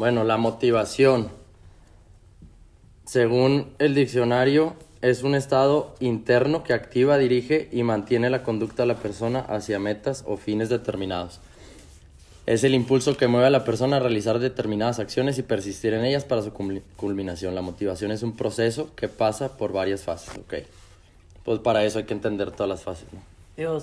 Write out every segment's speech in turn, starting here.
Bueno, la motivación, según el diccionario, es un estado interno que activa, dirige y mantiene la conducta de la persona hacia metas o fines determinados. Es el impulso que mueve a la persona a realizar determinadas acciones y persistir en ellas para su culminación. La motivación es un proceso que pasa por varias fases, ¿ok? Pues para eso hay que entender todas las fases, ¿no? Digo,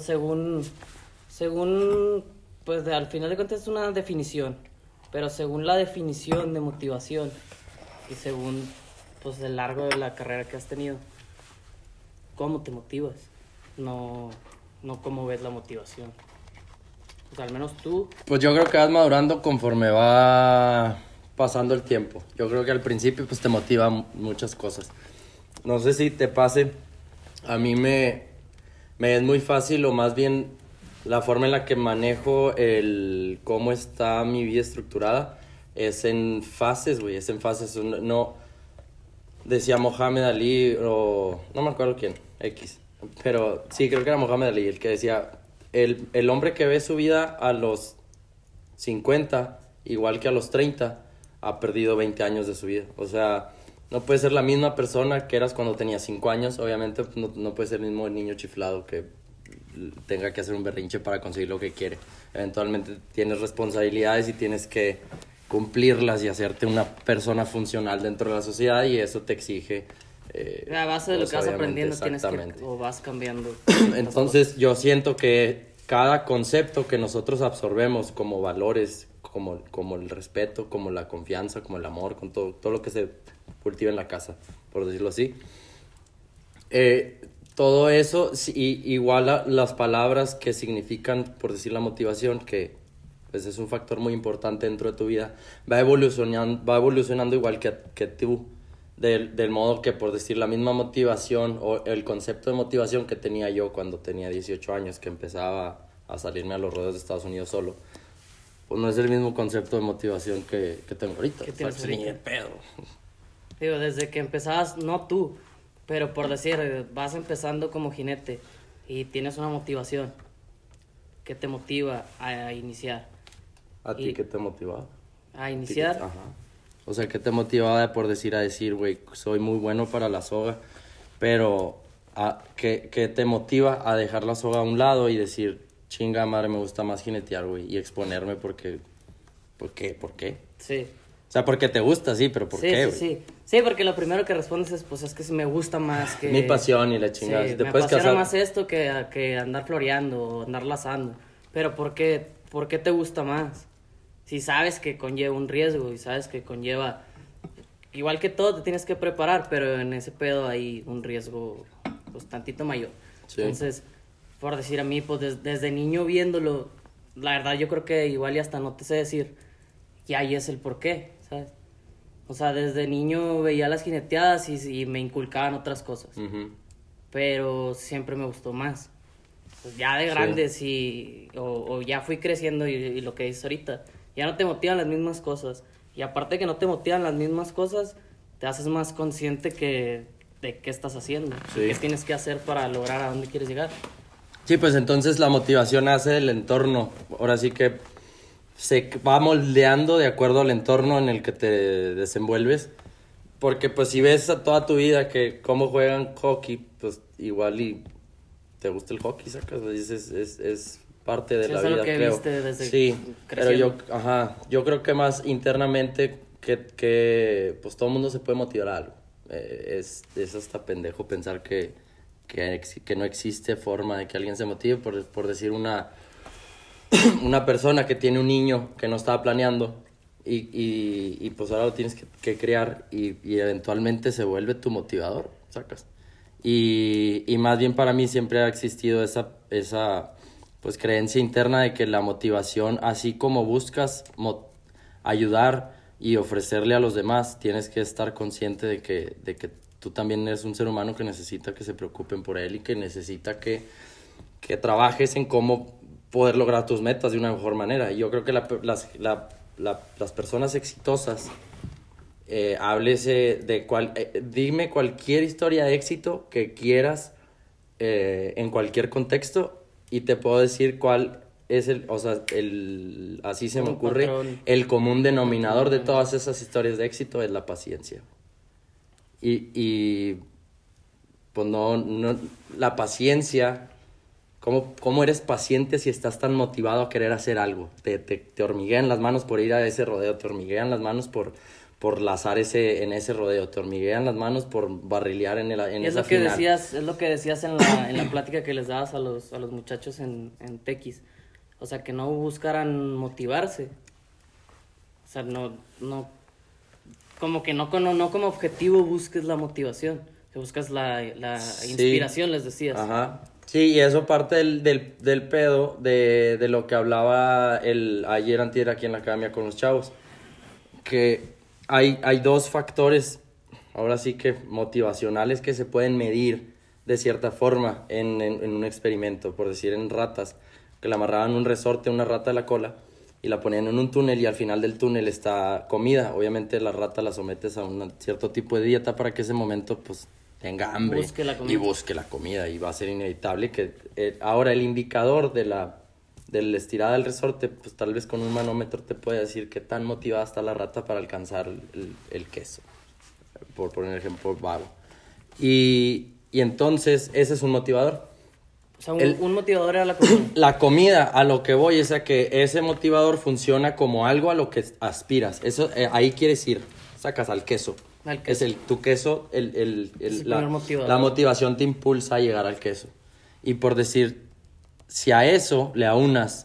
pues al final de cuentas es una definición, pero según la definición de motivación y según, pues, el largo de la carrera que has tenido, ¿cómo te motivas? No cómo ves la motivación. O sea, al menos tú. Pues yo creo que vas madurando conforme va pasando el tiempo. Yo creo que al principio pues te motiva muchas cosas. No sé si te pase, a mí me es muy fácil, o más bien la forma en la que manejo el cómo está mi vida estructurada es en fases, güey, es en fases. No, decía Mohamed Ali, o no me acuerdo quién, X, pero sí, creo que era Mohamed Ali el que decía, el hombre que ve su vida a los 50, igual que a los 30, ha perdido 20 años de su vida. O sea, no puede ser la misma persona que eras cuando tenías 5 años. Obviamente no puede ser el mismo niño chiflado que tenga que hacer un berrinche para conseguir lo que quiere. Eventualmente tienes responsabilidades y tienes que cumplirlas y hacerte una persona funcional dentro de la sociedad, y eso te exige... A base de lo pues, que vas aprendiendo tienes exactamente. que, o vas cambiando. Entonces yo siento que cada concepto que nosotros absorbemos como valores, como el respeto, como la confianza, como el amor, con todo lo que se cultiva en la casa, por decirlo así, todo eso, igual a las palabras que significan, por decir, la motivación, que pues es un factor muy importante dentro de tu vida, va evolucionando igual que tú. Del modo que, por decir, la misma motivación o el concepto de motivación que tenía yo cuando tenía 18 años, que empezaba a salirme a los rodeos de Estados Unidos solo, pues no es el mismo concepto de motivación que tengo ahorita. ¿Qué tienes ahorita? Ni de pedo. Digo, desde que empezabas, no tú, pero por decir, vas empezando como jinete y tienes una motivación. ¿Qué te motiva a iniciar? ¿A ti qué te motivaba? A iniciar. Ajá. O sea, ¿qué te motivaba por decir, güey, soy muy bueno para la soga, pero ¿qué te motiva a dejar la soga a un lado y decir, chinga madre, me gusta más jinetear, güey, y exponerme porque... ¿Por qué? Sí. O sea, porque te gusta, sí, pero ¿por qué, güey? Sí, porque lo primero que respondes es, pues, es que me gusta más que... Mi pasión y la chingada. Sí, Si te me puedes apasiona casar... más esto que andar floreando o andar lazando. Pero ¿por qué te gusta más? Si sabes que conlleva un riesgo y sabes que conlleva... Igual que todo, te tienes que preparar, pero en ese pedo hay un riesgo, pues, tantito mayor. Sí. Entonces, por decir a mí, pues, desde niño viéndolo, la verdad yo creo que igual y hasta no te sé decir, y ahí es el por qué, ¿sabes? O sea, desde niño veía las jineteadas y me inculcaban otras cosas. Uh-huh. Pero siempre me gustó más. Pues ya de grandes sí. o ya fui creciendo y lo que dices ahorita, ya no te motivan las mismas cosas. Y aparte que no te motivan las mismas cosas, te haces más consciente de qué estás haciendo. Sí. Qué tienes que hacer para lograr a dónde quieres llegar. Sí, pues entonces la motivación hace del entorno. Ahora sí que se va moldeando de acuerdo al entorno en el que te desenvuelves. Porque pues si ves a toda tu vida que cómo juegan hockey, pues igual y te gusta el hockey, ¿sacas? Es parte de la vida, lo que creo. Viste desde sí, pero yo creo que más internamente que pues todo el mundo se puede motivar a algo. Es hasta pendejo pensar que no existe forma de que alguien se motive por decir una persona que tiene un niño que no estaba planeando y pues ahora lo tienes que crear y eventualmente se vuelve tu motivador, ¿sacas? Y más bien para mí siempre ha existido esa pues creencia interna de que la motivación, así como buscas ayudar y ofrecerle a los demás, tienes que estar consciente de que tú también eres un ser humano que necesita que se preocupen por él y que necesita que trabajes en cómo poder lograr tus metas de una mejor manera. Y yo creo que las personas exitosas, háblese dime cualquier historia de éxito que quieras en cualquier contexto y te puedo decir cuál es así se me Un ocurre, patrón. el común denominador de todas esas historias de éxito es la paciencia. Y pues no, la paciencia, ¿cómo eres paciente si estás tan motivado a querer hacer algo? Te hormiguean las manos por ir a ese rodeo, te hormiguean las manos por lazar en ese rodeo, te hormiguean las manos por barrilear en esa final. Es lo que decías en la plática que les dabas a los muchachos en Tequis. O sea, que no buscaran motivarse. O sea, no como que no como objetivo busques la motivación, que buscas la Sí. inspiración, les decías. Ajá. Sí, y eso parte del pedo de lo que hablaba ayer antier aquí en la academia con los chavos. Que hay dos factores, ahora sí que motivacionales, que se pueden medir de cierta forma en un experimento. Por decir, en ratas, que le amarraban un resorte a una rata de la cola y la ponían en un túnel, y al final del túnel está comida. Obviamente la rata la sometes a un cierto tipo de dieta para que ese momento pues tenga hambre Busque la comida. y busque la comida, y va a ser inevitable que ahora el indicador de la estirada del resorte, pues tal vez con un manómetro te puede decir qué tan motivada está la rata para alcanzar el queso, por poner un ejemplo vago. Y entonces ese es un motivador. O sea, un motivador era la comida. La comida, a lo que voy, es a que ese motivador funciona como algo a lo que aspiras. Eso, ahí quieres ir, sacas al queso. Al queso. Es tu queso, Es el primer motivador. la motivación te impulsa a llegar al queso. Y por decir, si a eso le aunas,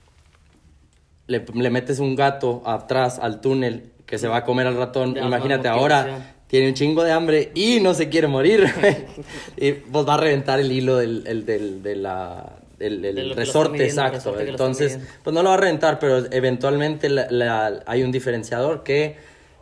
le metes un gato atrás al túnel que se va a comer al ratón, De imagínate, motivación. ahora tiene un chingo de hambre y no se quiere morir. Y pues va a reventar el hilo del lo que lo está resorte, midiendo, el exacto. resorte que lo está Entonces, midiendo. pues no lo va a reventar, pero eventualmente hay un diferenciador, que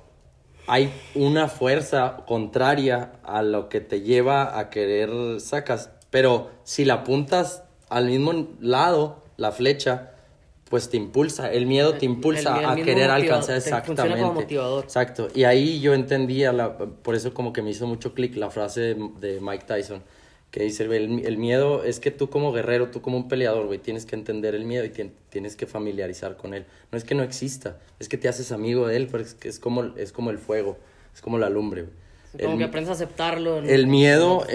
hay una fuerza contraria a lo que te lleva a querer sacas. Pero si la apuntas al mismo lado, la flecha, pues te impulsa. El miedo te impulsa El a mismo querer motivador, alcanzar funciona como exactamente. motivador. Exacto. Y ahí yo entendía, por eso como que me hizo mucho clic la frase de Mike Tyson, que dice, el miedo es que tú como guerrero, tú como un peleador, güey, tienes que entender el miedo y tienes que familiarizar con él. No es que no exista, es que te haces amigo de él, pero es que es como el fuego, es como la lumbre, güey. Como que aprendes a aceptarlo. El miedo,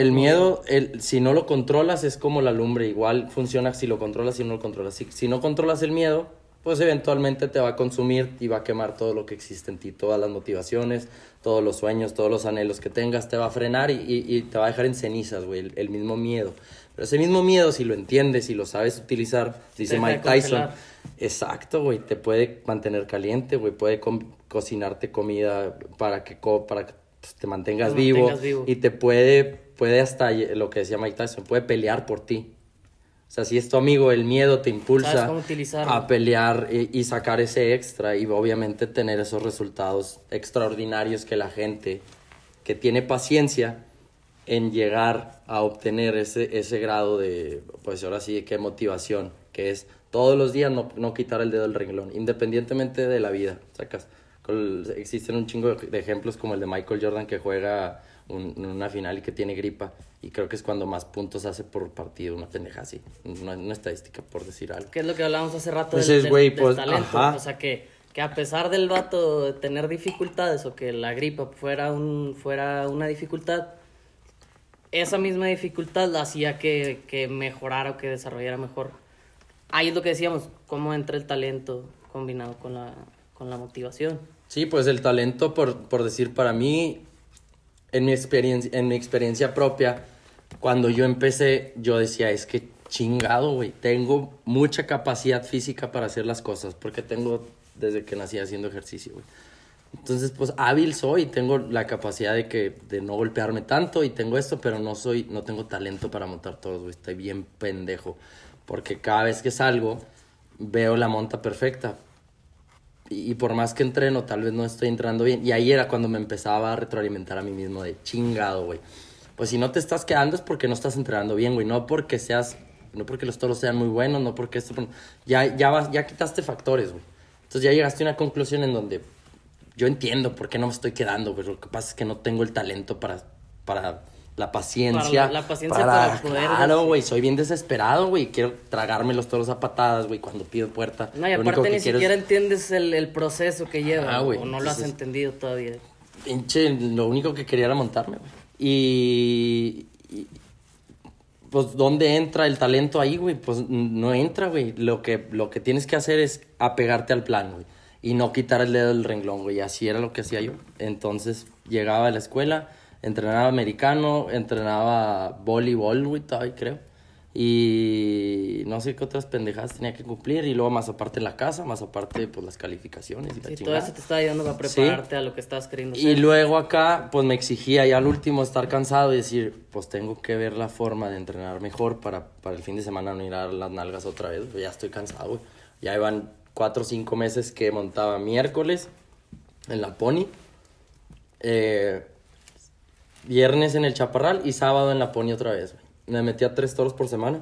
si no lo controlas, es como la lumbre. Igual funciona si lo controlas, si no lo controlas. Si no controlas el miedo, pues eventualmente te va a consumir y va a quemar todo lo que existe en ti. Todas las motivaciones, todos los sueños, todos los anhelos que tengas, te va a frenar y te va a dejar en cenizas, güey, el mismo miedo. Pero ese mismo miedo, si lo entiendes y lo sabes utilizar, dice Deja de Mike Tyson, congelar. exacto, güey, te puede mantener caliente, güey, puede cocinarte comida para que pues, te mantengas vivo, y te puede hasta lo que decía Mike Tyson, puede pelear por ti. O sea, si es tu amigo, el miedo te Sabes impulsa cómo utilizarlo. a pelear y sacar ese extra, y obviamente tener esos resultados extraordinarios que la gente que tiene paciencia en llegar a obtener ese grado de, pues ahora sí, que motivación, que es todos los días no quitar el dedo del renglón, independientemente de la vida, sacas. Existen un chingo de ejemplos, como el de Michael Jordan, que juega una final y que tiene gripa, y creo que es cuando más puntos hace por partido, una pendeja así, una estadística, por decir algo. Que es lo que hablábamos hace rato Pues del güey, pues, talento. ajá. O sea, que a pesar del vato tener dificultades, o que la gripa fuera una dificultad, esa misma dificultad la hacía que mejorara o que desarrollara mejor. Ahí es lo que decíamos, cómo entra el talento combinado con la motivación. Sí, pues el talento, por decir, para mí, en mi experiencia propia, cuando yo empecé, yo decía, es que chingado, güey, tengo mucha capacidad física para hacer las cosas, porque tengo desde que nací haciendo ejercicio, güey. Entonces, pues hábil soy, tengo la capacidad de no golpearme tanto, y tengo esto, pero no tengo talento para montar toros, güey, estoy bien pendejo, porque cada vez que salgo, veo la monta perfecta. Y por más que entreno, tal vez no estoy entrando bien. Y ahí era cuando me empezaba a retroalimentar a mí mismo de chingado, güey. Pues si no te estás quedando es porque no estás entrenando bien, güey. No porque los toros sean muy buenos, no porque esto... Ya quitaste factores, güey. Entonces ya llegaste a una conclusión en donde yo entiendo por qué no me estoy quedando, güey. Lo que pasa es que no tengo el talento para la paciencia. La paciencia para poder... Claro, güey, soy bien desesperado, güey. Quiero tragármelos todos a patadas, güey, cuando pido puerta. No, y aparte ni siquiera entiendes el proceso que lleva. Güey, o no lo has entendido todavía. Pinche, lo único que quería era montarme, güey. Pues, ¿dónde entra el talento ahí, güey? Pues no entra, güey. Lo que tienes que hacer es apegarte al plan, güey. Y no quitar el dedo del renglón, güey. Así era lo que hacía yo. Entonces, llegaba a la escuela, entrenaba americano, entrenaba voleibol, güey, todavía creo. Y no sé qué otras pendejadas tenía que cumplir. Y luego más aparte en la casa, más aparte pues las calificaciones y la chingada. Todo eso te estaba ayudando para prepararte a lo que estabas queriendo hacer. Y luego acá pues me exigía ya al último estar cansado y decir, pues tengo que ver la forma de entrenar mejor para el fin de semana no ir a las nalgas otra vez. Ya estoy cansado, güey. Ya iban 4 o 5 meses que montaba miércoles en la Pony, viernes en el Chaparral y sábado en la Pony otra vez, güey. Me metía 3 toros por semana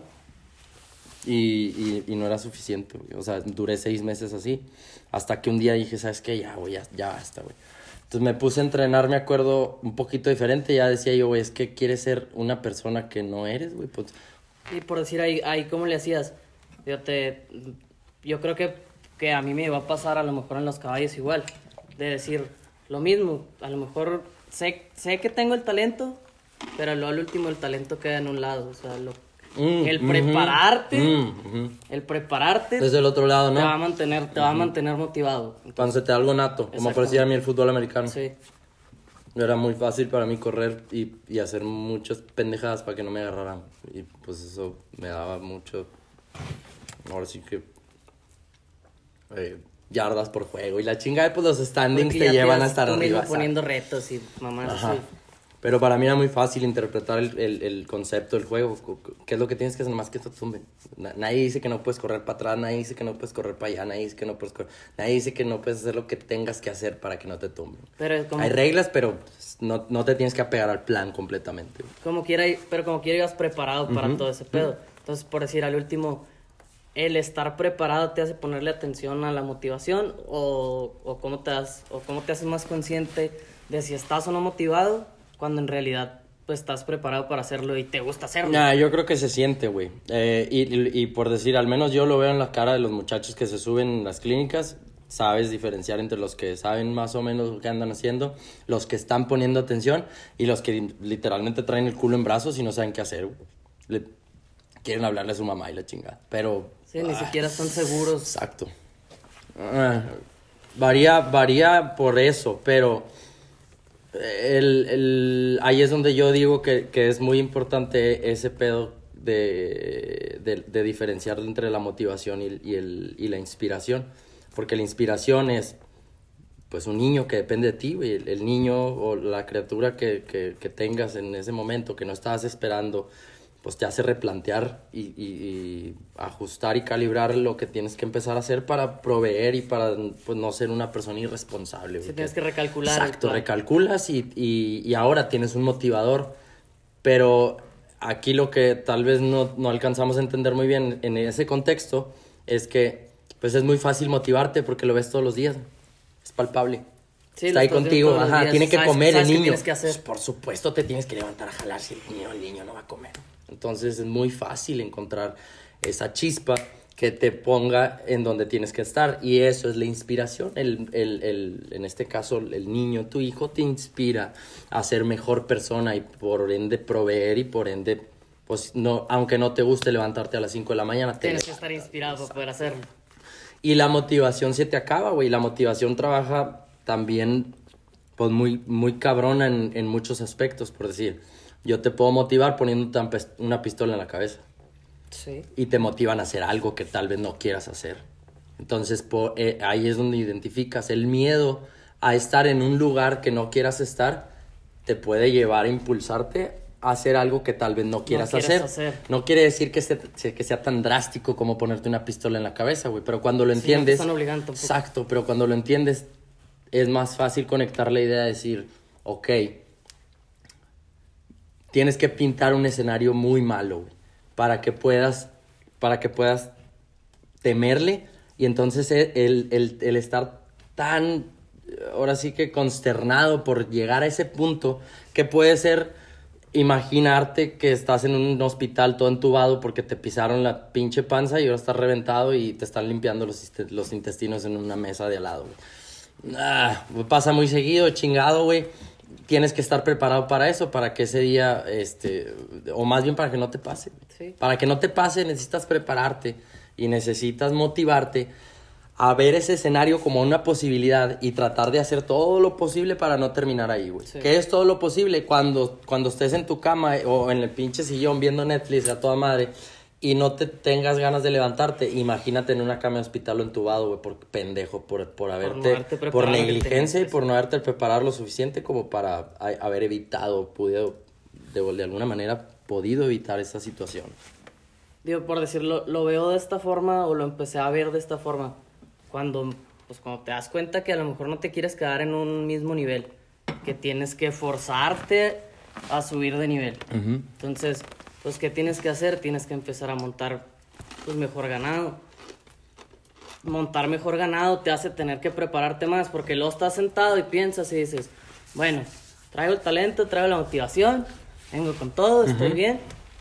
y no era suficiente, güey. O sea, duré 6 meses así. Hasta que un día dije, ¿sabes qué? Ya, güey, ya basta, güey. Entonces me puse a entrenar, me acuerdo, un poquito diferente. Ya decía yo, güey, es que quieres ser una persona que no eres, güey. Pues... Y por decir ahí, ¿cómo le hacías? Yo creo que a mí me iba a pasar a lo mejor en los caballos igual. De decir lo mismo. A lo mejor sé que tengo el talento, pero luego al último el talento queda en un lado. O sea, el prepararte desde el otro lado, ¿no? Te va a mantener motivado. Entonces, cuando se te da algo nato, como parecía a mí el fútbol americano. Sí. Era muy fácil para mí correr y hacer muchas pendejadas para que no me agarraran. Y pues eso me daba mucho... Ahora sí que... yardas por juego. Y la chingada, pues los standings te llevan a estar arriba. Poniendo retos y mamás así. Pero para mí era muy fácil interpretar el concepto del juego. ¿Qué es lo que tienes que hacer? Más que te tumben. Nadie dice que no puedes correr para atrás, nadie dice que no puedes correr para allá, nadie dice que no puedes correr. Nadie dice que no puedes hacer lo que tengas que hacer para que no te tumben. Hay reglas, pero no te tienes que apegar al plan completamente. Como quiera ibas preparado para todo ese pedo. Entonces, por decir, al último, el estar preparado te hace ponerle atención a la motivación o cómo te haces más consciente de si estás o no motivado, cuando en realidad pues estás preparado para hacerlo y te gusta hacerlo. Yo creo que se siente, güey. Y por decir, al menos yo lo veo en la cara de los muchachos que se suben en las clínicas. Sabes diferenciar entre los que saben más o menos lo que andan haciendo, los que están poniendo atención y los que literalmente traen el culo en brazos y no saben qué hacer, güey. Quieren hablarle a su mamá y la chingada, pero... Sí, ni siquiera están seguros. Exacto. Varía por eso, pero... ahí es donde yo digo que es muy importante ese pedo de diferenciar entre la motivación y la inspiración. Porque la inspiración es pues un niño que depende de ti, güey. El niño o la criatura que tengas en ese momento que no estabas esperando, pues te hace replantear y ajustar y calibrar lo que tienes que empezar a hacer para proveer y para pues no ser una persona irresponsable. Sí, tienes que recalcular. Exacto, recalculas y ahora tienes un motivador. Pero aquí lo que tal vez no alcanzamos a entender muy bien en ese contexto es que pues es muy fácil motivarte porque lo ves todos los días. Es palpable. Sí, está ahí contigo, tiene que comer el niño. Tienes que hacer. Pues por supuesto te tienes que levantar a jalar si el niño no va a comer. Entonces es muy fácil encontrar esa chispa que te ponga en donde tienes que estar. Y eso es la inspiración. En este caso, el niño, tu hijo, te inspira a ser mejor persona y por ende proveer y por ende, pues no, aunque no te guste levantarte a las 5 de la mañana. Tienes que estar inspirado para poder hacerlo. Y la motivación se te acaba, güey. La motivación trabaja también pues muy, muy cabrona en muchos aspectos. Por decir, yo te puedo motivar poniéndote una pistola en la cabeza. Sí. Y te motivan a hacer algo que tal vez no quieras hacer. Entonces ahí es donde identificas el miedo a estar en un lugar que no quieras estar. Te puede llevar a impulsarte a hacer algo que tal vez no quieras hacer. No quiere decir que sea tan drástico como ponerte una pistola en la cabeza, güey. Pero cuando lo entiendes... Sí, no te están obligando tampoco. Exacto, pero cuando lo entiendes es más fácil conectar la idea de decir, ok, tienes que pintar un escenario muy malo, güey, para que puedas temerle. Y entonces el estar tan, ahora sí que consternado por llegar a ese punto, que puede ser imaginarte que estás en un hospital todo entubado porque te pisaron la pinche panza y ahora estás reventado y te están limpiando los intestinos en una mesa de al lado, güey. Pasa muy seguido, chingado, güey. Tienes que estar preparado para eso, para que ese día, o más bien para que no te pase. Sí. Para que no te pase necesitas prepararte y necesitas motivarte a ver ese escenario como una posibilidad y tratar de hacer todo lo posible para no terminar ahí, güey. Sí. ¿Qué es todo lo posible? Cuando estés en tu cama o en el pinche sillón viendo Netflix a toda madre y no te tengas ganas de levantarte, imagínate en una cama de hospital o entubado, güey, por pendejo, por preparado negligencia y que por no haberte preparado lo suficiente como para haber evitado, de alguna manera, podido evitar esa situación. Digo, por decirlo, lo veo de esta forma o lo empecé a ver de esta forma. Cuando te das cuenta que a lo mejor no te quieres quedar en un mismo nivel, que tienes que forzarte a subir de nivel. Uh-huh. Entonces, pues, ¿qué tienes que hacer? Tienes que empezar a montar, pues, mejor ganado. Montar mejor ganado te hace tener que prepararte más, porque luego estás sentado y piensas y dices, bueno, traigo el talento, traigo la motivación, vengo con todo, estoy bien.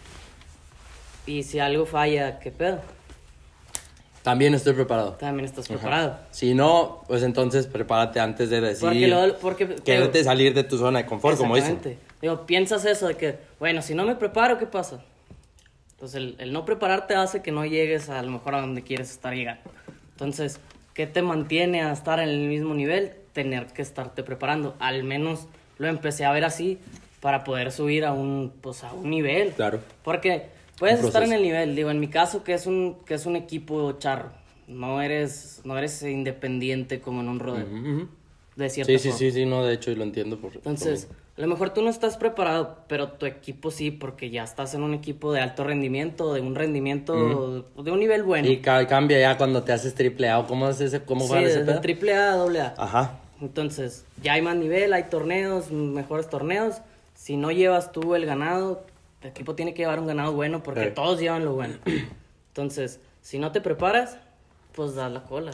Y si algo falla, ¿qué pedo? También estoy preparado. También estás preparado. Ajá. Si no, pues entonces prepárate antes de decidir. Quédate salir de tu zona de confort, como dicen. Digo, piensas eso de que, bueno, si no me preparo, ¿qué pasa? Entonces, el no prepararte hace que no llegues a lo mejor a donde quieres estar llegando. Entonces, ¿qué te mantiene a estar en el mismo nivel? Tener que estarte preparando. Al menos lo empecé a ver así para poder subir a un nivel. Claro. Porque puedes estar en el nivel. Digo, en mi caso, que es un equipo charro. No eres independiente como en un rodeo. Uh-huh. De cierta forma. Sí, no, de hecho, lo entiendo. Entonces, a lo mejor tú no estás preparado, pero tu equipo sí, porque ya estás en un equipo de alto rendimiento, de un rendimiento, de un nivel bueno. Y cambia ya cuando te haces triple A, ¿o cómo es ese? ¿Cómo va ese pedo? De triple A a doble A. Ajá. Entonces, ya hay más nivel, hay torneos, mejores torneos. Si no llevas tú el ganado, el equipo tiene que llevar un ganado bueno, porque todos llevan lo bueno. Entonces, si no te preparas, pues das la cola.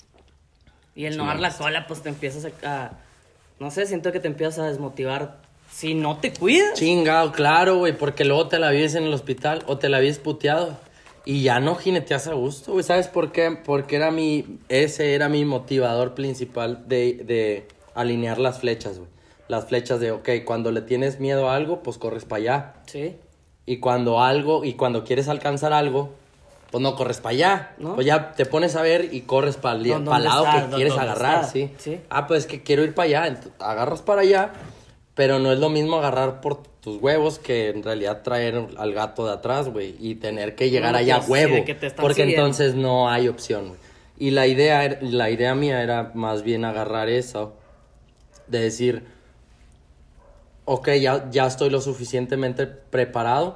Y el no dar la cola, pues te empiezas no sé, siento que te empiezas a desmotivar si no te cuidas. Chingado, claro, güey, porque luego te la vives en el hospital o te la vives puteado y ya no jineteas a gusto, güey. ¿Sabes por qué? Porque ese era mi motivador principal de alinear las flechas, güey. Las flechas de, ok, cuando le tienes miedo a algo, pues corres para allá. Sí. Y cuando quieres alcanzar algo, pues no corres para allá, ¿no? Pues ya te pones a ver y corres para el lado que quieres agarrar, ¿sí? Pues es que quiero ir para allá, entonces agarras para allá, pero no es lo mismo agarrar por tus huevos que en realidad traer al gato de atrás, güey, y tener que llegar allá a huevo, porque entonces no hay opción, güey. Y la idea mía era más bien agarrar eso, de decir, ok, ya estoy lo suficientemente preparado,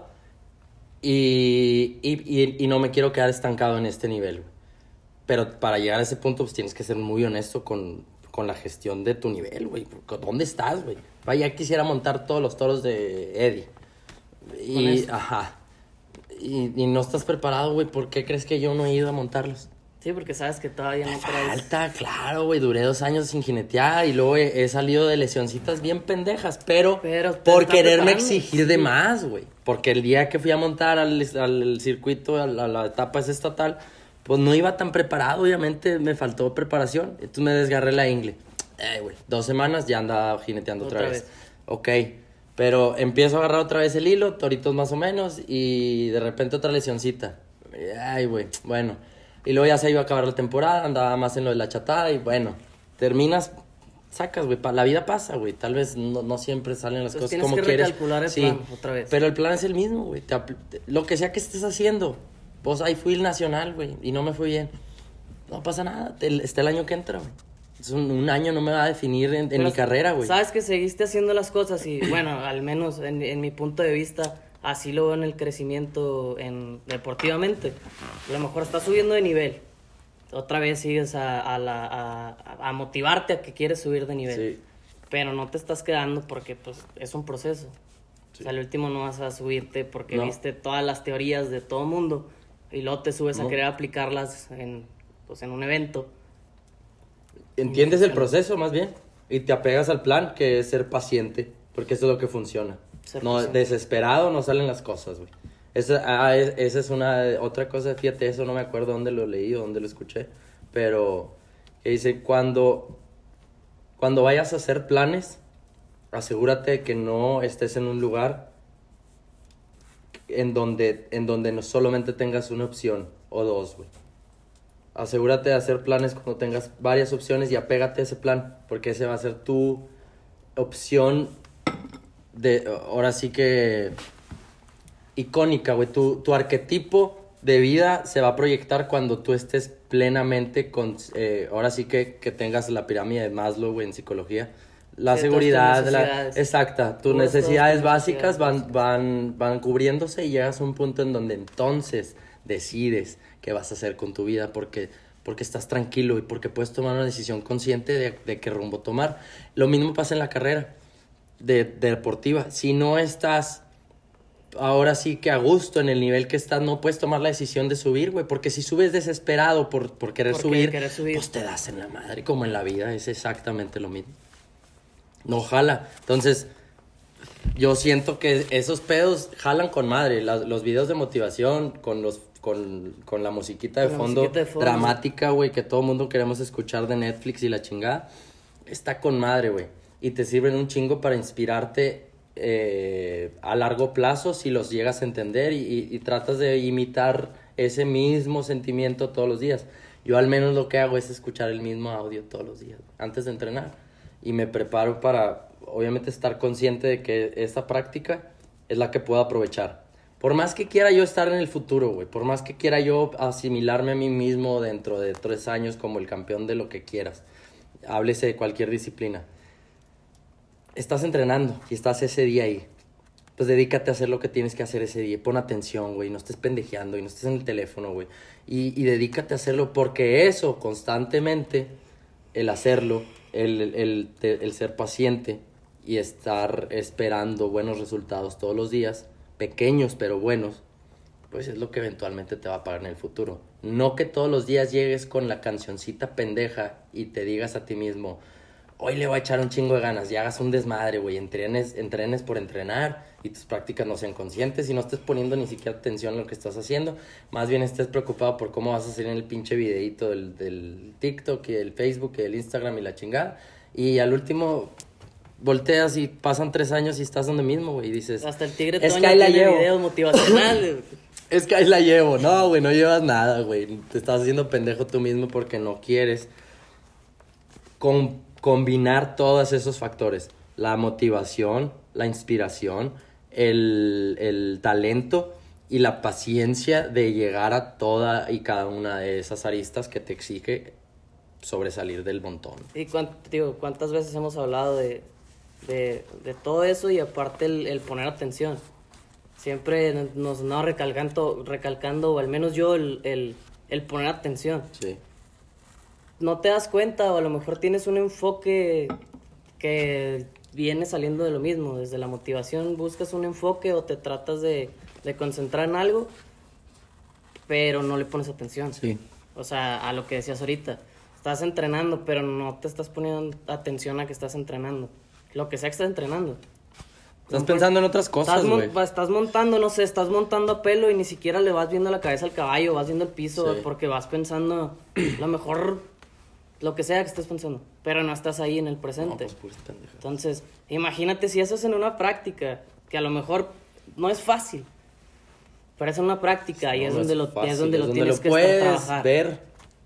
y no me quiero quedar estancado en este nivel. Pero para llegar a ese punto, pues tienes que ser muy honesto con la gestión de tu nivel, güey. ¿Dónde estás, güey? Vaya, quisiera montar todos los toros de Eddie. Y no estás preparado, güey. ¿Por qué crees que yo no he ido a montarlos? Sí, porque sabes que todavía no traes. Falta, claro, güey. Duré 2 años sin jinetear y luego he salido de lesioncitas bien pendejas, pero por quererme exigir de más, güey. Porque el día que fui a montar al circuito, a la etapa estatal, pues no iba tan preparado, obviamente me faltó preparación. Entonces me desgarré la ingle. Güey, 2 semanas ya andaba jineteando otra vez. Ok, pero empiezo a agarrar otra vez el hilo, toritos más o menos, y de repente otra lesioncita. Ay, güey, bueno. Y luego ya se iba a acabar la temporada, andaba más en lo de la chatada y bueno, terminas, sacas, güey, la vida pasa, güey. Tal vez no siempre salen las cosas como quieres. Tienes que recalcular el plan otra vez. Pero el plan es el mismo, güey. Lo que sea que estés haciendo, pues ahí fui el nacional, güey, y no me fue bien. No pasa nada, está el año que entra, güey. Es un año no me va a definir en mi carrera, güey. Sabes que seguiste haciendo las cosas y, bueno, al menos en mi punto de vista, así lo veo en el crecimiento deportivamente. A lo mejor estás subiendo de nivel. Otra vez sigues a motivarte a que quieres subir de nivel. Sí. Pero no te estás quedando porque pues es un proceso. Sí. O sea, al último no vas a subirte porque viste todas las teorías de todo mundo y luego te subes a querer aplicarlas en un evento. Entiendes el proceso más bien y te apegas al plan, que es ser paciente, porque eso es lo que funciona. Ser No, paciente. desesperado no salen las cosas, güey. Esa es otra cosa, fíjate, eso no me acuerdo dónde lo leí o dónde lo escuché, pero que dice, cuando vayas a hacer planes, asegúrate de que no estés en un lugar en donde no solamente tengas una opción o dos, güey. Asegúrate de hacer planes cuando tengas varias opciones y apégate a ese plan, porque ese va a ser tu opción ahora sí que icónica, güey. Tu arquetipo de vida se va a proyectar cuando tú estés plenamente ahora sí que tengas la pirámide de Maslow, güey, en psicología. La Sí, seguridad, todas tus necesidades. exacta, tus Cubres todas necesidades tus básicas necesidades van cubriéndose y llegas a un punto en donde entonces decides qué vas a hacer con tu vida porque estás tranquilo y porque puedes tomar una decisión consciente de qué rumbo tomar. Lo mismo pasa en la carrera deportiva. Si no estás ahora sí que a gusto en el nivel que estás, no puedes tomar la decisión de subir, güey, porque si subes desesperado por querer subir, pues te das en la madre, como en la vida, es exactamente lo mismo. No jala. Entonces, yo siento que esos pedos jalan con madre. Los videos de motivación con la musiquita de fondo dramática, güey, que todo mundo queremos escuchar de Netflix y la chingada, está con madre, güey. Y te sirven un chingo para inspirarte a largo plazo si los llegas a entender y tratas de imitar ese mismo sentimiento todos los días. Yo al menos lo que hago es escuchar el mismo audio todos los días, antes de entrenar. Y me preparo para, obviamente, estar consciente de que esta práctica es la que puedo aprovechar. Por más que quiera yo estar en el futuro, güey, por más que quiera yo asimilarme a mí mismo dentro de 3 años como el campeón de lo que quieras, háblese de cualquier disciplina, estás entrenando y estás ese día ahí, pues dedícate a hacer lo que tienes que hacer ese día. Pon atención, güey, no estés pendejeando y no estés en el teléfono, güey. Y dedícate a hacerlo porque eso, constantemente, el hacerlo, el ser paciente y estar esperando buenos resultados todos los días, pequeños pero buenos, pues es lo que eventualmente te va a pagar en el futuro. No que todos los días llegues con la cancioncita pendeja y te digas a ti mismo, hoy le voy a echar un chingo de ganas y hagas un desmadre, güey, entrenes por entrenar y tus prácticas no sean conscientes y no estés poniendo ni siquiera atención a lo que estás haciendo, más bien estés preocupado por cómo vas a hacer en el pinche videíto del TikTok y del Facebook y del Instagram y la chingada, y al último volteas y pasan 3 años y estás donde mismo, güey, y dices, hasta el Tigre es Toño que ahí la tiene llevo. videos motivacionales. Es que ahí la llevo. No, güey, no llevas nada, güey. Te estás haciendo pendejo tú mismo porque no quieres combinar todos esos factores. La motivación, la inspiración, el talento y la paciencia de llegar a toda y cada una de esas aristas que te exige sobresalir del montón. Y ¿cuántas veces hemos hablado de todo eso y aparte el poner atención? Siempre nos no recalcando, o al menos yo, el poner atención. Sí. No te das cuenta, o a lo mejor tienes un enfoque que viene saliendo de lo mismo. Desde la motivación buscas un enfoque o te tratas de concentrar en algo, pero no le pones atención. Sí. O sea, a lo que decías ahorita. Estás entrenando, pero no te estás poniendo atención a que estás entrenando. Lo que sea que estás entrenando. Estás pensando en otras cosas, güey. Estás montando, no sé, estás montando a pelo y ni siquiera le vas viendo la cabeza al caballo, vas viendo el piso, Sí. porque vas pensando, lo mejor, lo que sea que estés pensando, pero no estás ahí en el presente. No, pues, puras pendejadas. Entonces, imagínate si eso es en una práctica, que a lo mejor no es fácil, pero es en una práctica y No, es no donde es lo fácil, es donde lo es tienes que puedes estar trabajar. ver,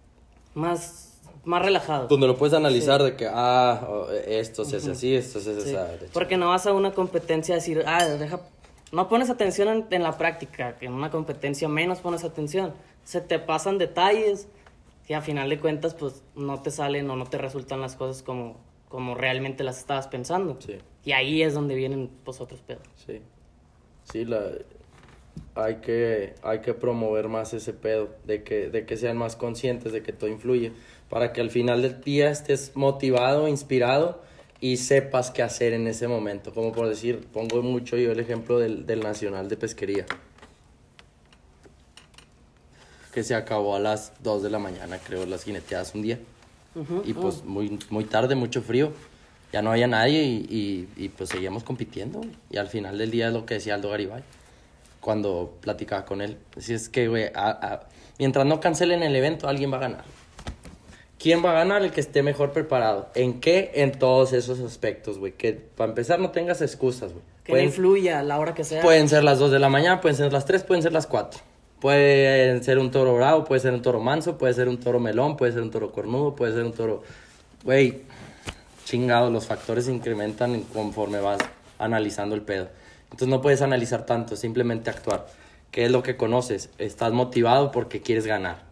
Más relajado. donde lo puedes analizar Sí. de que, esto se hace así, esto se hace Sí, así. porque no vas a una competencia a decir, no pones atención en la práctica, que en una competencia menos pones atención. Se te pasan detalles y a final de cuentas pues no te salen o no te resultan las cosas como realmente las estabas pensando. Sí. Y ahí es donde vienen pues otros pedos. Sí. Sí, hay que promover más ese pedo, de que sean más conscientes de que todo influye, para que al final del día estés motivado, inspirado y sepas qué hacer en ese momento. Como por decir, pongo mucho yo el ejemplo del Nacional de Pesquería, que se acabó a las 2 de la mañana, creo, las jineteadas un día. Ujú. Y pues muy, muy tarde, mucho frío. Ya no había nadie y pues seguíamos compitiendo, güey. Y al final del día es lo que decía Aldo Garibay cuando platicaba con él. Así es que, güey, mientras no cancelen el evento, alguien va a ganar. ¿Quién va a ganar? El que esté mejor preparado. ¿En qué? En todos esos aspectos, güey. Que para empezar no tengas excusas, güey. Que no influya a la hora que sea. Pueden ser las 2 de la mañana, pueden ser las 3, pueden ser las 4. Puede ser un toro bravo, puede ser un toro manso, puede ser un toro melón, puede ser un toro cornudo, puede ser un toro... Güey, chingado, los factores se incrementan conforme vas analizando el pedo. Entonces no puedes analizar tanto, simplemente actuar. ¿Qué es lo que conoces? Estás motivado porque quieres ganar.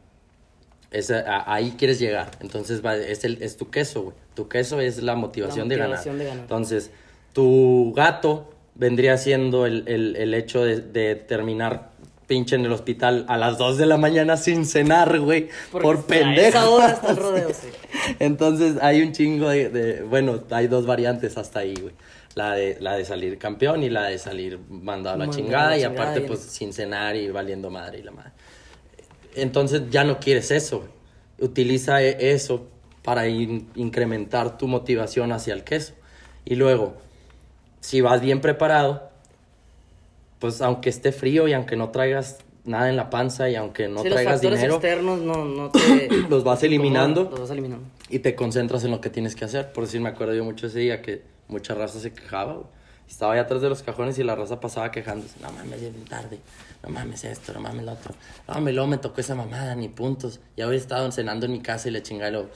Ahí quieres llegar. Entonces es tu queso, güey. Tu queso es la motivación, de ganar. Entonces, tu gato vendría siendo el hecho de terminar pinche en el hospital a las 2 de la mañana sin cenar, güey. Por pendejo. A esa hora está el rodeo, sí. Entonces hay un chingo bueno, hay 2 variantes hasta ahí, güey. La de salir campeón y la de salir mandado a la chingada. Y aparte, pues, sin cenar y valiendo madre y la madre. Entonces ya no quieres eso, güey. Utiliza eso para incrementar tu motivación hacia el queso. Y luego, si vas bien preparado, pues aunque esté frío y aunque no traigas nada en la panza y aunque no traigas dinero, los factores externos no te... los vas eliminando. Los vas eliminando. Y te concentras en lo que tienes que hacer. Por decir, me acuerdo yo mucho ese día que mucha raza se quejaba, güey. Estaba allá atrás de los cajones y la raza pasaba quejándose. No mames, ya es bien tarde. No mames esto, no mames lo otro. No mames, luego me tocó esa mamada, ni puntos. Ya había estado cenando en mi casa y le chingaba y lo...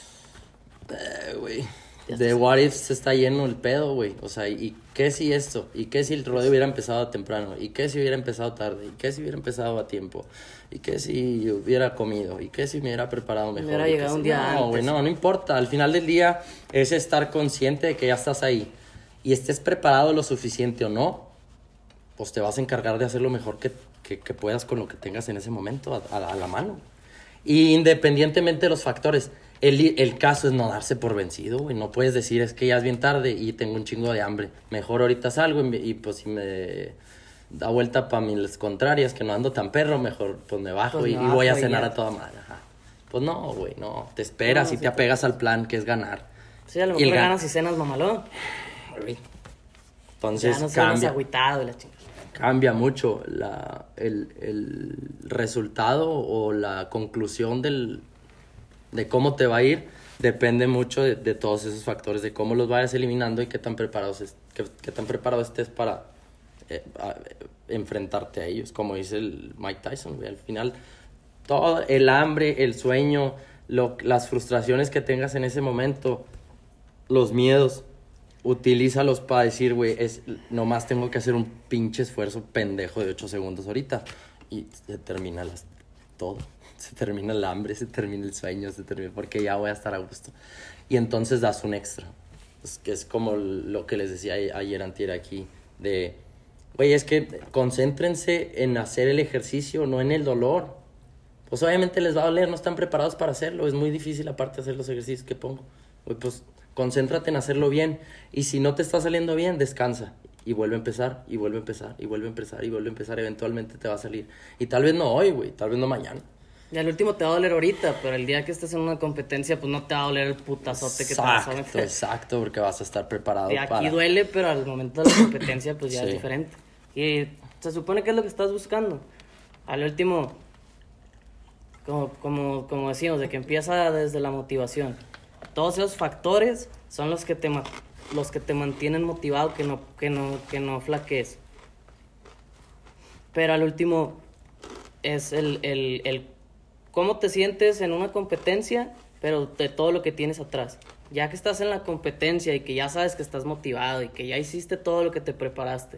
güey. De What If se está lleno el pedo, güey. O sea, ¿y qué si esto? ¿Y qué si el rodeo hubiera empezado temprano? ¿Y qué si hubiera empezado tarde? ¿Y qué si hubiera empezado a tiempo? ¿Y qué si hubiera comido? ¿Y qué si me hubiera preparado mejor? Me hubiera llegado un día antes. No, güey, no importa. Al final del día es estar consciente de que ya estás ahí. Y estés preparado lo suficiente o no, pues te vas a encargar de hacer lo mejor que puedas con lo que tengas en ese momento a la mano. Y independientemente de los factores, el caso es no darse por vencido, güey. No puedes decir, es que ya es bien tarde y tengo un chingo de hambre. Mejor ahorita salgo y pues si me da vuelta para mis contrarias, que no ando tan perro, mejor pues me bajo, pues y voy a cenar a toda madre. Ajá. Pues no, güey, no. Te esperas y te apegas al plan, que es ganar. Sí, a lo mejor ganas y cenas mamalón. Entonces ya no cambia. Agüitado y la chingada. Cambia mucho el resultado o la conclusión de cómo te va a ir. Depende mucho de todos esos factores, de cómo los vayas eliminando y qué tan preparado estés para enfrentarte a ellos. Como dice el Mike Tyson, güey. Al final, todo el hambre, el sueño, las frustraciones que tengas en ese momento, los miedos, utilízalos para decir, güey, nomás tengo que hacer un pinche esfuerzo pendejo de 8 segundos ahorita. Y se termina todo. Se termina el hambre, se termina el sueño, porque ya voy a estar a gusto. Y entonces das un extra. Es como lo que les decía ayer antier aquí, de, güey, es que concéntrense en hacer el ejercicio, no en el dolor. Pues obviamente les va a doler, no están preparados para hacerlo. Es muy difícil aparte hacer los ejercicios que pongo. Güey, pues concéntrate en hacerlo bien. Y si no te está saliendo bien, descansa. Y vuelve a empezar, y vuelve a empezar, y vuelve a empezar, y vuelve a empezar. Eventualmente te va a salir. Y tal vez no hoy, güey. Tal vez no mañana. Y al último te va a doler ahorita, pero el día que estés en una competencia, pues no te va a doler el putazote que te vas a meter. Exacto, porque vas a estar preparado y aquí duele, pero al momento de la competencia, pues ya es diferente. Y se supone que es lo que estás buscando. Al último, como decimos, de que empieza desde la motivación. Todos esos factores son los que te mantienen motivado, que no flaquees. Pero al último es el cómo te sientes en una competencia, pero de todo lo que tienes atrás. Ya que estás en la competencia y que ya sabes que estás motivado y que ya hiciste todo lo que te preparaste,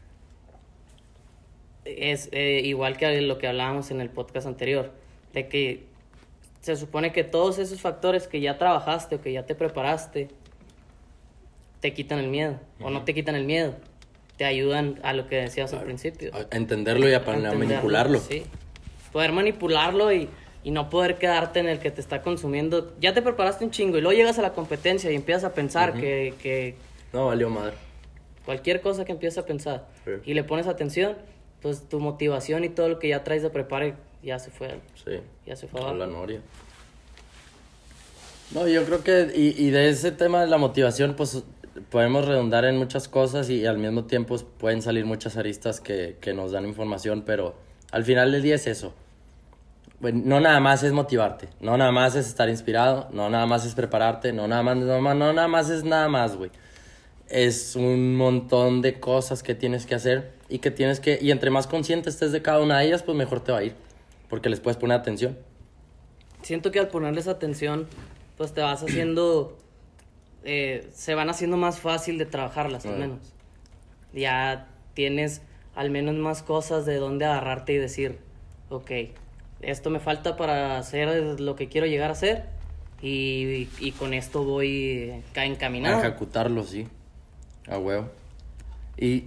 es igual que lo que hablábamos en el podcast anterior, de que se supone que todos esos factores que ya trabajaste o que ya te preparaste te quitan el miedo, o no te quitan el miedo, te ayudan a lo que decías al principio. A entenderlo y a manipularlo. Sí, poder manipularlo y no poder quedarte en el que te está consumiendo. Ya te preparaste un chingo y luego llegas a la competencia y empiezas a pensar que... No, valió madre. Cualquier cosa que empieces a pensar y le pones atención, pues tu motivación y todo lo que ya traes de prepare ya se fue. Sí. Ya se fue a la noria. No, yo creo que, y de ese tema de la motivación, pues podemos redundar en muchas cosas y al mismo tiempo pueden salir muchas aristas que nos dan información, pero al final del día es eso. Bueno, no nada más es motivarte, no nada más es estar inspirado, no nada más es prepararte, no nada más es nada más, güey. Es un montón de cosas que tienes que hacer y entre más consciente estés de cada una de ellas, pues mejor te va a ir, porque les puedes poner atención. Siento que al ponerles atención, pues te vas haciendo, se van haciendo más fácil de trabajarlas, al menos. Ya tienes al menos más cosas de dónde agarrarte y decir, ok, esto me falta para hacer lo que quiero llegar a hacer y con esto voy encaminado. A ejecutarlo, sí. A huevo. Y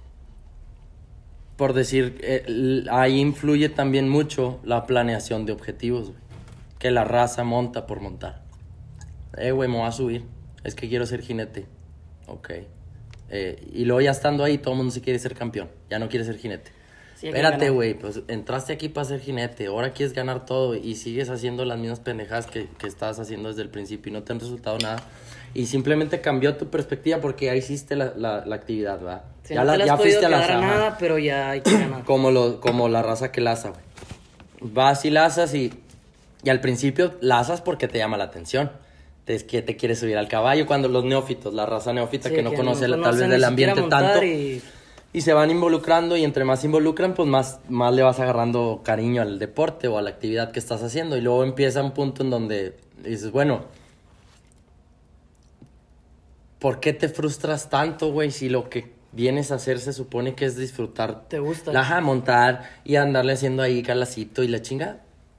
por decir, ahí influye también mucho la planeación de objetivos, güey. Que la raza monta por montar. Güey, me voy a subir. Es que quiero ser jinete. Ok. Y luego ya estando ahí, todo el mundo sí quiere ser campeón. Ya no quiere ser jinete. Sí, espérate, güey, pues entraste aquí para ser jinete. Ahora quieres ganar todo y sigues haciendo las mismas pendejadas que estabas haciendo desde el principio y no te han resultado nada. Y simplemente cambió tu perspectiva porque ya hiciste la actividad, ¿verdad? Sí, ya fuiste a la nada, pero ya hay que ganar. Como la raza que laza, güey. Vas y lazas y al principio lazas porque te llama la atención. Es que te quieres subir al caballo cuando los neófitos, la raza neófita sí, que no conoce tal vez del ambiente tanto y se van involucrando y entre más se involucran pues más le vas agarrando cariño al deporte o a la actividad que estás haciendo y luego empieza un punto en donde dices, bueno, ¿por qué te frustras tanto, güey? Si lo que vienes a hacer se supone que es disfrutar. ¿Te gusta? Montar y andarle haciendo ahí calacito y la chingada.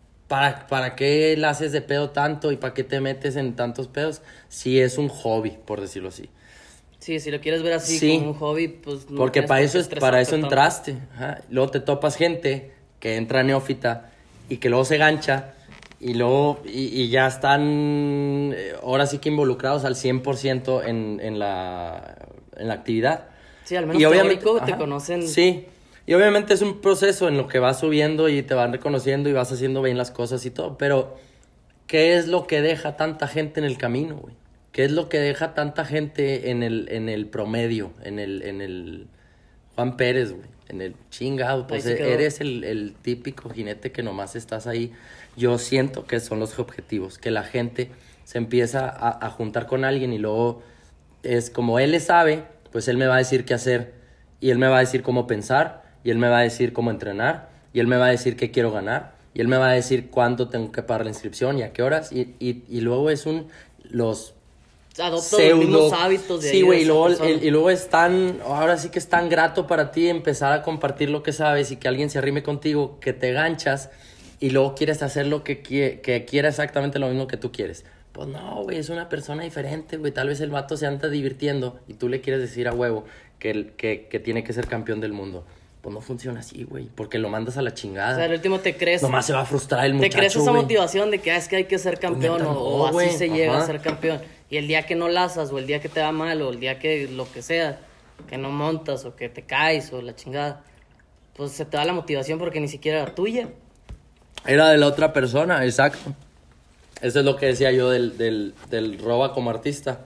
¿Para qué la haces de pedo tanto y para qué te metes en tantos pedos? Si es un hobby, por decirlo así. Sí, si lo quieres ver así sí, como un hobby, pues no. Porque para eso entraste. Ajá. Luego te topas gente que entra neófita y que luego se gancha y luego y ya están ahora sí que involucrados al 100% en la actividad. Sí, al menos teórico te conocen. Sí. Y obviamente es un proceso en lo que vas subiendo y te van reconociendo y vas haciendo bien las cosas y todo. Pero, ¿qué es lo que deja tanta gente en el camino, güey? ¿Qué es lo que deja tanta gente en el promedio? En el Juan Pérez, güey. En el chingado. Pues eres el típico jinete que nomás estás ahí. Yo siento que son los objetivos. Que la gente se empieza a juntar con alguien y luego es como él le sabe, pues él me va a decir qué hacer. Y él me va a decir cómo pensar. Y él me va a decir cómo entrenar, y él me va a decir qué quiero ganar, y él me va a decir cuánto tengo que pagar la inscripción y a qué horas, y luego es los adopto los mismos hábitos de sí, güey, y luego es tan, ahora sí que es tan grato para ti empezar a compartir lo que sabes y que alguien se arrime contigo, que te ganchas, y luego quieres hacer lo que quiera exactamente lo mismo que tú quieres. Pues no, güey, es una persona diferente, güey, tal vez el vato se anda divirtiendo, y tú le quieres decir a huevo que tiene que ser campeón del mundo. Pues no funciona así, güey, porque lo mandas a la chingada. O sea, al último te crees... Nomás se va a frustrar el muchacho, te crees esa motivación de que es que hay que ser campeón o así se llega a ser campeón. Y el día que no lazas o el día que te va mal o el día que lo que sea, que no montas o que te caes o la chingada, pues se te va la motivación porque ni siquiera era tuya. Era de la otra persona, exacto. Eso es lo que decía yo del Roba como artista.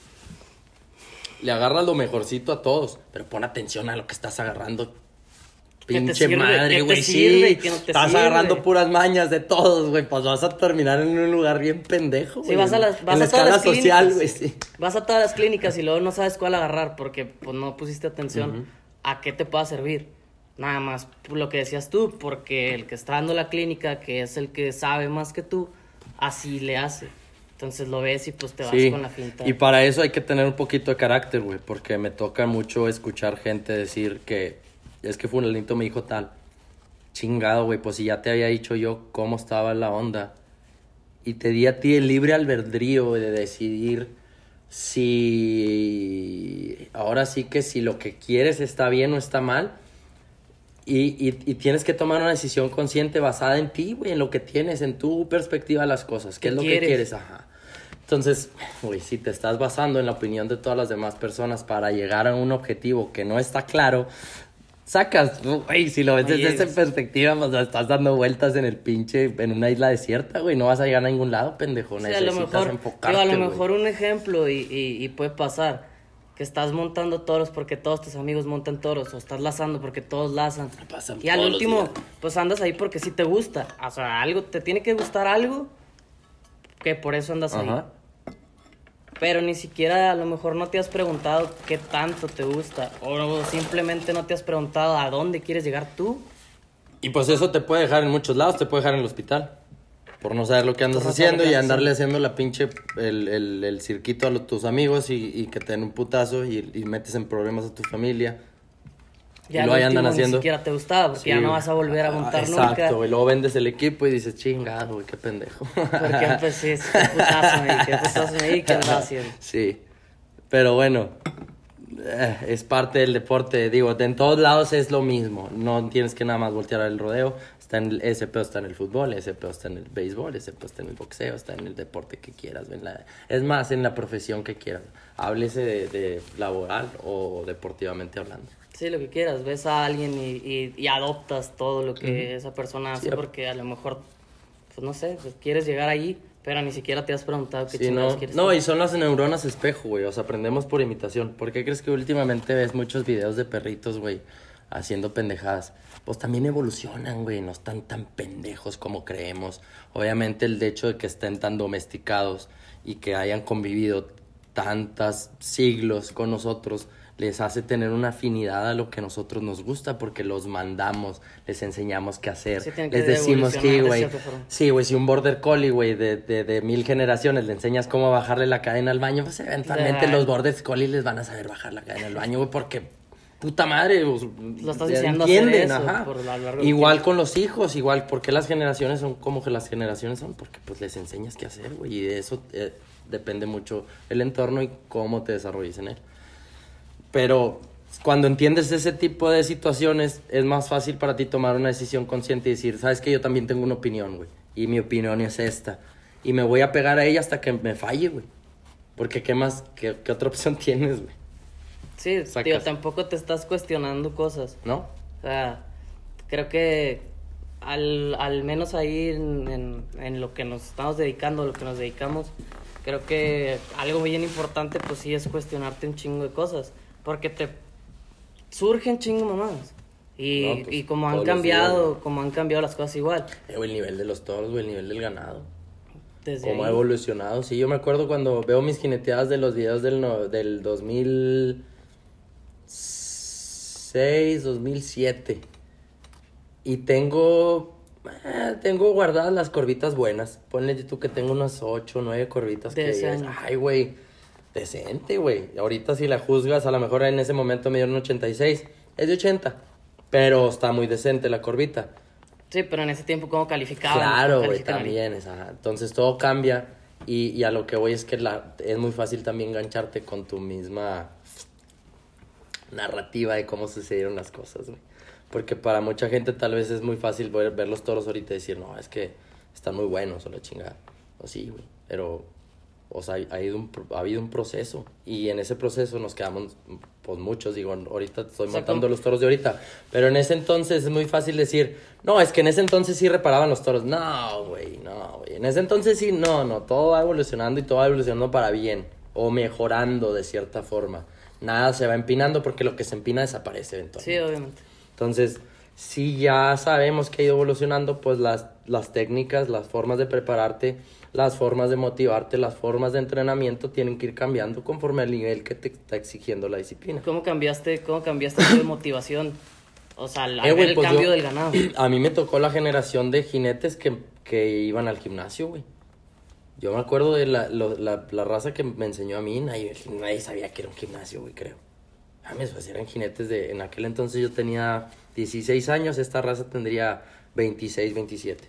Le agarras lo mejorcito a todos, pero pon atención a lo que estás agarrando. Pinche madre, güey, sí. Estás agarrando puras mañas de todos, güey. Pues vas a terminar en un lugar bien pendejo, güey. Sí, vas a la escala social, güey, sí. Vas a todas las clínicas y luego no sabes cuál agarrar porque pues no pusiste atención a qué te pueda servir. Nada más lo que decías tú, porque el que está dando la clínica, que es el que sabe más que tú, así le hace. Entonces lo ves y pues te vas con la finta. Y para eso hay que tener un poquito de carácter, güey, porque me toca mucho escuchar gente decir que es que fulanito me dijo tal. Chingado, güey, pues si ya te había dicho yo cómo estaba la onda. Y te di a ti el libre albedrío de decidir si... Ahora sí que si lo que quieres está bien o está mal. Y tienes que tomar una decisión consciente basada en ti, güey, en lo que tienes, en tu perspectiva de las cosas. ¿Qué es lo que quieres? Ajá. Entonces, güey, si te estás basando en la opinión de todas las demás personas para llegar a un objetivo que no está claro, sacas, güey, si lo ves Oye, desde esa perspectiva, pues estás dando vueltas en el pinche, en una isla desierta, güey, no vas a llegar a ningún lado, pendejo, sí, a necesitas lo mejor, enfocarte, digo, a lo güey. mejor un ejemplo y puede pasar que estás montando toros porque todos tus amigos montan toros, o estás lazando porque todos lazan. Pasan Y al todos los último, días. pues andas ahí porque sí te gusta. O sea, algo, te tiene que gustar algo que por eso andas ahí. Ajá. Pero ni siquiera a lo mejor no te has preguntado qué tanto te gusta. O simplemente no te has preguntado a dónde quieres llegar tú. Y pues eso te puede dejar en muchos lados, te puede dejar en el hospital. Por no saber lo que andas Por no saber haciendo lo que y andas andarle haciendo la pinche, el cirquito a tus amigos y que te den un putazo y metes en problemas a tu familia. Ya y lo al andan último haciendo. ni siquiera te gustaba porque Sí, ya no güey. vas a volver a montar Exacto, nunca. y luego vendes el equipo y dices, chingado, güey, qué pendejo. Porque pues sí, qué putazo ahí, qué putazo ahí, qué andaba haciendo. Sí, pero bueno, es parte del deporte. Digo, en todos lados es lo mismo. No tienes que nada más voltear al rodeo. Ese pedo está en el fútbol, ese pedo está en el béisbol, ese pedo está en el boxeo, está en el deporte que quieras. Es más, en la profesión que quieras. Háblese de laboral o deportivamente hablando. Sí, lo que quieras, ves a alguien y adoptas todo lo que esa persona hace Sí, porque a lo mejor, pues no sé, pues, quieres llegar ahí, pero ni siquiera te has preguntado qué Sí, chingados no, quieres no, hacer. y son las neuronas espejo, güey. O sea, aprendemos por imitación. ¿Por qué crees que últimamente ves muchos videos de perritos, güey, haciendo pendejadas? Pues también evolucionan, güey. No están tan pendejos como creemos. Obviamente el hecho de que estén tan domesticados y que hayan convivido tantos siglos con nosotros les hace tener una afinidad a lo que a nosotros nos gusta porque los mandamos, les enseñamos qué hacer, Sí, tienen que les decimos que, evolucionar de güey, cierta forma. sí, güey, si un border collie, güey, de 1000 generaciones le enseñas cómo bajarle la cadena al baño, pues eventualmente Ya. los border collie les van a saber bajar la cadena al baño, güey, porque puta madre, pues, Lo estás ya diciendo hacer entienden, eso ajá. por lo largo del Igual tiempo. con los hijos, igual, porque las generaciones son como que las generaciones son, porque pues les enseñas qué hacer, güey, y de eso depende mucho el entorno y cómo te desarrolles en él. Pero cuando entiendes ese tipo de situaciones, es más fácil para ti tomar una decisión consciente y decir, sabes que yo también tengo una opinión, güey, y mi opinión es esta, y me voy a pegar a ella hasta que me falle, güey, porque qué más, qué otra opción tienes, güey, Sí, Sacas. tío, tampoco te estás cuestionando cosas. ¿no? O sea, creo que al menos ahí en lo que nos estamos dedicando, lo que nos dedicamos, creo que algo bien importante pues sí es cuestionarte un chingo de cosas, porque te surgen chingo mamás. Y, No, pues, y como han todos los cambiado, días, ¿no? como han cambiado las cosas igual. Güey, el nivel de los toros, güey, el nivel del ganado. Desde Cómo ha ahí, evolucionado. Sí, yo me acuerdo cuando veo mis jineteadas de los videos del 2006, 2007. Y tengo guardadas las corvitas buenas. Ponle tú que tengo unas 8 o 9 corvitas De que ese digas, año. ay, güey, decente, güey. Ahorita si la juzgas, a lo mejor en ese momento me dieron 86. Es de 80. Pero está muy decente la corvita. sí, pero en ese tiempo cómo calificaban. Claro, ¿Cómo güey, calificaban? también. Entonces todo cambia y a lo que voy es que es muy fácil también engancharte con tu misma narrativa de cómo sucedieron las cosas, güey. Porque para mucha gente tal vez es muy fácil ver los toros ahorita y decir, no, es que están muy buenos o la chingada. O sí, güey, pero, o sea, ha habido un proceso y en ese proceso nos quedamos, pues muchos, digo, ahorita estoy O sea, montando los toros de ahorita, pero en ese entonces es muy fácil decir, no, es que en ese entonces sí reparaban los toros. No, güey, en ese entonces sí, no, todo va evolucionando y todo va evolucionando para bien o mejorando de cierta forma. Nada se va empinando porque lo que se empina desaparece eventualmente. Sí, obviamente. Entonces, si ya sabemos que ha ido evolucionando, pues las técnicas, las formas de prepararte, las formas de motivarte, las formas de entrenamiento tienen que ir cambiando conforme al nivel que te está exigiendo la disciplina. ¿Cómo cambiaste tu motivación? O sea, al ver Güey, el pues cambio yo- del ganado. A mí me tocó la generación de jinetes que iban al gimnasio, güey. Yo me acuerdo de la raza que me enseñó a mí, nadie sabía que era un gimnasio, güey, creo. Pues eran jinetes en aquel entonces yo tenía 16 años, esta raza tendría 26, 27.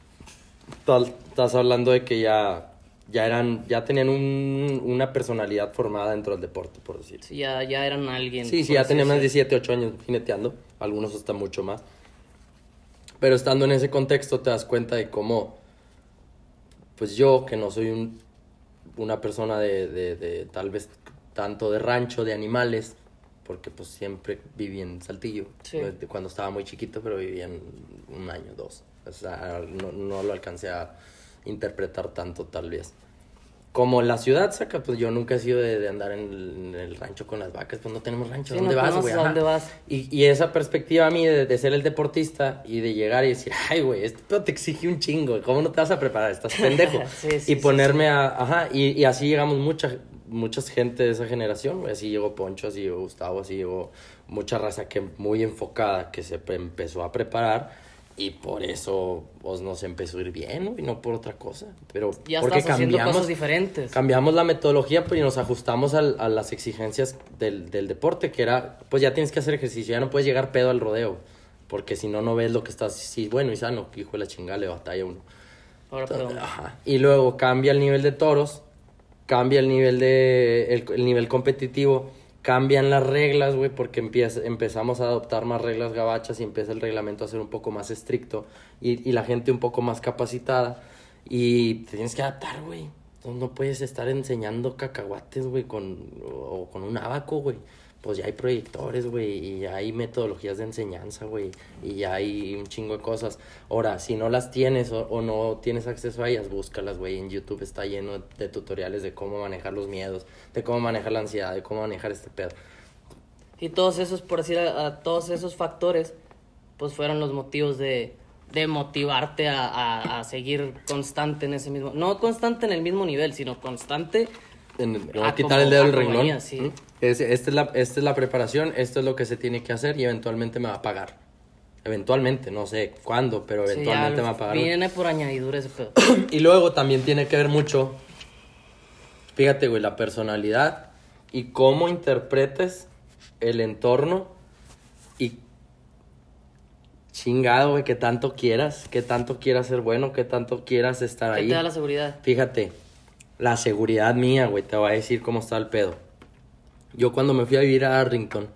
Estás hablando de que ya tenían una personalidad formada dentro del deporte, por decirlo. Sí, ya eran alguien. Sí, por ya así tenían más de decirlo. 17, 8 años jineteando, algunos hasta mucho más. Pero estando en ese contexto te das cuenta de cómo, pues yo, que no soy una persona de tal vez tanto de rancho, de animales, porque pues siempre viví en Saltillo. Sí. Cuando estaba muy chiquito, pero vivía en 1 año, 2. O sea, no lo alcancé a interpretar tanto tal vez. Como la ciudad saca, pues yo nunca he sido de andar en el rancho con las vacas, pues no tenemos rancho. Sí, ¿Dónde no vas, conoces güey? a dónde vas. Y esa perspectiva a mí de ser el deportista y de llegar y decir, ay, güey, esto te exige un chingo, ¿cómo no te vas a preparar? Estás pendejo. Sí, y ponerme y así llegamos mucha gente de esa generación, güey. Así llegó Poncho, así llegó Gustavo, así llegó mucha raza que muy enfocada, que se empezó a preparar. Y por eso pues, nos empezó a ir bien, ¿no? Y no por otra cosa. Pero Ya porque estás haciendo cosas diferentes. Cambiamos la metodología pues, y nos ajustamos a las exigencias del deporte, que era, pues ya tienes que hacer ejercicio, ya no puedes llegar pedo al rodeo. Porque si no, no ves lo que estás, sí, bueno y sano, hijo de la chingada, le batalla uno. Ahora, perdón. Ajá. Y luego cambia el nivel de toros, cambia el nivel el nivel competitivo, cambian las reglas, güey, porque empezamos a adoptar más reglas gabachas y empieza el reglamento a ser un poco más estricto y la gente un poco más capacitada y te tienes que adaptar, güey. No puedes estar enseñando cacahuates, güey, o con un abaco, güey. Pues ya hay proyectores, güey, y ya hay metodologías de enseñanza, güey, y ya hay un chingo de cosas. Ahora, si no las tienes o no tienes acceso a ellas, búscalas, güey. En YouTube está lleno de tutoriales de cómo manejar los miedos, de cómo manejar la ansiedad, de cómo manejar este pedo. Y todos esos, por decir, a todos esos factores, pues fueron los motivos de motivarte a seguir constante en ese mismo... No constante en el mismo nivel, sino constante... No voy a quitar el dedo del renglón. Sí. Esta es la preparación, esto es lo que se tiene que hacer y eventualmente me va a pagar. Eventualmente, no sé cuándo, pero eventualmente me va a pagar. Viene por añadidura ese pedo. Y luego también tiene que ver mucho, fíjate, güey, la personalidad y cómo interpretes el entorno y chingado, güey, que tanto quieras ser bueno, que tanto quieras estar ahí. ¿Qué te da la seguridad? Fíjate, la seguridad mía, güey, te voy a decir cómo está el pedo. Yo cuando me fui a vivir a Arlington,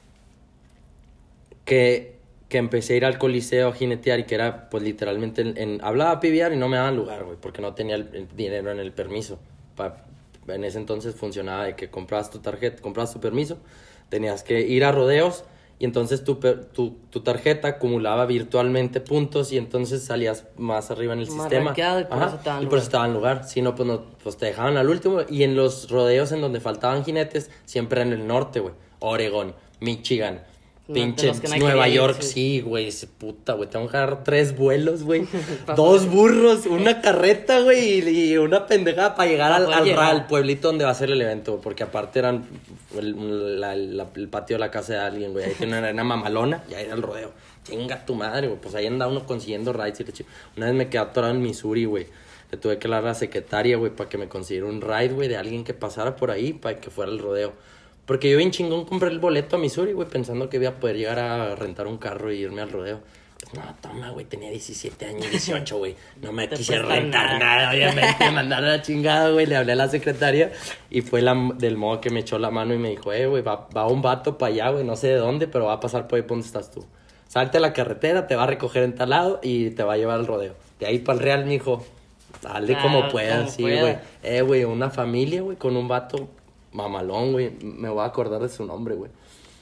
que empecé a ir al Coliseo a jinetear y que era, pues, literalmente, hablaba a piviar y no me daban lugar, güey, porque no tenía el dinero en el permiso. En ese entonces funcionaba de que comprabas tu tarjeta, comprabas tu permiso, tenías que ir a rodeos y entonces tu tarjeta acumulaba virtualmente puntos y entonces salías más arriba en el sistema. Y por eso te daban lugar. Si no, pues te dejaban al último. Y en los rodeos en donde faltaban jinetes, siempre en el norte, güey. Oregon, Michigan, pinche Nueva York, sí, güey, puta, güey, tengo que agarrar 3 vuelos, güey, 2 burros, una carreta, güey, y una pendejada para llegar al pueblito donde va a ser el evento, porque aparte eran el patio de la casa de alguien, güey, ahí tiene una arena mamalona, y ahí era el rodeo, chinga tu madre, güey, pues ahí anda uno consiguiendo rides y una vez me quedé atorado en Missouri, güey, le tuve que hablar a la secretaria, güey, para que me consiguiera un ride, güey, de alguien que pasara por ahí, para que fuera el rodeo. Porque yo bien chingón compré el boleto a Missouri, güey, pensando que iba a poder llegar a rentar un carro y irme al rodeo. Pues no, toma, güey, tenía 17 años, 18, güey. No me quise rentar nada, obviamente. Me mandaron a la chingada, güey. Le hablé a la secretaria y fue del modo que me echó la mano y me dijo, güey, va un vato para allá, güey, no sé de dónde, pero va a pasar por ahí por donde estás tú. Salte a la carretera, te va a recoger en tal lado y te va a llevar al rodeo. De ahí para el Real, mijo, dale como puedas, sí, güey. Güey, una familia, güey, con un vato mamalón, güey, me voy a acordar de su nombre, güey.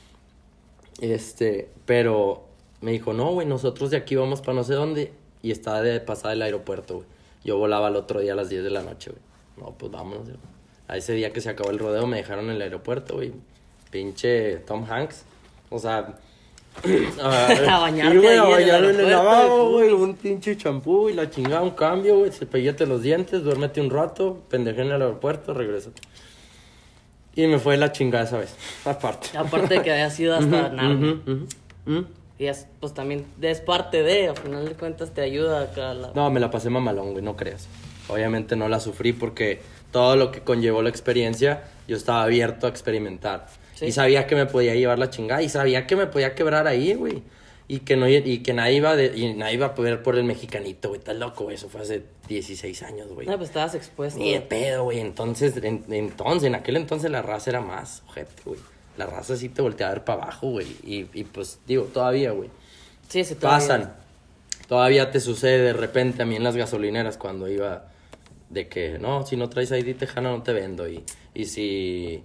Pero me dijo, no, güey, nosotros de aquí vamos para no sé dónde. Y estaba de pasada el aeropuerto, güey. Yo volaba el otro día a las 10 de la noche, güey. No, pues vámonos, güey. A ese día que se acabó el rodeo me dejaron en el aeropuerto, güey. Pinche Tom Hanks. O sea... a bañarte, sí, güey, a bañarme en el lavabo, güey. Un pinche champú y la chingada, un cambio, güey. Cepillate los dientes, duérmete un rato, pendejé en el aeropuerto, regreso. Y me fue la chingada esa vez, Aparte de que había sido hasta Narnia. Y pues también es parte de, al final de cuentas te ayuda acá. No, me la pasé mamalón, güey, no creas. Obviamente no la sufrí porque todo lo que conllevó la experiencia, yo estaba abierto a experimentar. ¿Sí? Y sabía que me podía llevar la chingada y sabía que me podía quebrar ahí, güey. Y que nadie iba a poder por el mexicanito, güey. Estás loco, güey. Eso fue hace 16 años, güey. No, pues estabas expuesto. Ni de pedo, güey. Entonces, en aquel entonces la raza era más, ojete, güey. La raza sí te volteaba a ver para abajo, güey. Y pues, digo, todavía, güey. Sí, sí, todavía. Pasan. Todavía te sucede de repente a mí en las gasolineras cuando iba de que, no, si no traes ID tejana no te vendo. Y si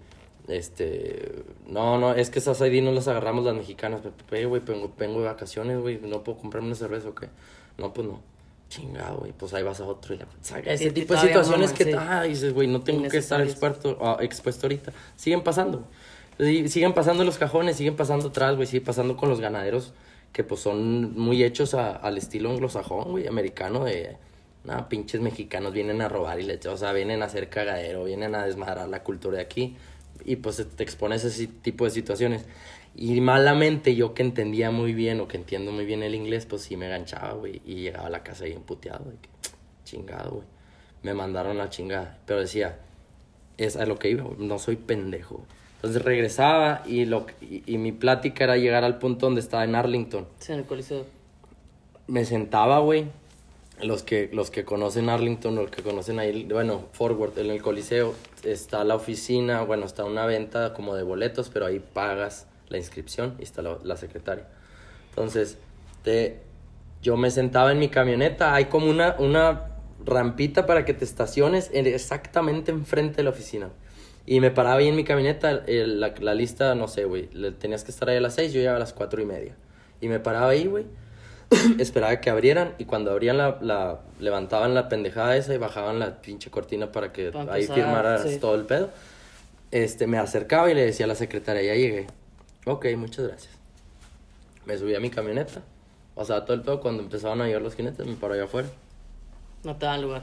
No, es que esas ID no las agarramos las mexicanas. Güey, vengo de vacaciones, güey, no puedo comprarme una cerveza o qué. No, pues no. Chingado, güey, pues ahí vas a otro y ese tipo de situaciones que dices, güey, no tengo que estar expuesto ahorita. Siguen pasando. Siguen pasando en los cajones, siguen pasando atrás, güey, sigue pasando con los ganaderos que pues son muy hechos al estilo anglosajón, güey, americano de pinches mexicanos vienen a robar o sea, vienen a hacer cagadero, vienen a desmadrar la cultura de aquí y pues te expones a ese tipo de situaciones. Y malamente yo que entendía muy bien o que entiendo muy bien el inglés, pues sí me ganchaba, güey. Y llegaba a la casa ahí emputeado, de que chingado, güey. Me mandaron la chingada. Pero decía, es a lo que iba, güey. No soy pendejo. Entonces regresaba y mi plática era llegar al punto donde estaba en Arlington. Sí, en el Coliseo. Me sentaba, güey. Los que conocen Arlington o los que conocen ahí, bueno, Forward, en el Coliseo está la oficina, bueno, está una venta como de boletos, pero ahí pagas la inscripción y está la secretaria. Entonces, yo me sentaba en mi camioneta, hay como una rampita para que te estaciones exactamente enfrente de la oficina. Y me paraba ahí en mi camioneta, la lista, no sé, güey, tenías que estar ahí a las 6, yo llegaba a las 4:30. Y me paraba ahí, güey, esperaba que abrieran y cuando abrían levantaban la pendejada esa y bajaban la pinche cortina para que ahí firmaras todo el pedo. Me acercaba y le decía a la secretaria, ya llegué. Ok, muchas gracias. Me subí a mi camioneta, pasaba todo el pedo, cuando empezaban a llegar los jinetes me paro allá afuera. No te dan lugar.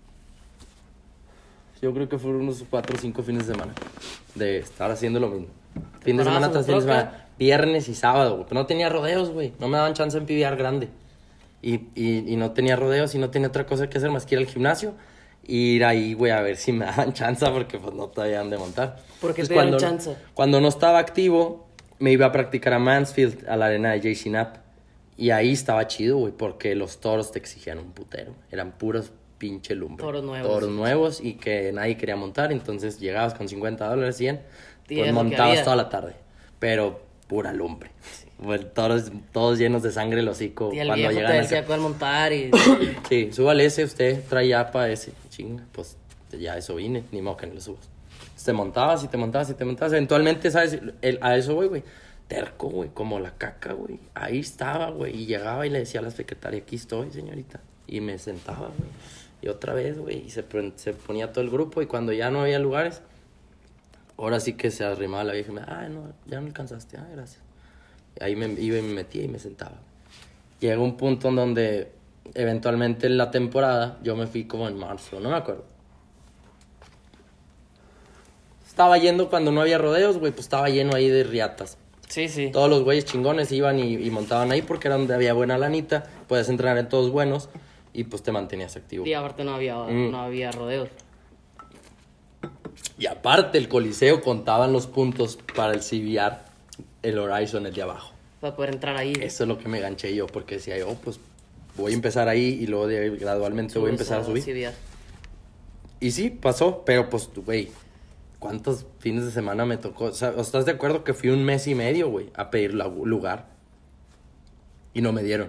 Yo creo que fueron unos 4 o 5 fines de semana de estar haciendo lo mismo. Fin de semana tras fin de semana, viernes y sábado, güey. Pero no tenía rodeos, güey. No me daban chance en piviar grande. Y no tenía rodeos y no tenía otra cosa que hacer más que ir al gimnasio y ir ahí, güey, a ver si me daban chance porque pues no te habían de montar. ¿Por qué te dieron chance? Cuando no estaba activo, me iba a practicar a Mansfield, a la arena de JC Knapp. Y ahí estaba chido, güey, porque los toros te exigían un putero. Eran puros pinche lumbre. Toros nuevos y que nadie quería montar. Entonces llegabas con $50, 100, pues montabas toda la tarde. Pero pura lumbre. Sí. Pues, todos llenos de sangre el hocico. Y el cuando viejo te decía cuál montar y... Sí, súbale ese, usted trae ya para ese. Chinga, pues ya eso vine, ni modo que no lo subas. Te montabas y te montabas y te montabas. Eventualmente, ¿sabes? A eso voy, güey. Terco, güey, como la caca, güey. Ahí estaba, güey. Y llegaba y le decía a la secretaria, aquí estoy, señorita. Y me sentaba, güey. Y otra vez, güey. Y se ponía todo el grupo. Y cuando ya no había lugares, ahora sí que se arrimaba la vieja y me no, ya no alcanzaste. Gracias. Y ahí me iba y me metía y me sentaba. Llegó un punto en donde, eventualmente en la temporada, yo me fui como en marzo, no me acuerdo. Estaba yendo cuando no había rodeos, güey, pues estaba lleno ahí de riatas. Sí, sí. Todos los güeyes chingones iban y montaban ahí porque era donde había buena lanita. Puedes entrenar en todos buenos y pues te mantenías activo. Y aparte no había rodeos. Y aparte el Coliseo contaban los puntos para el CBR, el Horizon, el de abajo. Para poder entrar ahí. Eso es lo que me ganché yo porque decía yo, pues voy a empezar ahí y luego de ahí gradualmente voy a empezar a subir. CBR. Y sí, pasó, pero pues, güey, ¿cuántos fines de semana me tocó? O sea, ¿estás de acuerdo que fui 1 mes y medio, güey, a pedir lugar? Y no me dieron.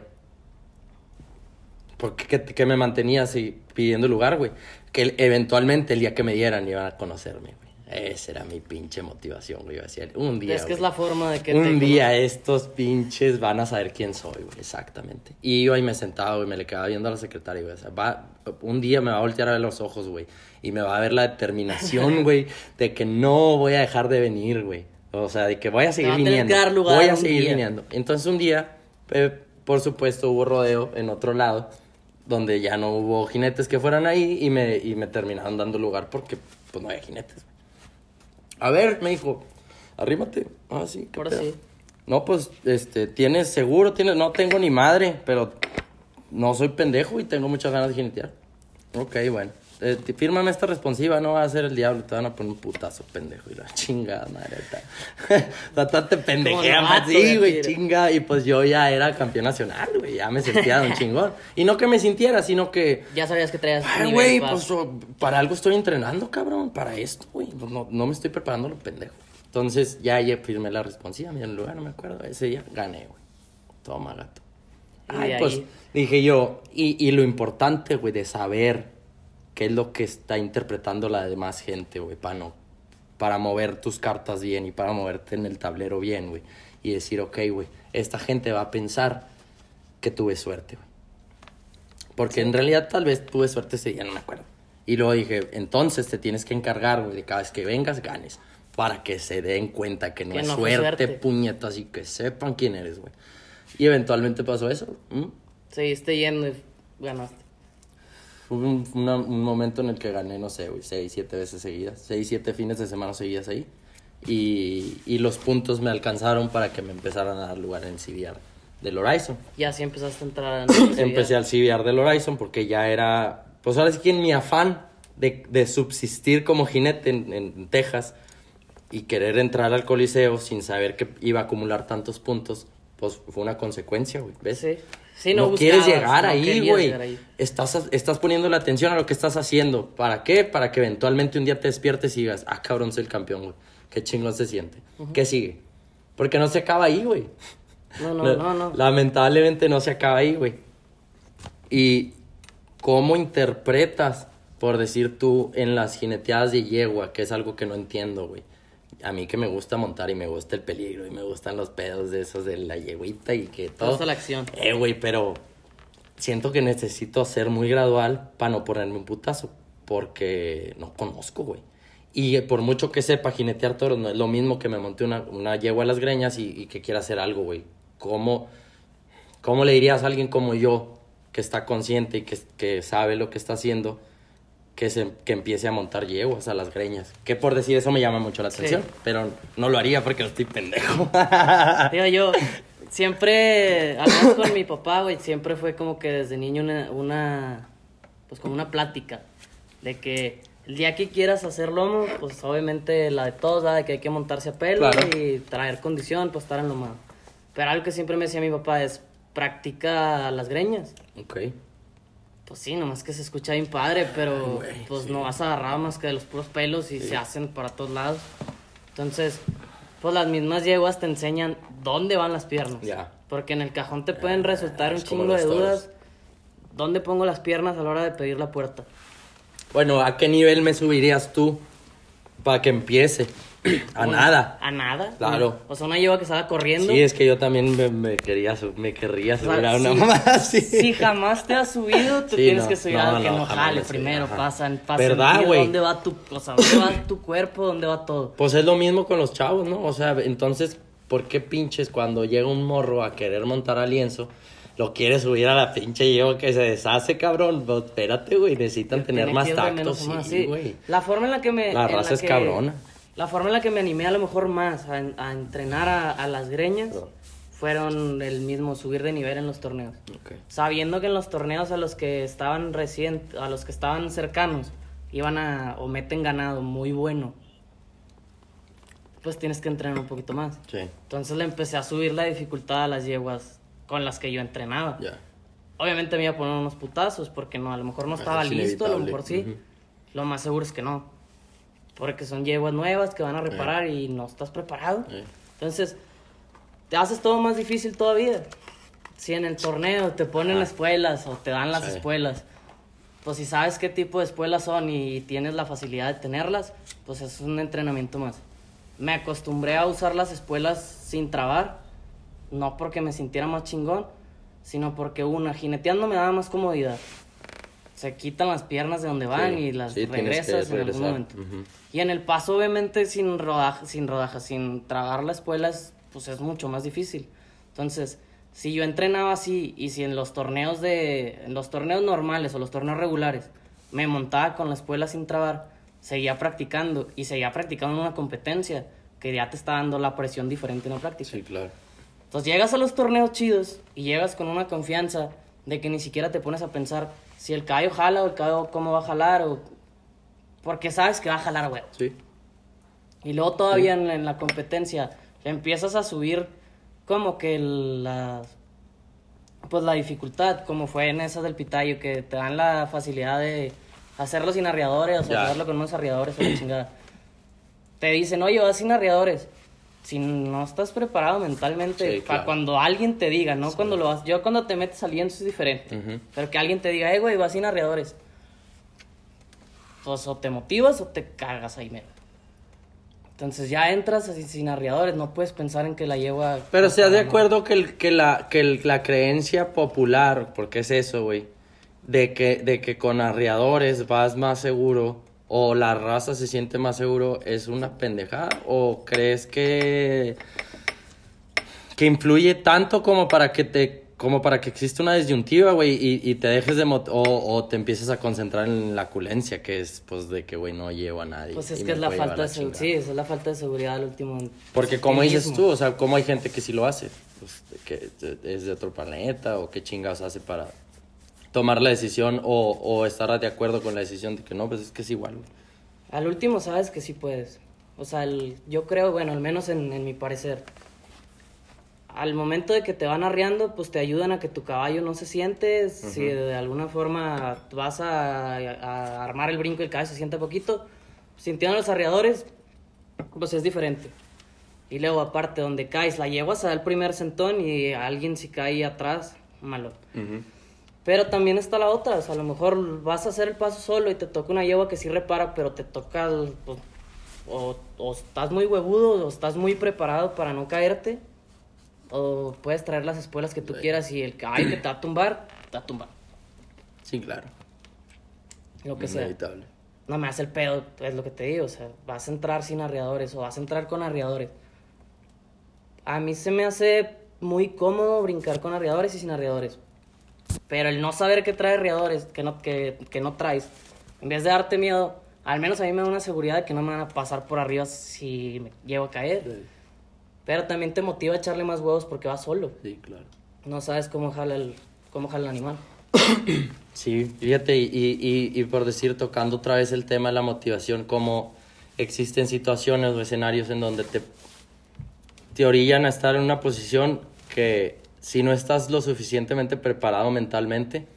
¿Por qué me mantenía así pidiendo lugar, güey? Que eventualmente el día que me dieran iban a conocerme, güey. Esa era mi pinche motivación, güey. Yo decía, un día, es que es la forma de que un día estos pinches van a saber quién soy, güey. Exactamente. Y iba y me sentaba, güey, me le quedaba viendo a la secretaria, güey. O sea, un día me va a voltear a ver los ojos, güey. Y me va a ver la determinación, güey, de que no voy a dejar de venir, güey. O sea, de que voy a seguir viniendo. Voy a seguir viniendo. Entonces un día, por supuesto, hubo rodeo en otro lado, donde ya no hubo jinetes que fueran ahí y me terminaron dando lugar porque pues no había jinetes. A ver, me dijo, arrímate. Sí, ahora sí. No, pues, ¿tienes seguro? No tengo ni madre, pero no soy pendejo y tengo muchas ganas de jinetear. Ok, bueno. Fírmame esta responsiva, no va a ser el diablo, te van a poner un putazo, pendejo. Y la chingada madre. Bastante pendejea, sí, güey, chinga. Y pues yo ya era campeón nacional, güey, ya me sentía un chingón. Y no que me sintiera, sino que... Ya sabías que traías nivel, güey, pues para algo estoy entrenando, cabrón, para esto, güey. No me estoy preparando lo pendejo. Entonces ya firmé la responsiva, me dieron lugar, no me acuerdo. Ese día gané, güey. Toma, gato. Pues dije yo, y lo importante, güey, de saber qué es lo que está interpretando la demás gente, güey, para no para mover tus cartas bien y para moverte en el tablero bien, güey. Y decir, ok, güey, esta gente va a pensar que tuve suerte, güey. Porque en realidad tal vez tuve suerte ese día, no me acuerdo. Y luego dije, entonces te tienes que encargar, güey, de cada vez que vengas, ganes. Para que se den cuenta que no es suerte, puñetas, y que sepan quién eres, güey. Y eventualmente pasó eso. Seguiste yendo y ganaste. Hubo un momento en el que gané, no sé, güey, 6, 7 veces seguidas. 6, 7 fines de semana seguidas ahí. Y los puntos me alcanzaron para que me empezaran a dar lugar en el CBR del Horizon. Y así empezaste a entrar en el CBR. Empecé al CBR del Horizon porque ya era... Pues ahora sí que en mi afán de subsistir como jinete en Texas y querer entrar al Coliseo sin saber que iba a acumular tantos puntos, pues fue una consecuencia, güey, ¿ves? Sí. Sí, no quieres llegar ahí, güey. Estás poniendo la atención a lo que estás haciendo. ¿Para qué? Para que eventualmente un día te despiertes y digas, ah, cabrón, soy el campeón, güey. Qué chingón se siente. ¿Qué sigue? Porque no se acaba ahí, güey. No. Lamentablemente no se acaba ahí, güey. Y cómo interpretas, por decir tú, en las jineteadas de yegua, que es algo que no entiendo, güey. A mí que me gusta montar y me gusta el peligro y me gustan los pedos de esos de la yeguita y que todo. Me gusta la acción. Güey, pero siento que necesito ser muy gradual para no ponerme un putazo, porque no conozco, güey. Y por mucho que sepa jinetear toros, no es lo mismo que me monte una yegua a las greñas y que quiera hacer algo, güey. ¿Cómo le dirías a alguien como yo, que está consciente y que sabe lo que está haciendo, que empiece a montar yeguas a las greñas? Que por decir eso me llama mucho la atención, sí. Pero no lo haría porque no estoy pendejo. Digo, yo siempre, al menos con mi papá, güey, siempre fue como que desde niño pues como una plática de que el día que quieras hacer lomo, pues obviamente la de todos, ¿verdad? De que hay que montarse a pelo, claro, y traer condición, pues estar en lomado. Pero algo que siempre me decía mi papá es, practica las greñas. Ok. Pues sí, nomás que se escucha bien padre, pero pues sí, no vas a agarrar más que de los puros pelos y se hacen para todos lados. Entonces, pues las mismas yeguas te enseñan dónde van las piernas. Ya. Porque en el cajón te pueden resultar un chingo de dudas. ¿Dónde pongo las piernas a la hora de pedir la puerta? Bueno, ¿a qué nivel me subirías tú para que empiece? Nada. ¿A nada? Claro. O sea, una yegua que estaba corriendo. Sí, es que yo también me querría subir a una mamá así. Si jamás te has subido, tú tienes que subir a que no jale primero. Pasa ¿verdad, güey? ¿Dónde va dónde va tu cuerpo? ¿Dónde va todo? Pues es lo mismo con los chavos, ¿no? O sea, entonces, ¿por qué pinches cuando llega un morro a querer montar a lienzo, lo quiere subir a la pinche yegua que se deshace, cabrón? Pues, espérate, güey, necesitan tener más tacto, sí, güey. La forma en la que me... La raza es cabrona. La forma en la que me animé a lo mejor más a entrenar a las greñas fueron el mismo subir de nivel en los torneos. Okay. Sabiendo que en los torneos a los que estaban cercanos, iban o meten ganado muy bueno, pues tienes que entrenar un poquito más. Sí. Entonces le empecé a subir la dificultad a las yeguas con las que yo entrenaba. Yeah. Obviamente me iba a poner unos putazos porque no, a lo mejor no estaba listo, a lo mejor sí. Uh-huh. Lo más seguro es que no. Porque son yeguas nuevas que van a reparar y no estás preparado. Entonces, te haces todo más difícil todavía. Si en el torneo te ponen espuelas o te dan las espuelas, pues si sabes qué tipo de espuelas son y tienes la facilidad de tenerlas, pues es un entrenamiento más. Me acostumbré a usar las espuelas sin trabar, no porque me sintiera más chingón, sino porque jineteando me daba más comodidad. Se quitan las piernas de donde van y las regresas en algún momento. Uh-huh. Y en el paso, obviamente, sin trabar la espuela, pues es mucho más difícil. Entonces, si yo entrenaba así y si en los torneos normales o los torneos regulares me montaba con la espuela sin trabar, seguía practicando en una competencia que ya te está dando la presión diferente en la práctica. Sí, claro. Entonces llegas a los torneos chidos y llegas con una confianza de que ni siquiera te pones a pensar si el caballo jala o el caballo cómo va a jalar, porque sabes que va a jalar, güey. Sí. Y luego todavía en la competencia empiezas a subir como que la dificultad, como fue en esas del pitayo, que te dan la facilidad de hacerlo sin arriadores, o sea, hacerlo con unos arriadores o la chingada. Te dicen, oye, vas sin arriadores. Si no estás preparado mentalmente, para cuando alguien te diga, no cuando lo vas. Yo cuando te metes al lienzo es diferente. Uh-huh. Pero que alguien te diga, güey, vas sin arriadores. Pues o te motivas o te cagas ahí, mero. Entonces ya entras así sin arriadores, no puedes pensar en que la yegua... Pero seas de acuerdo que la creencia popular, porque es eso, güey, de que con arriadores vas más seguro o la raza se siente más seguro, ¿es una pendejada? ¿O crees que influye tanto como para que exista una disyuntiva, güey, y te dejes o te empieces a concentrar en la culencia, que es, pues, de que, güey, no llevo a nadie? Pues es que es la falta de seguridad. Sí, es la falta de seguridad al último. Porque como dices tú, o sea, ¿cómo hay gente que sí lo hace? Pues, que es de otro planeta, o qué chingados hace para tomar la decisión o estar de acuerdo con la decisión de que no, pues es que es igual, güey. Al último sabes que sí puedes. O sea, yo creo, bueno, al menos en mi parecer, al momento de que te van arriando, pues te ayudan a que tu caballo no se siente. Uh-huh. Si de alguna forma vas a armar el brinco y el caballo se siente poquito, sintiendo los arriadores, pues es diferente. Y luego, aparte, donde caes, la yegua se da el primer sentón y alguien si cae atrás, malo. Uh-huh. Pero también está la otra, o sea, a lo mejor vas a hacer el paso solo y te toca una yegua que sí repara, pero te toca, pues, o estás muy huevudo o estás muy preparado para no caerte. O puedes traer las espuelas que tú quieras y el caballo que te va a tumbar, te va a tumbar. Sí, claro. Lo que sea. No me hace el pedo, es lo que te digo. O sea, vas a entrar sin arriadores o vas a entrar con arriadores. A mí se me hace muy cómodo brincar con arriadores y sin arriadores. Pero el no saber que trae arriadores, que no traes, en vez de darte miedo, al menos a mí me da una seguridad de que no me van a pasar por arriba si me llego a caer. Sí. Pero también te motiva a echarle más huevos porque vas solo. Sí, claro. No sabes cómo jala el animal. Sí, fíjate, y por decir, tocando otra vez el tema de la motivación, cómo existen situaciones o escenarios en donde te orillan a estar en una posición que si no estás lo suficientemente preparado mentalmente,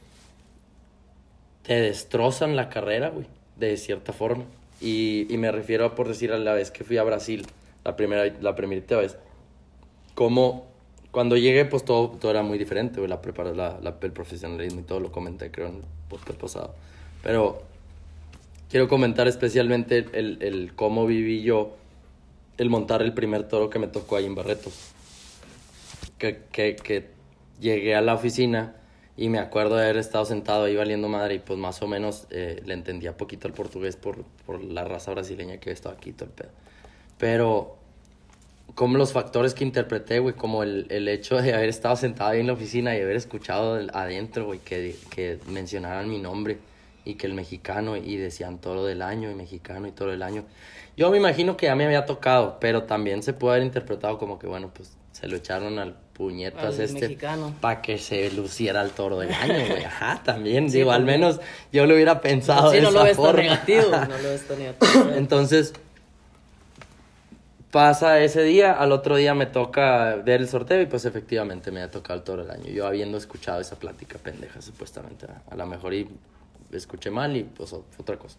te destrozan la carrera, güey, de cierta forma. Y me refiero a, por decir, a la vez que fui a Brasil, la primerita vez, como cuando llegué, pues todo era muy diferente, güey, el profesionalismo y todo lo comenté, creo, en el podcast pasado. Pero quiero comentar especialmente el cómo viví yo el montar el primer toro que me tocó ahí en Barretos. Que llegué a la oficina y me acuerdo de haber estado sentado ahí valiendo madre y pues más o menos le entendía poquito el portugués por la raza brasileña que había estado aquí, todo el pedo. Pero como los factores que interpreté, güey, como el hecho de haber estado sentado ahí en la oficina y haber escuchado adentro, güey, que mencionaran mi nombre y que el mexicano y decían toro del año y mexicano y toro del año. Yo me imagino que ya me había tocado, pero también se puede haber interpretado como que, bueno, pues se lo echaron al puñetas para que se luciera el toro del año, güey. Ajá, también, sí, digo, también. Al menos yo lo hubiera pensado de esa forma. No lo ves tan negativo. Entonces, pasa ese día, al otro día me toca ver el sorteo y pues efectivamente me ha tocado el toro del año. Yo habiendo escuchado esa plática pendeja, supuestamente, a lo mejor y escuché mal y pues otra cosa.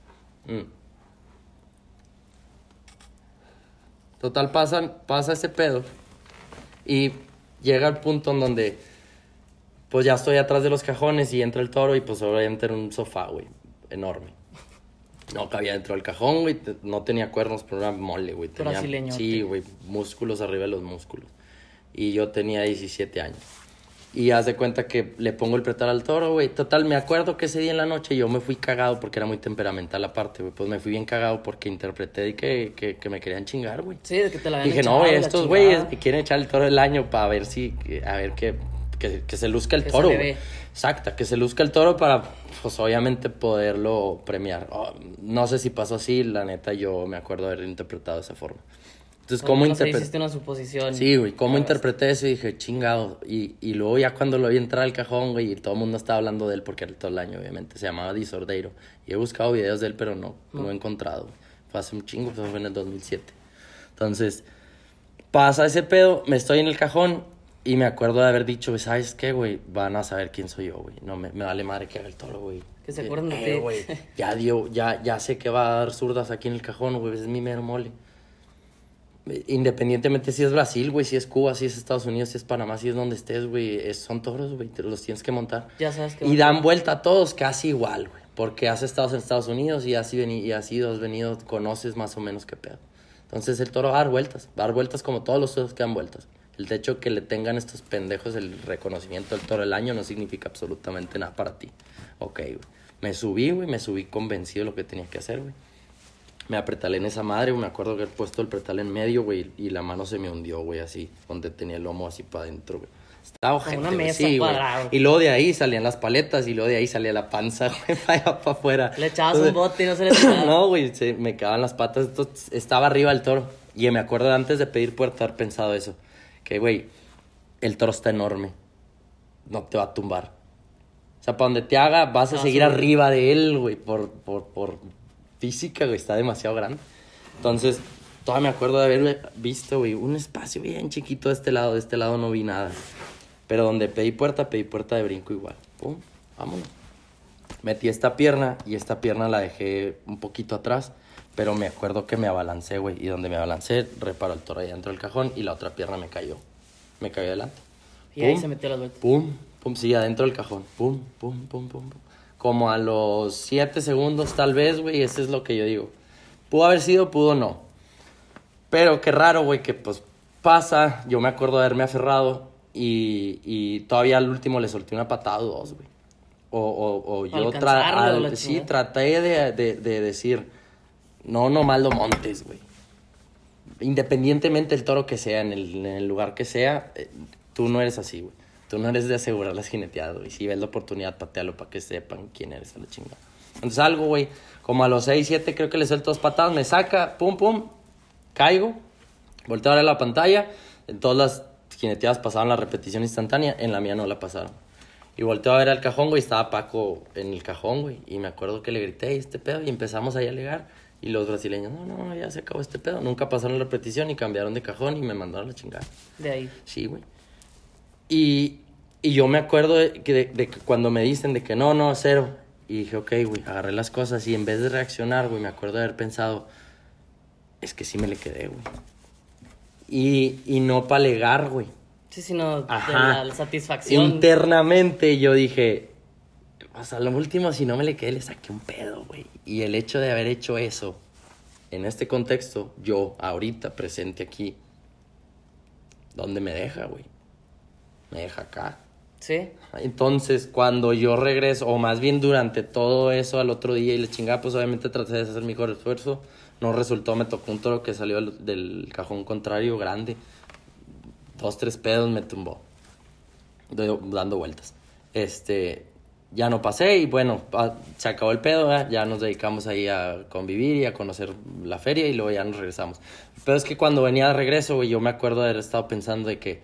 Total, pasa ese pedo y llega el punto en donde pues ya estoy atrás de los cajones y entra el toro y pues obviamente era un sofá, güey, enorme. No cabía dentro del cajón, güey, no tenía cuernos, pero era mole, güey. Brasileño. Sí, güey, músculos arriba de los músculos. Y yo tenía 17 años. Y haz de cuenta que le pongo el pretal al toro, güey. Total, me acuerdo que ese día en la noche yo me fui cagado porque era muy temperamental aparte, güey. Pues me fui bien cagado porque interpreté que me querían chingar, güey. Sí, de que te la habían dije, no, güey, estos güeyes me quieren echar el toro del año para ver que se luzca el toro, güey. Exacto, que se luzca el toro para, pues, obviamente poderlo premiar. No sé si pasó así, la neta, yo me acuerdo haber interpretado de esa forma. Entonces, ¿cómo interpreté? Hiciste una suposición. Sí, güey, ¿cómo interpreté eso? Y dije, chingado. Y luego ya cuando lo vi entrar al cajón, güey, y todo el mundo estaba hablando de él porque era todo el año, obviamente. Se llamaba Di Sordeiro. Y he buscado videos de él, pero no he encontrado. Fue hace un chingo, fue en el 2007. Entonces, pasa ese pedo, me estoy en el cajón y me acuerdo de haber dicho, ¿sabes qué, güey? Van a saber quién soy yo, güey. No, me vale madre que haga el toro, güey. Que se acuerdan de ti. Güey, ya sé que va a dar zurdas aquí en el cajón, güey. Es mi mero mole. Independientemente si es Brasil, güey, si es Cuba, si es Estados Unidos, si es Panamá, si es donde estés, güey, son toros, güey, te los tienes que montar. Ya sabes que... Y dan vuelta a todos casi igual, güey, porque has estado en Estados Unidos y has venido, conoces más o menos qué pedo. Entonces el toro va a dar vueltas como todos los toros que dan vueltas. El hecho que le tengan estos pendejos el reconocimiento del toro del año no significa absolutamente nada para ti. Ok, güey. Me subí convencido de lo que tenía que hacer, güey. Me apretalé en esa madre, güey. Me acuerdo que he puesto el pretal en medio, güey, y la mano se me hundió, güey, así, donde tenía el lomo así para adentro, güey. Estaba ojete, una güey, mesa sí, güey. cuadrada. Y luego de ahí salían las paletas y luego de ahí salía la panza, güey, para allá para afuera. Le echabas un bote y no se le pegaba. No, güey, me quedaban las patas. Estaba arriba el toro. Y me acuerdo de antes de pedir puerta haber pensado eso. Que, güey, el toro está enorme. No te va a tumbar. O sea, para donde te haga, vas a seguir arriba de él, güey, por física, güey, está demasiado grande. Entonces, todavía me acuerdo de haber visto, güey, un espacio bien chiquito de este lado no vi nada. Pero donde pedí puerta de brinco igual. Pum, vámonos. Metí esta pierna y esta pierna la dejé un poquito atrás, pero me acuerdo que me abalancé, güey, y donde me abalancé, reparo el toro ahí dentro del cajón y la otra pierna me cayó adelante. Y ahí se metió las vueltas. Pum, pum, sí, adentro del cajón. Pum, pum, pum, pum, pum. Como a los 7 segundos tal vez, güey, eso es lo que yo digo. Pudo haber sido, pudo no. Pero qué raro, güey, que pues pasa. Yo me acuerdo de haberme aferrado y todavía al último le solté una patada o dos, güey. O yo traté de decir, no nomás lo montes, güey. Independientemente del toro que sea, en el lugar que sea, tú no eres así, güey. Tú no eres de asegurar las jineteadas, güey. Si ves la oportunidad, patealo para que sepan quién eres a la chingada. Entonces algo, güey, como a los 6, 7 creo que le suelto 2 patadas, me saca, pum, pum, caigo, volteo a ver la pantalla, en todas las jineteadas pasaban la repetición instantánea, en la mía no la pasaron. Y volteo a ver al cajón, güey, estaba Paco en el cajón, güey, y me acuerdo que le grité, este pedo, y empezamos ahí a alegar, y los brasileños, no, ya se acabó este pedo, nunca pasaron la repetición, y cambiaron de cajón, y me mandaron a la chingada. De ahí. Sí, güey. Y yo me acuerdo de que cuando me dicen de que no, cero, y dije, ok, güey, agarré las cosas, y en vez de reaccionar, güey, me acuerdo de haber pensado, es que sí me le quedé, güey. Y no para alegar, güey. Sí, sino de la satisfacción. Internamente yo dije, o sea, lo último, si no me le quedé, le saqué un pedo, güey. Y el hecho de haber hecho eso, en este contexto, yo, ahorita, presente aquí, ¿dónde me deja, güey? Me deja acá. Sí. Entonces, cuando yo regreso, o más bien durante todo eso al otro día y la chingada, pues obviamente traté de hacer mi mejor esfuerzo. No resultó, me tocó un toro que salió del cajón contrario grande. 2, 3 pedos me tumbó. Dando vueltas. Ya no pasé y bueno, se acabó el pedo, ¿eh? Ya nos dedicamos ahí a convivir y a conocer la feria y luego ya nos regresamos. Pero es que cuando venía de regreso, güey, yo me acuerdo de haber estado pensando de que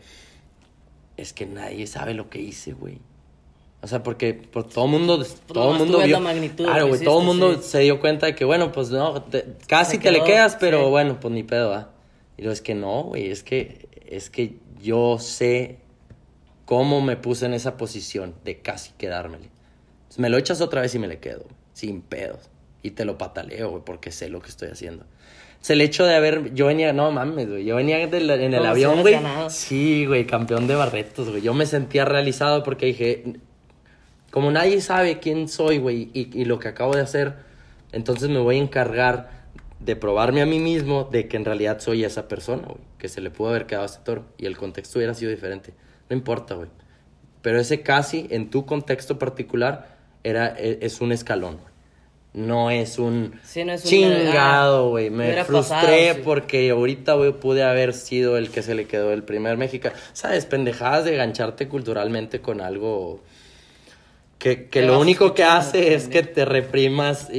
es que nadie sabe lo que hice, güey. O sea, porque todo el mundo vio la magnitud. Claro, güey, todo el mundo se dio cuenta de que, bueno, pues no, casi te le quedas, pero sí. bueno, pues ni pedo, ¿ah? Y luego es que no, güey, es que yo sé cómo me puse en esa posición de casi quedármele. Entonces, me lo echas otra vez y me le quedo, sin pedos. Y te lo pataleo, güey, porque sé lo que estoy haciendo. Es el hecho de yo venía, no mames, güey, yo venía en el avión, güey. Sí, güey, campeón de Barretos, güey. Yo me sentía realizado porque dije, como nadie sabe quién soy, güey, y lo que acabo de hacer, entonces me voy a encargar de probarme a mí mismo de que en realidad soy esa persona, güey, que se le pudo haber quedado a ese toro y el contexto hubiera sido diferente. No importa, güey. Pero ese casi, en tu contexto particular, es un escalón, güey. No es un chingado, güey. Me frustré porque ahorita, güey, pude haber sido el que se le quedó el primer mexicano. ¿Sabes? Pendejadas de gancharte culturalmente con algo que lo único que hace es que te reprimas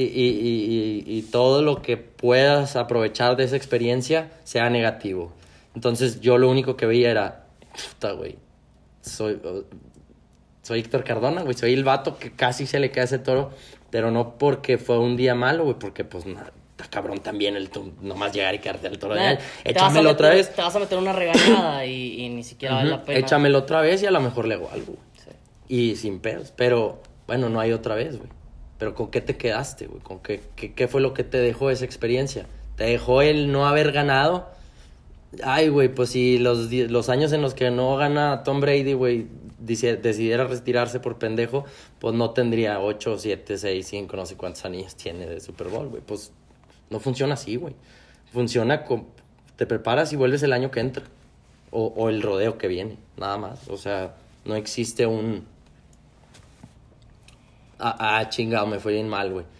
y todo lo que puedas aprovechar de esa experiencia sea negativo. Entonces yo lo único que veía era, puta, güey, soy Héctor Cardona, güey, soy el vato que casi se le queda ese toro, pero no porque fue un día malo, güey, porque pues está cabrón también nomás llegar y quedarte al toro de él. Échamelo otra vez. Te vas a meter una regañada y ni siquiera vale la pena. Échamelo otra vez y a lo mejor le hago algo, güey. Sí. Y sin pedos, pero bueno, no hay otra vez, güey. Pero ¿con qué te quedaste, güey? ¿Con qué fue lo que te dejó esa experiencia? ¿Te dejó el no haber ganado? Ay, güey, pues si los años en los que no gana Tom Brady, güey, decidiera retirarse por pendejo, pues no tendría 8, 7, 6, 5, no sé cuántos anillos tiene de Super Bowl, güey. Pues no funciona así, güey. Funciona te preparas y vuelves el año que entra. O el rodeo que viene, nada más. O sea, no existe un... chingado, me fue bien mal, güey.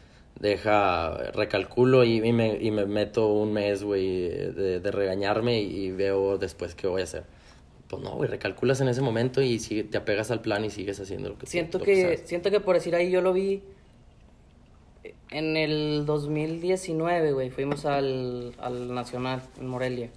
Recalculo y me meto un mes, güey, de regañarme y veo después qué voy a hacer. Pues no, güey, recalculas en ese momento y te apegas al plan y sigues haciendo lo que Siento sabes. que por decir ahí yo lo vi en el 2019, güey. Fuimos al Nacional en Morelia.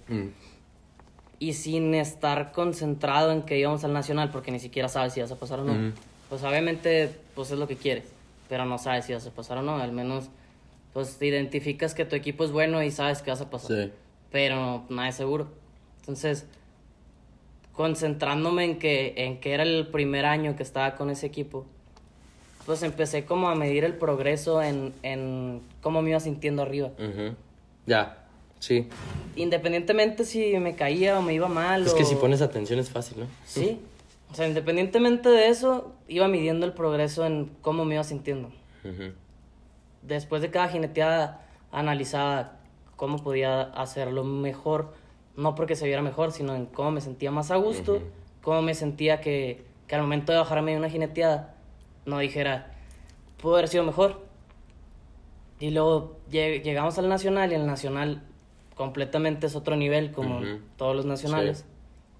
Y sin estar concentrado en que íbamos al Nacional, porque ni siquiera sabes si vas a pasar o no. Pues obviamente, pues es lo que quieres, pero no sabes si vas a pasar o no. Al menos, pues te identificas que tu equipo es bueno y sabes que vas a pasar. Sí. Pero nada es seguro. Entonces, concentrándome en que era el primer año que estaba con ese equipo, pues empecé como a medir el progreso en cómo me iba sintiendo arriba. Ya, sí. Independientemente si me caía o me iba mal. Es que si pones atención es fácil, ¿no? Sí. O sea, independientemente de eso, iba midiendo el progreso en cómo me iba sintiendo. Después de cada jineteada, analizaba cómo podía hacerlo mejor. No porque se viera mejor, sino en cómo me sentía más a gusto. Cómo me sentía que al momento de bajarme de una jineteada, no dijera, pudo haber sido mejor. Y luego llegamos al Nacional, y el Nacional completamente es otro nivel, como todos los nacionales. Sí.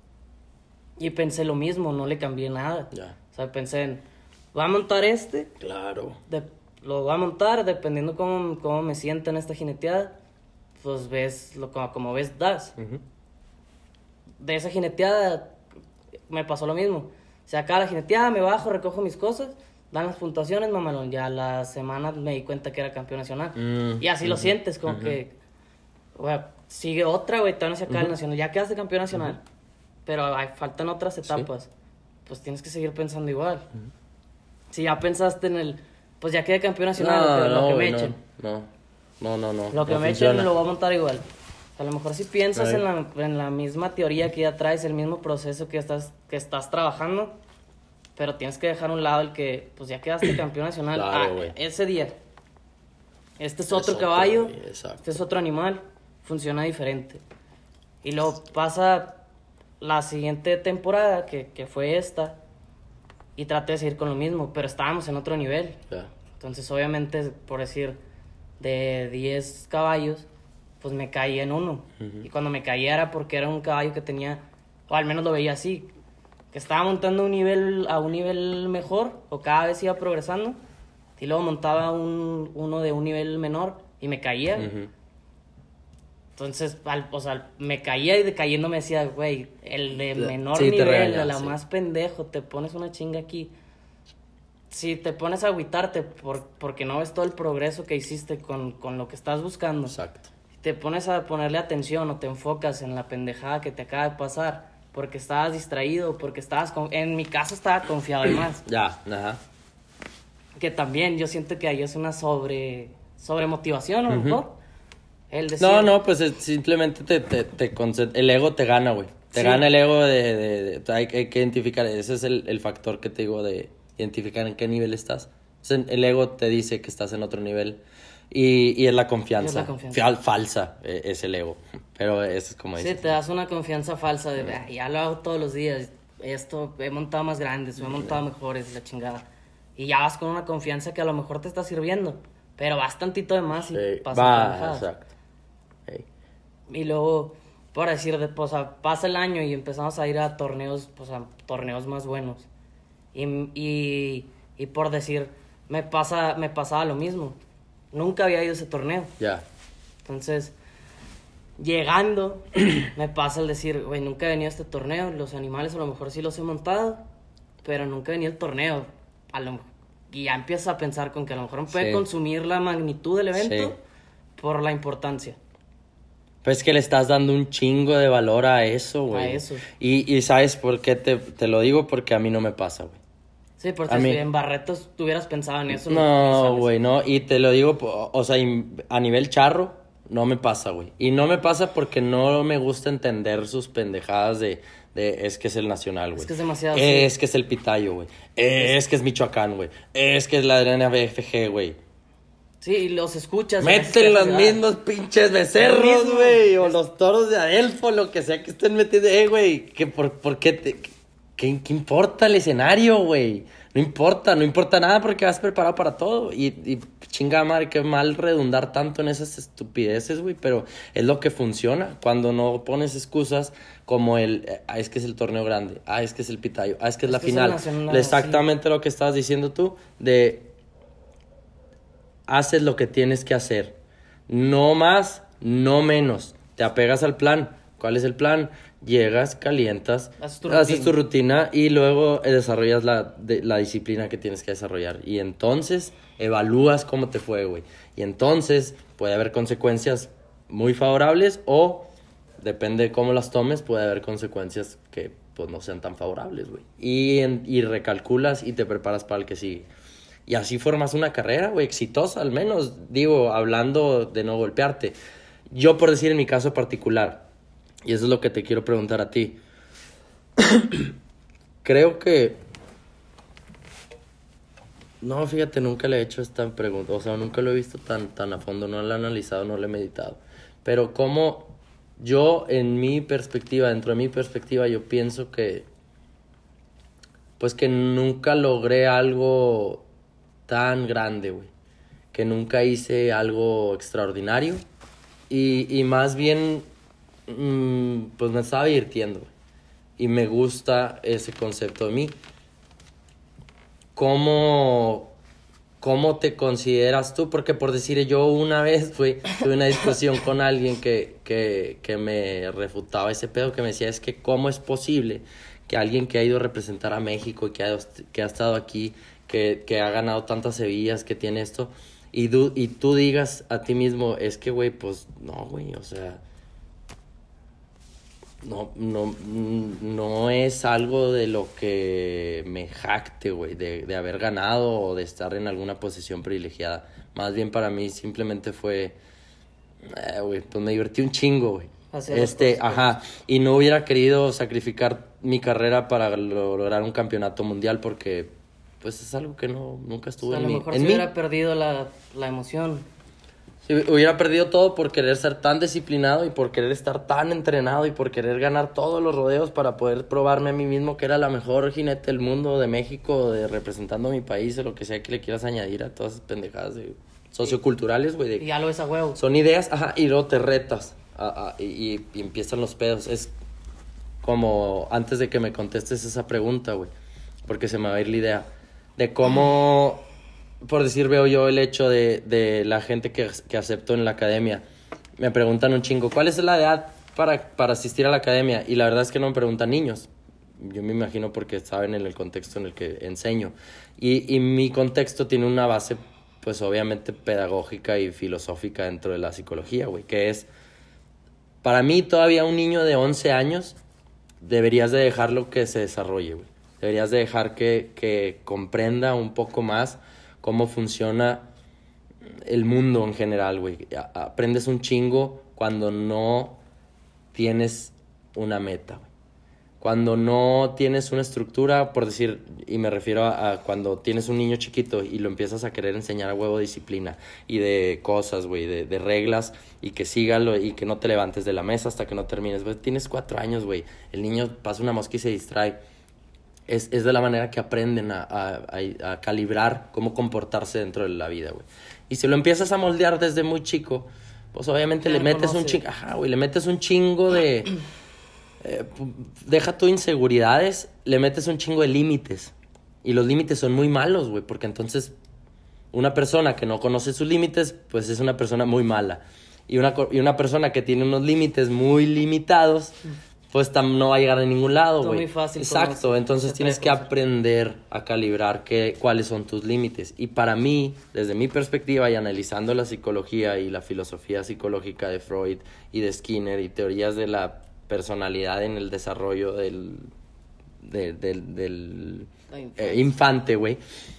Y pensé lo mismo, no le cambié nada. Ya. O sea, pensé en, ¿va a montar este? Claro. Lo va a montar, dependiendo cómo me sienta en esta jineteada. Pues ves, como ves, das. De esa jineteada me pasó lo mismo. Se acaba la jineteada, me bajo, recojo mis cosas, dan las puntuaciones, mamalón. Ya la semana me di cuenta que era campeón nacional. Y así lo sientes, como que, güey, sigue otra, güey, todavía no se acaba el nacional. Ya quedaste campeón nacional. Pero faltan otras etapas. Sí. Pues tienes que seguir pensando igual. Si ya pensaste en el... Pues ya quedé campeón nacional, lo que me echen. No. Lo que me echen lo voy a montar igual. A lo mejor si piensas en la misma teoría que ya traes, el mismo proceso que estás trabajando, pero tienes que dejar a un lado el que, pues ya quedaste campeón nacional. Claro, ese día. Este es otro caballo, exacto. Este es otro animal, funciona diferente. Y luego pasa la siguiente temporada, que fue esta, y traté de seguir con lo mismo, pero estábamos en otro nivel. Yeah. Entonces, obviamente, por decir, de 10 caballos, pues me caí en uno. Y cuando me caía era porque era un caballo que tenía, o al menos lo veía así, que estaba montando a un nivel mejor, o cada vez iba progresando, y luego montaba uno de un nivel menor, y me caía. Entonces, me caía y cayendo me decía, güey, el de menor nivel, el más pendejo, te pones una chinga aquí. Si te pones a agüitarte porque no ves todo el progreso que hiciste con lo que estás buscando. Exacto. Te pones a ponerle atención o te enfocas en la pendejada que te acaba de pasar porque estabas distraído, porque en mi caso estaba confiado además. Que también yo siento que ahí es una sobremotivación, a lo mejor. Decir... No, pues simplemente el ego te gana, güey. Te gana el ego hay que identificar, ese es el factor que te digo de identificar en qué nivel estás. Entonces, el ego te dice que estás en otro nivel y es la confianza. Es la confianza. Falsa es el ego, pero eso es como dices. Sí, te das una confianza falsa de, ya lo hago todos los días, esto, he montado más grandes, he montado mejores, la chingada. Y ya vas con una confianza que a lo mejor te está sirviendo, pero vas tantito de más y pasa. Exacto. Y luego, por decir, pasa el año y empezamos a ir a torneos, torneos más buenos. Y por decir, me pasaba lo mismo. Nunca había ido a ese torneo. Ya. Entonces, llegando, me pasa el decir, güey, nunca he venido a este torneo. Los animales a lo mejor sí los he montado, pero nunca he venido al torneo. Y ya empiezas a pensar con que a lo mejor me puede consumir la magnitud del evento por la importancia. Pues es que le estás dando un chingo de valor a eso, güey. A eso. Y ¿sabes por qué te lo digo? Porque a mí no me pasa, güey. Sí, porque si en Barretos tú hubieras pensado en eso. No, güey, no. Y te lo digo, o sea, a nivel charro, no me pasa, güey. Y no me pasa porque no me gusta entender sus pendejadas de es que es el nacional, güey. Es que es demasiado. Es que es el pitayo, güey. Es que es Michoacán, güey. Es que es la NBFG, güey. Sí, y los escuchas. Meten los mismos pinches becerros, güey. O los toros de Adelfo, lo que sea que estén metiendo. Güey, ¿por qué ¿qué importa el escenario, güey? No importa nada porque vas preparado para todo. Y chinga madre, qué mal redundar tanto en esas estupideces, güey. Pero es lo que funciona. Cuando no pones excusas como es que es el torneo grande. Es que es el pitayo. Es que es la final. Exactamente lo que estabas diciendo tú. Haces lo que tienes que hacer. No más, no menos. Te apegas al plan. ¿Cuál es el plan? Llegas, calientas, haces tu rutina y luego desarrollas la disciplina que tienes que desarrollar. Y entonces evalúas cómo te fue, güey. Y entonces puede haber consecuencias muy favorables o, depende de cómo las tomes, puede haber consecuencias que pues no sean tan favorables, güey. Y recalculas y te preparas para el que sigue. Y así formas una carrera, güey, exitosa al menos. Digo, hablando de no golpearte. Yo, por decir en mi caso particular, y eso es lo que te quiero preguntar a ti. Creo que... No, fíjate, nunca le he hecho esta pregunta. O sea, nunca lo he visto tan a fondo. No lo he analizado, no lo he meditado. Pero como yo, en mi perspectiva, dentro de mi perspectiva, yo pienso que... Pues que nunca logré algo tan grande, güey. Que nunca hice algo extraordinario. Y más bien... pues me estaba divirtiendo, güey. Y me gusta ese concepto de mí. ¿Cómo te consideras tú? Porque por decir, yo una vez, güey, tuve una discusión con alguien que me refutaba ese pedo, que me decía, es que ¿cómo es posible que alguien que ha ido a representar a México y que ha estado aquí, que ha ganado tantas Sevillas, que tiene esto, y tú digas a ti mismo, es que, güey, pues no, güey, o sea... No es algo de lo que me jacte, güey, de haber ganado o de estar en alguna posición privilegiada. Más bien para mí simplemente fue, güey, pues me divertí un chingo, güey. Ajá, y no hubiera querido sacrificar mi carrera para lograr un campeonato mundial porque, pues, es algo que nunca estuvo en mí. A lo mejor si hubiera perdido la emoción. Si hubiera perdido todo por querer ser tan disciplinado y por querer estar tan entrenado y por querer ganar todos los rodeos para poder probarme a mí mismo que era la mejor jinete del mundo, de México, representando a mi país, o lo que sea que le quieras añadir a todas esas pendejadas socioculturales, güey. Y ya lo ves a huevo. Son ideas, ajá, y luego te retas y empiezan los pedos. Es como antes de que me contestes esa pregunta, güey, porque se me va a ir la idea de cómo... Por decir, veo yo el hecho de la gente que acepto en la academia. Me preguntan un chingo, ¿cuál es la edad para asistir a la academia? Y la verdad es que no me preguntan niños. Yo me imagino porque saben en el contexto en el que enseño. Y mi contexto tiene una base, pues obviamente pedagógica y filosófica dentro de la psicología, güey. Que es, para mí todavía un niño de 11 años deberías de dejarlo que se desarrolle, güey. Deberías de dejar que comprenda un poco más cómo funciona el mundo en general, güey. Aprendes un chingo cuando no tienes una meta, güey. Cuando no tienes una estructura, por decir, y me refiero a cuando tienes un niño chiquito y lo empiezas a querer enseñar a huevo disciplina y de cosas, güey, de reglas, y que sígalo y que no te levantes de la mesa hasta que no termines. Güey, tienes 4 años, güey. El niño pasa una mosca y se distrae. Es de la manera que aprenden a calibrar cómo comportarse dentro de la vida, güey. Y si lo empiezas a moldear desde muy chico, pues obviamente le metes un chingo... Ajá, güey, le metes un chingo de... deja tu inseguridades, le metes un chingo de límites. Y los límites son muy malos, güey, porque entonces una persona que no conoce sus límites, pues es una persona muy mala. Y una persona que tiene unos límites muy limitados... pues no va a llegar a ningún lado, güey. Muy fácil. Exacto, entonces tienes que aprender a calibrar cuáles son tus límites. Y para mí, desde mi perspectiva y analizando la psicología y la filosofía psicológica de Freud y de Skinner y teorías de la personalidad en el desarrollo del infante, güey.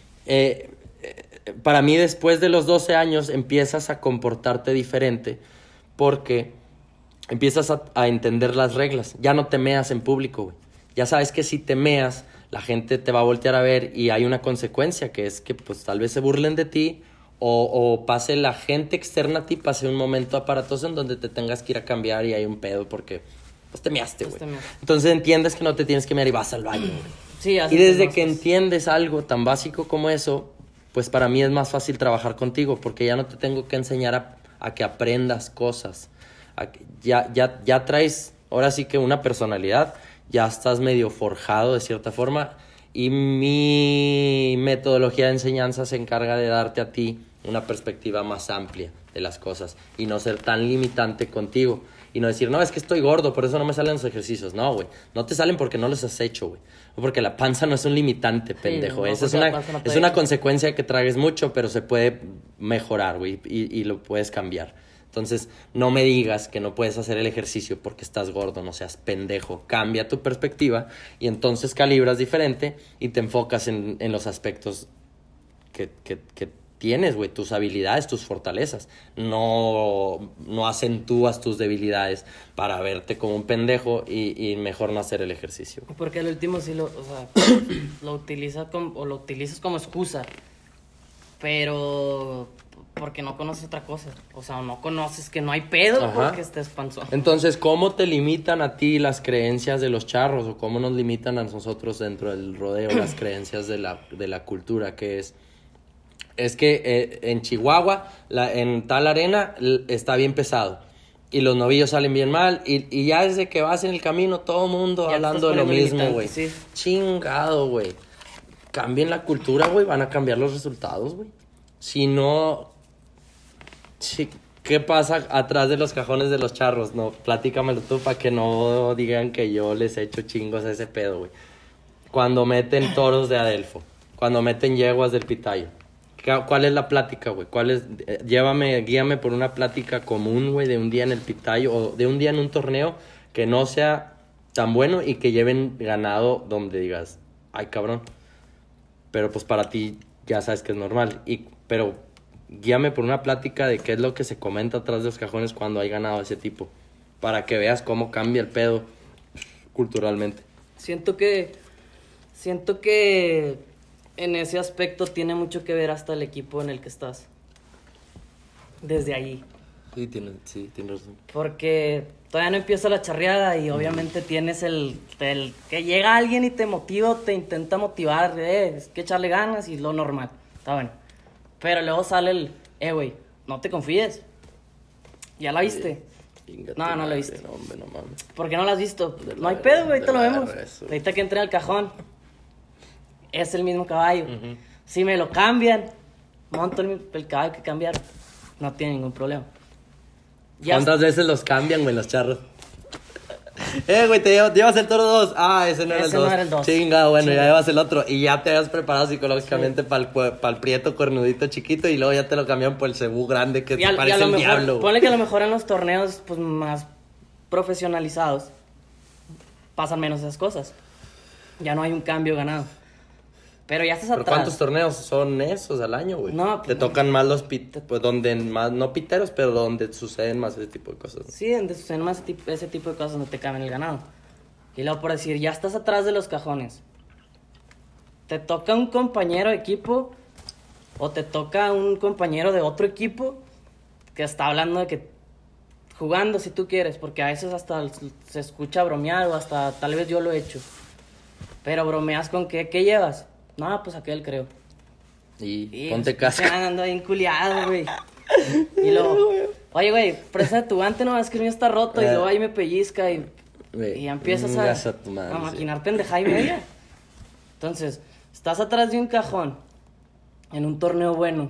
Para mí, después de los 12 años, empiezas a comportarte diferente porque... empiezas a entender las reglas. Ya no te meas en público, güey. Ya sabes que si te meas, la gente te va a voltear a ver y hay una consecuencia, que es que pues tal vez se burlen de ti o pase la gente externa a ti, pase un momento aparatoso en donde te tengas que ir a cambiar y hay un pedo porque pues te measte, güey. Entonces entiendes que no te tienes que mear y vas al baño, güey. Sí, y desde que entiendes algo tan básico como eso, pues para mí es más fácil trabajar contigo porque ya no te tengo que enseñar a que aprendas cosas. Ya traes, ahora sí que una personalidad, ya estás medio forjado de cierta forma y mi metodología de enseñanza se encarga de darte a ti una perspectiva más amplia de las cosas y no ser tan limitante contigo y no decir, no, es que estoy gordo, por eso no me salen los ejercicios. No, güey, no te salen porque no los has hecho, güey. Porque la panza no es un limitante, pendejo. No, esa es una consecuencia de que tragues mucho, pero se puede mejorar, güey, y lo puedes cambiar. Entonces, no me digas que no puedes hacer el ejercicio porque estás gordo, no seas pendejo. Cambia tu perspectiva y entonces calibras diferente y te enfocas en los aspectos que tienes, güey, tus habilidades, tus fortalezas. No acentúas tus debilidades para verte como un pendejo y mejor no hacer el ejercicio. Porque al último sí lo utilizas como excusa, pero porque no conoces otra cosa. O sea, no conoces que no hay pedo porque estés panzón. Entonces, ¿cómo te limitan a ti las creencias de los charros? ¿O cómo nos limitan a nosotros dentro del rodeo las creencias de la cultura? Que es que en Chihuahua, en tal arena, está bien pesado. Y los novillos salen bien mal. Y ya desde que vas en el camino, todo el mundo ya hablando de lo mismo, güey. Sí. Chingado, güey. Cambien la cultura, güey. Van a cambiar los resultados, güey. Si no... Sí, ¿qué pasa atrás de los cajones de los charros? No, platícamelo tú para que no digan que yo les echo chingos a ese pedo, güey. Cuando meten toros de Adelfo. Cuando meten yeguas del Pitayo. ¿Cuál es la plática, güey? Guíame por una plática común, güey, de un día en el Pitayo o de un día en un torneo que no sea tan bueno y que lleven ganado donde digas, ay, cabrón. Pero pues para ti ya sabes que es normal. Pero guíame por una plática de qué es lo que se comenta atrás de los cajones cuando hay ganado de ese tipo. Para que veas cómo cambia el pedo culturalmente. Siento que en ese aspecto tiene mucho que ver hasta el equipo en el que estás. Desde allí. Sí, tienes razón. Porque todavía no empieza la charreada y obviamente tienes el que llega alguien y te motiva, te intenta motivar, es que echarle ganas y lo normal. Está bueno. Pero luego sale güey, no te confíes. ¿Ya la viste? No la viste. No, hombre, no mames. ¿Por qué no la has visto? No hay pedo, güey, ahorita lo vemos. Ahorita que entré al cajón. Es el mismo caballo. Uh-huh. Si me lo cambian, monto el caballo que cambiar. No tiene ningún problema. ¿Cuántas veces los cambian, güey, los charros? Güey, te llevas el toro 2. Ah, ese no era el 2. Chinga, bueno, ya llevas el otro. Y ya te habías preparado psicológicamente para el prieto cornudito chiquito. Y luego ya te lo cambian por el cebú grande que te parece el diablo. Ponle que a lo mejor en los torneos pues más profesionalizados pasan menos esas cosas. Ya no hay un cambio ganado. Pero ya estás atrás. ¿Pero cuántos torneos son esos al año, güey? No, te tocan más los pues donde más, no piteros, pero donde suceden más ese tipo de cosas. Sí, donde suceden más ese tipo de cosas donde te cambian el ganado. Y luego por decir, ya estás atrás de los cajones. Te toca un compañero de equipo o te toca un compañero de otro equipo que está hablando de que jugando si tú quieres, porque a veces hasta se escucha bromear o hasta tal vez yo lo he hecho. Pero bromeas con ¿qué llevas? No, pues aquel creo. Y ponte casco. Ando bien culiado, güey. Y luego, oye, güey, presta tu guante, no, es que el mío está roto. Y luego ahí me pellizca y ya empiezas a maquinar pendejada y media. Entonces, estás atrás de un cajón en un torneo bueno.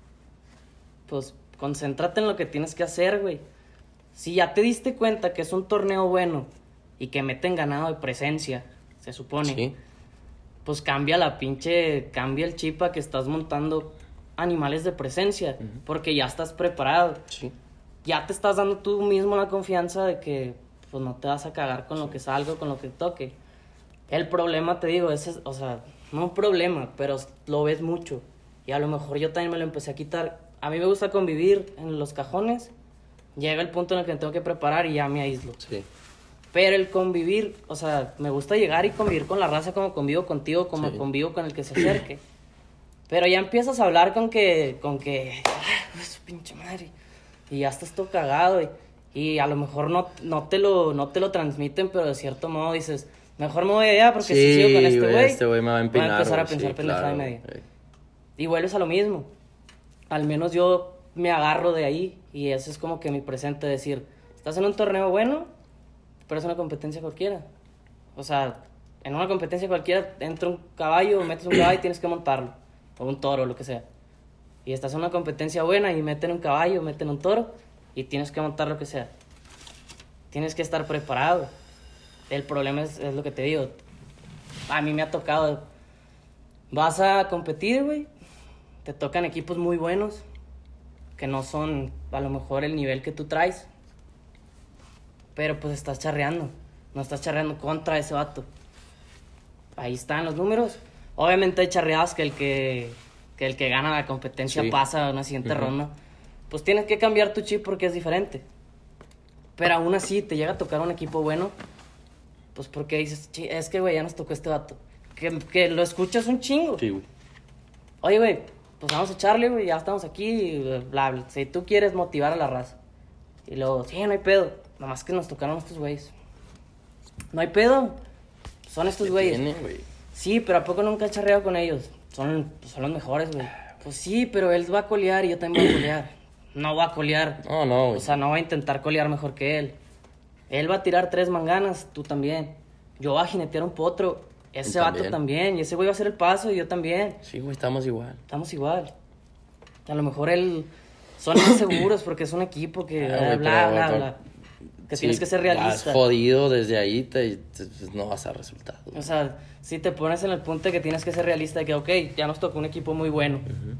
Pues concéntrate en lo que tienes que hacer, güey. Si ya te diste cuenta que es un torneo bueno y que meten ganado de presencia, se supone. Sí. Pues cambia el chip a que estás montando animales de presencia, porque ya estás preparado. Sí. Ya te estás dando tú mismo la confianza de que pues no te vas a cagar con lo que salga o con lo que toque. El problema, te digo, o sea, no un problema, pero lo ves mucho. Y a lo mejor yo también me lo empecé a quitar. A mí me gusta convivir en los cajones. Llega el punto en el que me tengo que preparar y ya me aíslo. Sí. Pero el convivir, o sea, me gusta llegar y convivir con la raza como convivo contigo, como convivo con el que se acerque. Pero ya empiezas a hablar con que, su pinche madre. Y ya estás todo cagado, y a lo mejor no te lo transmiten, pero de cierto modo dices, mejor me voy allá porque si sigo con este güey me va a empinar. Voy a empezar a pensar pendejada y media. Y vuelves a lo mismo. Al menos yo me agarro de ahí, y eso es como que mi presente, decir, estás en un torneo bueno, pero es una competencia cualquiera. O sea, en una competencia cualquiera entra un caballo, metes un caballo y tienes que montarlo, o un toro, o lo que sea. Y estás en una competencia buena y meten un caballo, meten un toro y tienes que montar lo que sea. Tienes que estar preparado. El problema es lo que te digo. A mí me ha tocado. Vas a competir, güey. Te tocan equipos muy buenos que no son a lo mejor el nivel que tú traes. Pero pues estás charreando. No estás charreando contra ese vato. Ahí están los números. Obviamente hay charreadas que el que gana la competencia pasa a una siguiente ronda. Pues tienes que cambiar tu chip porque es diferente. Pero aún así te llega a tocar un equipo bueno. Pues porque dices, es que güey, ya nos tocó este vato. Que lo escuchas un chingo. Sí, güey. Oye, güey, pues vamos a echarle, güey, ya estamos aquí, bla, bla. Si tú quieres motivar a la raza. Y luego, sí, no hay pedo. Nomás que nos tocaron estos güeyes. No hay pedo. Son estos güeyes. Sí, pero ¿a poco nunca has charreado con ellos? Son los mejores, güey. Pues sí, pero él va a colear y yo también voy a colear. No va a colear. No, güey. O sea, no va a intentar colear mejor que él. Él va a tirar 3 manganas, tú también. Yo voy a jinetear un potro, ese vato también. Y ese güey va a hacer el paso y yo también. Sí, güey, estamos igual. Estamos igual. A lo mejor son más seguros porque es un equipo que bla. Que tienes que ser realista. Vas jodido desde ahí, no vas a resultados. O sea, si te pones en el punto de que tienes que ser realista, de que, ok, ya nos tocó un equipo muy bueno.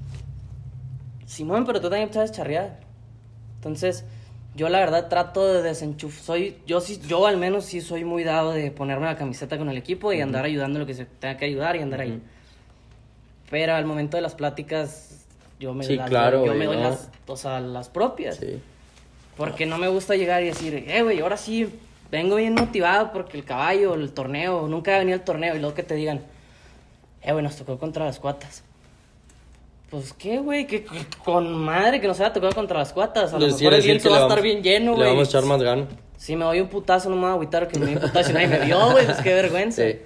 Simón, pero tú también sabes charrear. Entonces, yo la verdad trato de desenchufar. Yo al menos sí soy muy dado de ponerme la camiseta con el equipo y andar ayudando en lo que se tenga que ayudar y andar ahí. Pero al momento de las pláticas, yo me doy las propias. Sí. Porque no me gusta llegar y decir, güey, ahora sí vengo bien motivado porque el caballo, el torneo, nunca ha venido el torneo. Y luego que te digan, güey, nos tocó contra las cuatas. Pues, ¿qué, güey? Que con madre que nos haya tocado contra las cuatas. A lo mejor el viento va a estar bien lleno, güey. Le vamos a echar más ganas. Si me doy un putazo, no me voy a agüitar que me doy un putazo y nadie me vio, güey. Pues, qué vergüenza. Sí.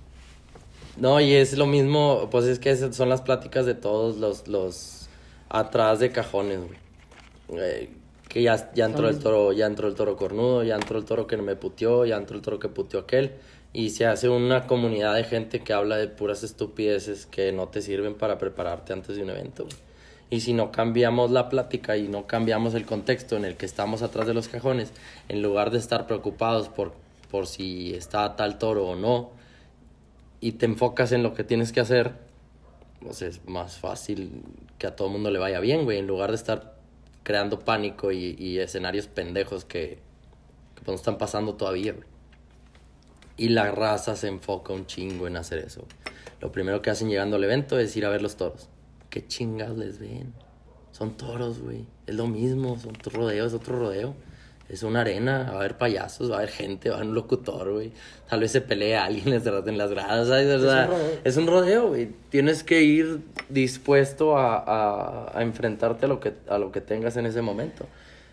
No, y es lo mismo, pues es que son las pláticas de todos los atrás de cajones, güey. Que ya entró el toro cornudo, ya entró el toro que me puteó, ya entró el toro que puteó aquel. Y se hace una comunidad de gente que habla de puras estupideces que no te sirven para prepararte antes de un evento, güey. Y si no cambiamos la plática y no cambiamos el contexto en el que estamos atrás de los cajones, en lugar de estar preocupados por si está tal toro o no, y te enfocas en lo que tienes que hacer, pues es más fácil que a todo el mundo le vaya bien, güey, en lugar de estar creando pánico y escenarios pendejos que pues no están pasando todavía, güey. Y la raza se enfoca un chingo en hacer eso. Lo primero que hacen llegando al evento es ir a ver los toros. ¿Qué chingados les ven? Son toros, güey. Es lo mismo, son rodeos, otro rodeo. Es una arena, va a haber payasos, va a haber gente, va a haber un locutor, güey. Tal vez se pelea alguien en las gradas, ¿sabes? ¿Verdad? Es un rodeo, güey. Tienes que ir dispuesto a enfrentarte a lo que tengas en ese momento.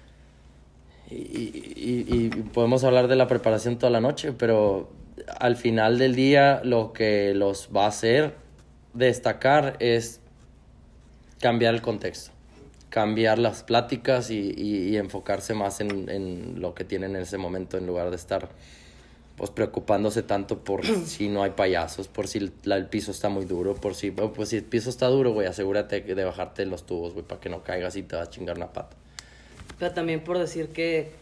Y podemos hablar de la preparación toda la noche, pero al final del día lo que los va a hacer destacar es cambiar el contexto, cambiar las pláticas y enfocarse más en lo que tienen en ese momento, en lugar de estar pues preocupándose tanto por si no hay payasos, por si el piso está muy duro, pues si el piso está duro, güey, asegúrate de bajarte los tubos, güey, para que no caigas y te va a chingar una pata. Pero también por decir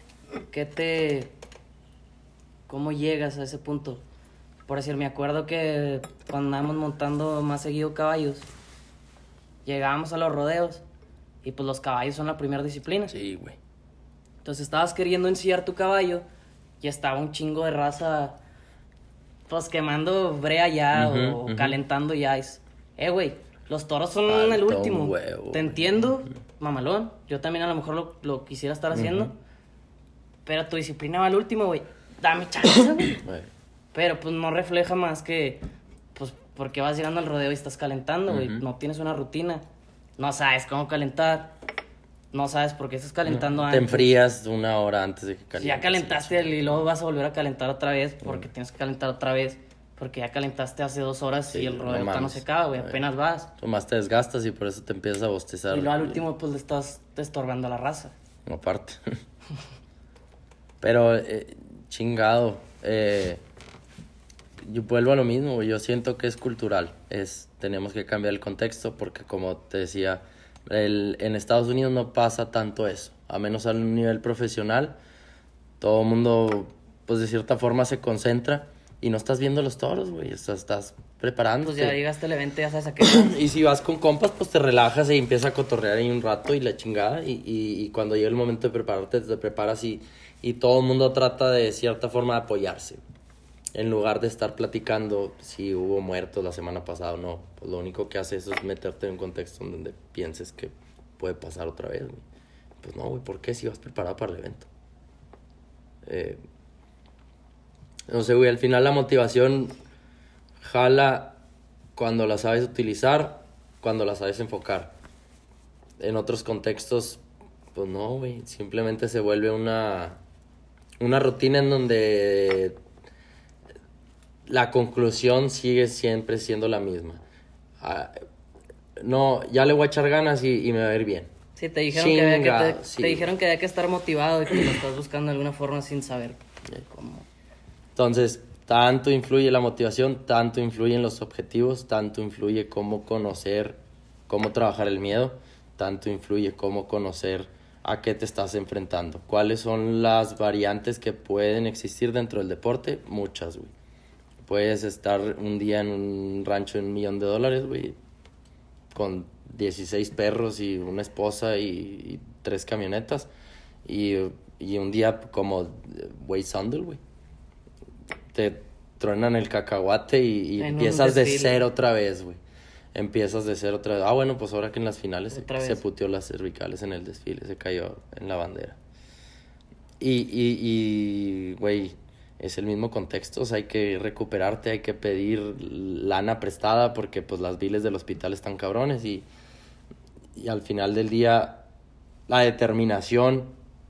¿cómo llegas a ese punto? Por decir, me acuerdo que cuando andábamos montando más seguido caballos, llegábamos a los rodeos y pues los caballos son la primera disciplina. Sí, güey. Entonces estabas queriendo ensillar tu caballo y estaba un chingo de raza pues quemando brea ya o calentando ya. Güey, los toros son el último. Huevo, te entiendo, mamalón. Yo también a lo mejor lo quisiera estar haciendo. Pero tu disciplina va al último, güey. Dame chance, güey. Pero pues no refleja más que pues, porque vas llegando al rodeo y estás calentando, güey. No tienes una rutina. No sabes cómo calentar. No sabes por qué estás calentando Te antes. enfrías 1 hora antes de que calientes. Si ya calentaste y luego vas a volver a calentar otra vez porque tienes que calentar otra vez. Porque ya calentaste hace 2 horas Sí, y el rodeo no no se acaba, güey. Apenas vas. Tú más te desgastas y por eso te empiezas a bostezar. Y luego al último, pues, le estás estorbando a la raza. Aparte. Pero, chingado. Yo vuelvo a lo mismo, güey. Yo siento que es cultural. Tenemos que cambiar el contexto porque, como te decía, en Estados Unidos no pasa tanto eso. A menos a un nivel profesional, todo el mundo, pues, de cierta forma se concentra y no estás viendo los toros, güey. O sea, estás preparándote. Pues ya llegaste al evento, ya sabes a qué. Y si vas con compas, pues te relajas y empiezas a cotorrear ahí un rato y la chingada. Y cuando llega el momento de prepararte, te preparas y todo el mundo trata de cierta forma de apoyarse. En lugar de estar platicando si hubo muertos la semana pasada o no. Pues lo único que hace eso es meterte en un contexto en donde pienses que puede pasar otra vez, güey. Pues no, güey, ¿por qué si vas preparado para el evento? No sé, güey, al final la motivación jala cuando la sabes utilizar, cuando la sabes enfocar. En otros contextos, pues no, güey. Simplemente se vuelve una rutina en donde la conclusión sigue siempre siendo la misma. No, ya le voy a echar ganas y me va a ir bien. Sí, te dijeron, que había que, sí. te dijeron que había que estar motivado y que lo estás buscando de alguna forma sin saber cómo. Entonces, tanto influye la motivación, tanto influyen los objetivos, tanto influye cómo conocer, cómo trabajar el miedo, tanto influye cómo conocer a qué te estás enfrentando. ¿Cuáles son las variantes que pueden existir dentro del deporte? Muchas, güey. Puedes estar un día en un rancho de $1 millón, güey, con 16 perros y una esposa y 3 camionetas. Y un día como Wade Sundle, güey. Te truenan el cacahuate y empiezas de cero otra vez, güey. Empiezas de cero otra vez. Ah, bueno, pues ahora que en las finales se puteó las cervicales en el desfile, se cayó en la bandera. Y güey, es el mismo contexto, o sea, hay que recuperarte, hay que pedir lana prestada porque pues las biles del hospital están cabrones y al final del día la determinación,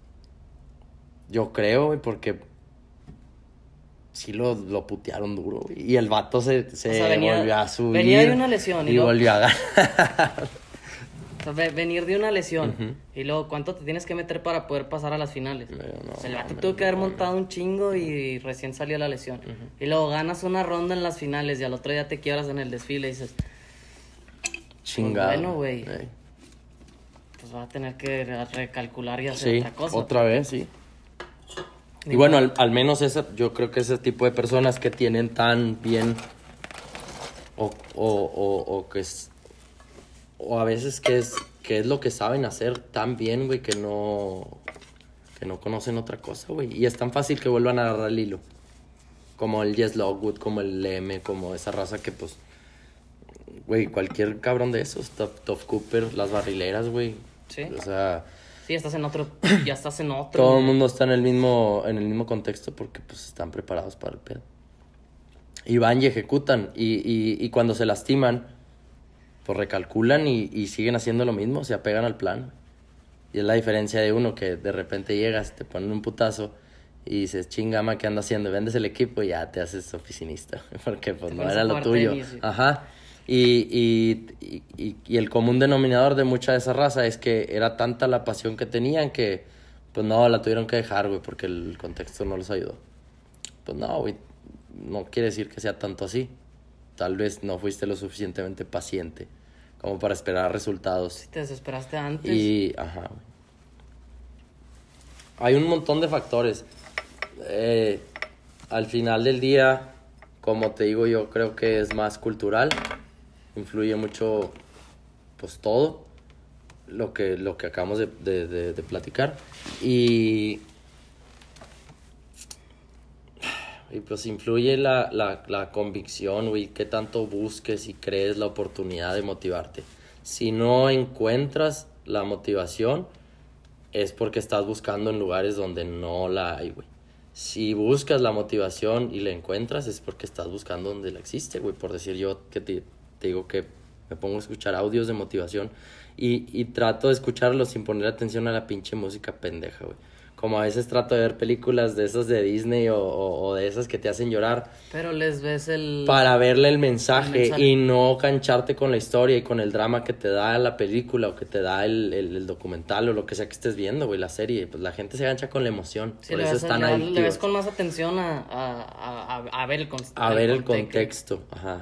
yo creo, güey, porque sí lo putearon duro, güey, y el vato se volvió a subir. Venía de una lesión. Y volvió a ganar. O sea, venir de una lesión. Y luego, ¿cuánto te tienes que meter para poder pasar a las finales? El vato tuvo que haber montado un chingo y recién salió la lesión. Y luego ganas una ronda en las finales y al otro día te quiebras en el desfile y dices... Chingado. Pues bueno, güey. Pues va a tener que recalcular y hacer otra cosa. Otra vez, sí. Y bueno, al menos yo creo que ese tipo de personas que tienen tan bien o a veces que es lo que saben hacer tan bien, güey, que no conocen otra cosa, güey. Y es tan fácil que vuelvan a agarrar el hilo. Como el Jess Lockwood, como el M, como esa raza que, pues, güey, cualquier cabrón de esos, Top Cooper, las barrileras, güey. Sí. O sea... Sí, ya estás en otro. Todo el mundo está en el mismo contexto porque, pues, están preparados para el pedo. Y van y ejecutan. Y cuando se lastiman, pues recalculan y siguen haciendo lo mismo, se apegan al plan. Y es la diferencia de uno que de repente llegas, te ponen un putazo y dices, chingama, ¿qué ando haciendo? Vendes el equipo y ya te haces oficinista, porque pues no era lo tuyo. Ajá. Y el común denominador de mucha de esa raza es que era tanta la pasión que tenían que pues no, la tuvieron que dejar, güey, porque el contexto no los ayudó. Pues no, güey, no quiere decir que sea tanto así. Tal vez no fuiste lo suficientemente paciente como para esperar resultados. Si te desesperaste antes. Ajá, güey. Hay un montón de factores. Al final del día, como te digo, yo creo que es más cultural. Influye mucho, pues, todo lo que acabamos de platicar. Y pues influye la convicción, güey, qué tanto busques y crees la oportunidad de motivarte. Si no encuentras la motivación, es porque estás buscando en lugares donde no la hay, güey. Si buscas la motivación y la encuentras, es porque estás buscando donde la existe, güey. Por decir yo que te digo que me pongo a escuchar audios de motivación y trato de escucharlos sin poner atención a la pinche música pendeja, güey. Como a veces trato de ver películas de esas de Disney o de esas que te hacen llorar. Pero les ves Para verle el mensaje y no cancharte con la historia y con el drama que te da la película o que te da el documental o lo que sea que estés viendo, güey, la serie. Pues la gente se gancha con la emoción. Sí, por eso están le ves con más atención a ver el contexto. A ver el contexto, ajá.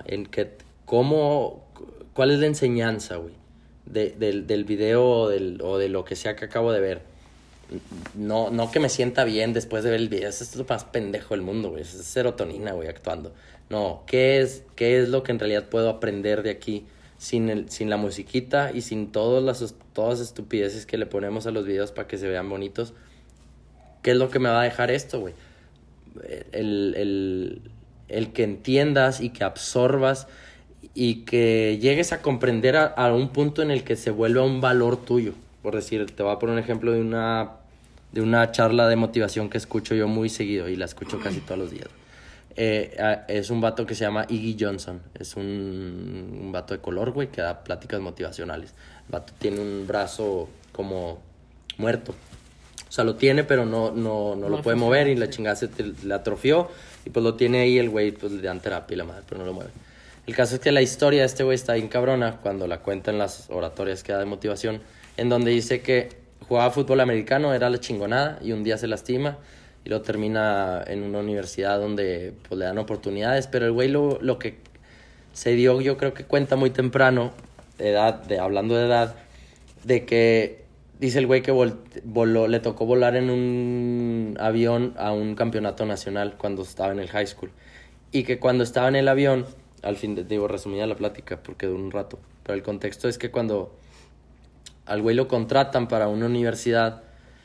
¿Cuál es la enseñanza, güey? Del video o de lo que sea que acabo de ver. No que me sienta bien después de ver el video. Eso es lo más pendejo del mundo, güey. Es serotonina, güey, actuando. No, ¿qué es lo que en realidad puedo aprender de aquí sin la musiquita y sin todas las estupideces que le ponemos a los videos para que se vean bonitos? ¿Qué es lo que me va a dejar esto, güey? El que entiendas y que absorbas y que llegues a comprender a un punto en el que se vuelva un valor tuyo. Por decir, te voy a poner un ejemplo de una charla de motivación que escucho yo muy seguido y la escucho casi todos los días. Es un vato que se llama Iggy Johnson. Es un vato de color, güey, que da pláticas motivacionales. El vato tiene un brazo como muerto. O sea, lo tiene, pero no lo puede mover y la chingada le atrofió. Y pues lo tiene ahí el güey, pues le dan terapia y la madre, pero no lo mueve. El caso es que la historia de este güey está bien cabrona cuando la cuenta en las oratorias que da de motivación, en donde dice que jugaba fútbol americano, era la chingonada, y un día se lastima y lo termina en una universidad donde pues le dan oportunidades, pero el güey lo que se dio, yo creo que cuenta muy temprano, hablando de edad, de que dice el güey que le tocó volar en un avión a un campeonato nacional cuando estaba en el high school, y que cuando estaba en el avión, al fin, digo, resumida la plática porque duró un rato, pero el contexto es que cuando al güey lo contratan para una universidad,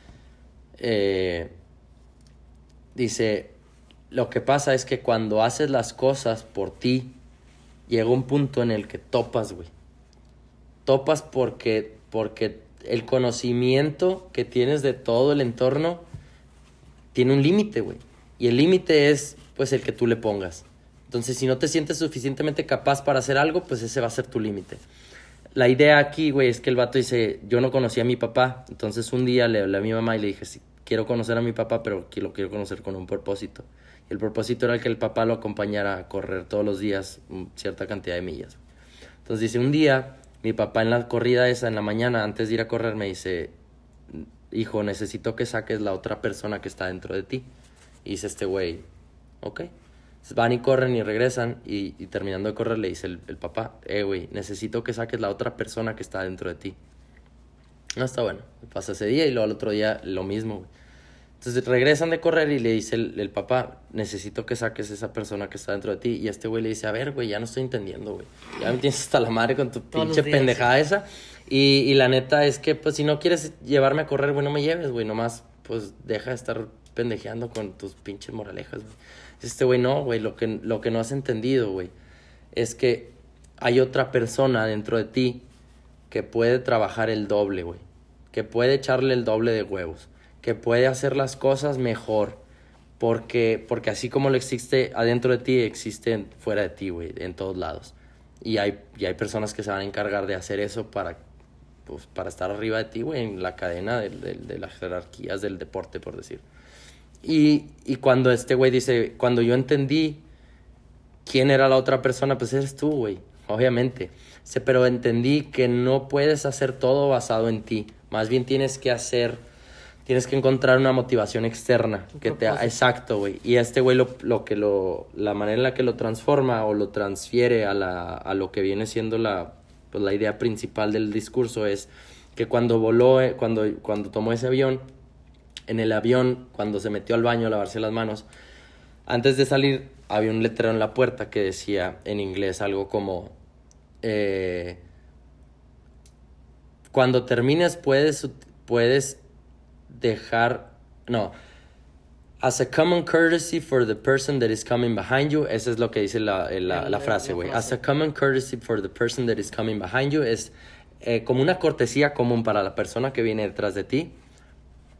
dice, lo que pasa es que cuando haces las cosas por ti, llega un punto en el que topas, güey. Topas porque el conocimiento que tienes de todo el entorno tiene un límite, güey. Y el límite es, pues, el que tú le pongas. Entonces, si no te sientes suficientemente capaz para hacer algo, pues ese va a ser tu límite. La idea aquí, güey, es que el vato dice, yo no conocía a mi papá. Entonces, un día le hablé a mi mamá y le dije, sí, quiero conocer a mi papá, pero lo quiero conocer con un propósito. Y el propósito era que el papá lo acompañara a correr todos los días cierta cantidad de millas. Entonces, dice, un día, mi papá en la corrida esa, en la mañana, antes de ir a correr, me dice, hijo, necesito que saques la otra persona que está dentro de ti. Y dice este güey, ok. Van y corren y regresan y terminando de correr le dice el papá, güey, necesito que saques la otra persona que está dentro de ti. No, está bueno. Pasa ese día y luego al otro día lo mismo, güey. Entonces regresan de correr y le dice el papá, necesito que saques esa persona que está dentro de ti. Y este güey le dice, a ver, güey, ya no estoy entendiendo, güey. Ya me tienes hasta la madre con tu pinche pendejada esa. Y la neta es que, pues, si no quieres llevarme a correr, güey, no me lleves, güey. Nomás, pues, deja de estar pendejeando con tus pinches moralejas, güey. Este güey, no, güey, lo que no has entendido, güey, es que hay otra persona dentro de ti que puede trabajar el doble, güey. Que puede echarle el doble de huevos. Que puede hacer las cosas mejor. Porque así como lo existe adentro de ti, existe fuera de ti, güey, en todos lados. Y hay personas que se van a encargar de hacer eso para estar arriba de ti, güey, en la cadena de las jerarquías del deporte, por decir. Y cuando este güey dice, cuando yo entendí quién era la otra persona, pues eres tú, güey, obviamente. Pero entendí que no puedes hacer todo basado en ti. Más bien tienes que encontrar una motivación externa que te exacto, güey. Y este güey la manera en la que lo transforma o lo transfiere a lo que viene siendo la idea principal del discurso es que cuando voló, cuando tomó ese avión, en el avión, cuando se metió al baño a lavarse las manos, antes de salir había un letrero en la puerta que decía en inglés algo como cuando termines puedes dejar, no, as a common courtesy for the person that is coming behind you. Eso es lo que dice la frase, güey. As a common courtesy for the person that is coming behind you es como una cortesía común para la persona que viene detrás de ti,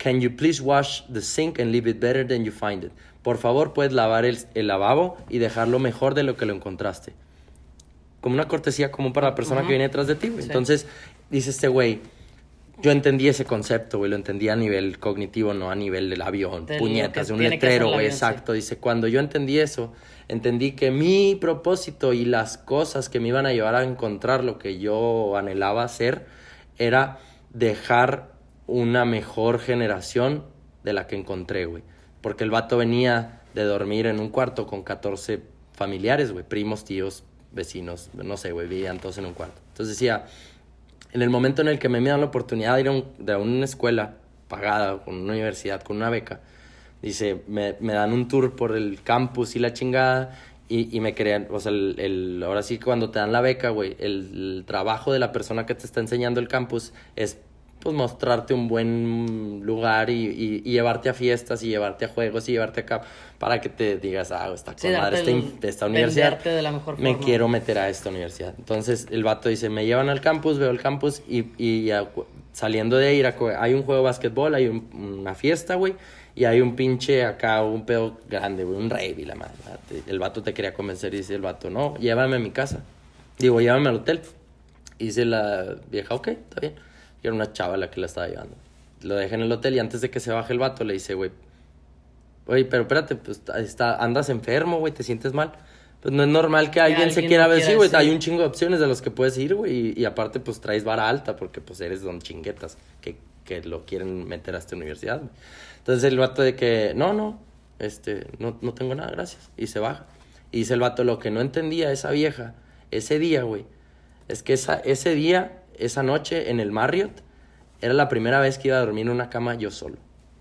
can you please wash the sink and leave it better than you find it? Por favor, puedes lavar el lavabo y dejarlo mejor de lo que lo encontraste. Como una cortesía común para la persona que viene detrás de ti, güey. Sí. Entonces, dice este güey, yo entendí ese concepto, güey, lo entendí a nivel cognitivo, no a nivel del avión, puñetas, de un letrero, güey, exacto. Sí. Dice, cuando yo entendí eso, entendí que mi propósito y las cosas que me iban a llevar a encontrar lo que yo anhelaba hacer era dejar una mejor generación de la que encontré, güey. Porque el vato venía de dormir en un cuarto con 14 familiares, güey, primos, tíos, vecinos, no sé, güey, vivían todos en un cuarto. Entonces decía, en el momento en el que me dan la oportunidad de ir a una escuela pagada, con una universidad, con una beca, dice, me dan un tour por el campus y la chingada, y me crean, o sea, ahora sí que cuando te dan la beca, güey, el trabajo de la persona que te está enseñando el campus es, pues, mostrarte un buen lugar y llevarte a fiestas y llevarte a juegos y llevarte acá para que te digas, está con madre esta universidad, de la mejor me forma. Quiero meter a esta universidad. Entonces el vato dice, me llevan al campus, veo el campus y saliendo de ahí hay un juego de básquetbol, hay una fiesta, güey, y hay un pinche acá, un pedo grande, güey, un rave y la madre. El vato te quería convencer y dice el vato, no, llévame a mi casa. Digo, llévame al hotel. Y dice la vieja, ok, está bien. Y era una chava la que la estaba llevando. Lo deja en el hotel y antes de que se baje el vato le dice, güey, oye, pero espérate, pues andas enfermo, güey, te sientes mal. Pues no es normal que alguien se quiera ver así, güey. Hay un chingo de opciones de los que puedes ir, güey. Y aparte, pues traes vara alta porque pues eres don chinguetas que lo quieren meter a esta universidad, güey. Entonces el vato de que, no tengo nada, gracias. Y se baja. Y dice el vato, lo que no entendía esa vieja, ese día, güey, es que ese día, esa noche en el Marriott, era la primera vez que iba a dormir en una cama yo solo.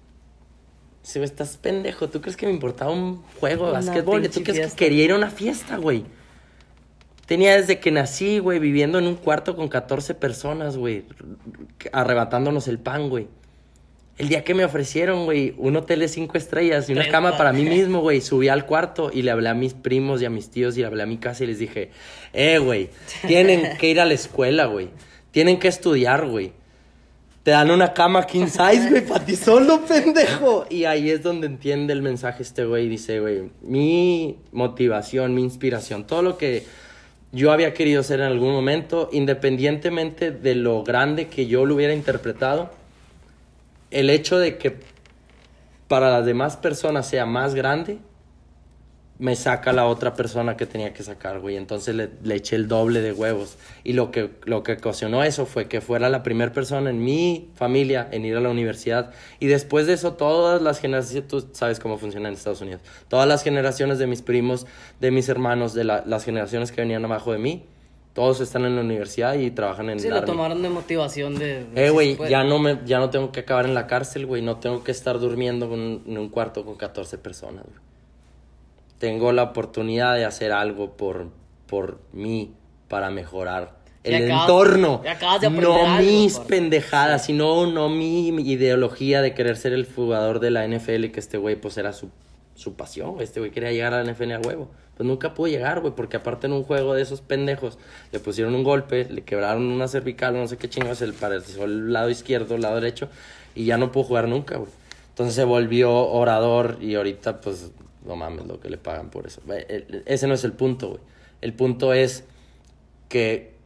Si me estás pendejo, ¿tú crees que me importaba un juego de básquetbol? ¿Tú crees que quería ir a una fiesta, güey? Tenía desde que nací, güey, viviendo en un cuarto con 14 personas, güey, arrebatándonos el pan, güey. El día que me ofrecieron, güey, un hotel de 5 estrellas y una cama para mí mismo, güey, subí al cuarto y le hablé a mis primos y a mis tíos y le hablé a mi casa y les dije, güey, tienen que ir a la escuela, güey. Tienen que estudiar, güey. Te dan una cama king size, güey, para ti solo, pendejo. Y ahí es donde entiende el mensaje este güey. Dice, güey, mi motivación, mi inspiración, todo lo que yo había querido hacer en algún momento, independientemente de lo grande que yo lo hubiera interpretado, el hecho de que para las demás personas sea más grande, me saca la otra persona que tenía que sacar, güey. Entonces le eché el doble de huevos. Y lo que ocasionó eso fue que fuera la primera persona en mi familia en ir a la universidad. Y después de eso, todas las generaciones, tú sabes cómo funciona en Estados Unidos, todas las generaciones de mis primos, de mis hermanos, de las generaciones que venían abajo de mí, todos están en la universidad y trabajan en el Army. Sí, lo tomaron de motivación de güey, ya no tengo que acabar en la cárcel, güey. No tengo que estar durmiendo en un cuarto con 14 personas, güey. Tengo la oportunidad de hacer algo por mí para mejorar el entorno. No mis pendejadas, sino no mi ideología de querer ser el jugador de la NFL, que este güey pues era su pasión. Este güey quería llegar a la NFL a huevo. Pues nunca pudo llegar, güey, porque aparte en un juego de esos pendejos le pusieron un golpe, le quebraron una cervical, no sé qué chingados, se le pareció el lado izquierdo, el lado derecho, y ya no pudo jugar nunca, güey. Entonces se volvió orador y ahorita pues no mames lo que le pagan por eso. Ese no es el punto, güey. El punto es que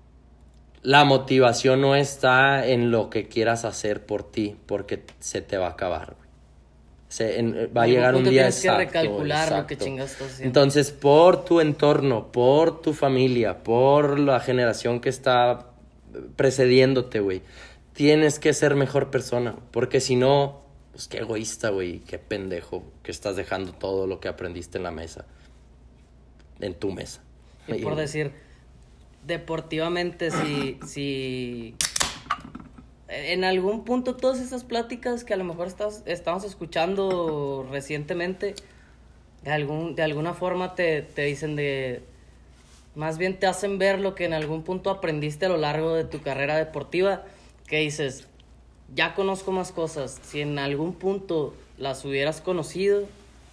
la motivación no está en lo que quieras hacer por ti, porque se te va a acabar, güey. Va a llegar un día exacto. Tienes que recalcular lo que chingas estás haciendo. Entonces, por tu entorno, por tu familia, por la generación que está precediéndote, güey, tienes que ser mejor persona, porque si no, pues qué egoísta, güey, qué pendejo que estás dejando todo lo que aprendiste en la mesa, en tu mesa. Y por decir, deportivamente, si en algún punto todas esas pláticas que a lo mejor estamos escuchando recientemente, de alguna forma te dicen más bien te hacen ver lo que en algún punto aprendiste a lo largo de tu carrera deportiva, que dices, ya conozco más cosas, si en algún punto las hubieras conocido,